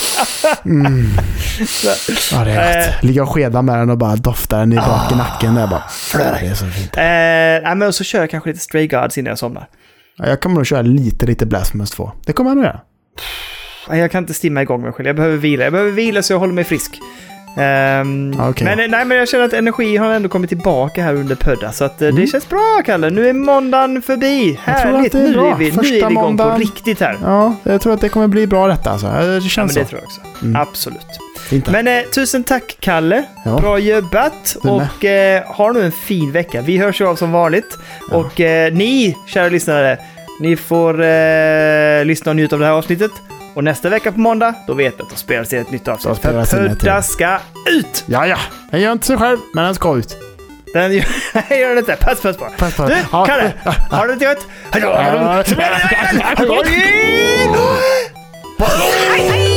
Ja, det är rätt. Ligga och skeda med den och bara dofta den i bak i nacken där bara. Det är så fint. Men så kör jag kanske lite Stray Gods innan jag somnar. Ja, jag kommer nog köra lite Blasphemous 2. Det kommer jag nog göra. Jag kan inte stimma igång mig själv. Jag behöver vila så jag håller mig frisk. Okay. Men jag känner att energi har ändå kommit tillbaka här under pödda. Så att det känns bra, Kalle. Nu är måndagen förbi. Härligt. Nu är vi igång på riktigt här. Ja, jag tror att det kommer bli bra detta alltså. Det känns så. Det tror jag också. Absolut. Men tusen tack, Kalle. Ja. Bra jobbat. Och har nu en fin vecka. Vi hörs ju av som vanligt. Ja. Och ni, kära lyssnare, ni får lyssna och njuta av det här avsnittet. Och nästa vecka på måndag, då vet jag att då spelas det ett nytt avsnitt. För Pödda ska ut! Ja. Den gör inte sig själv, men den ska ut. Den gör den inte. Pass på. Du, Kalle, har du inte gött? Hej!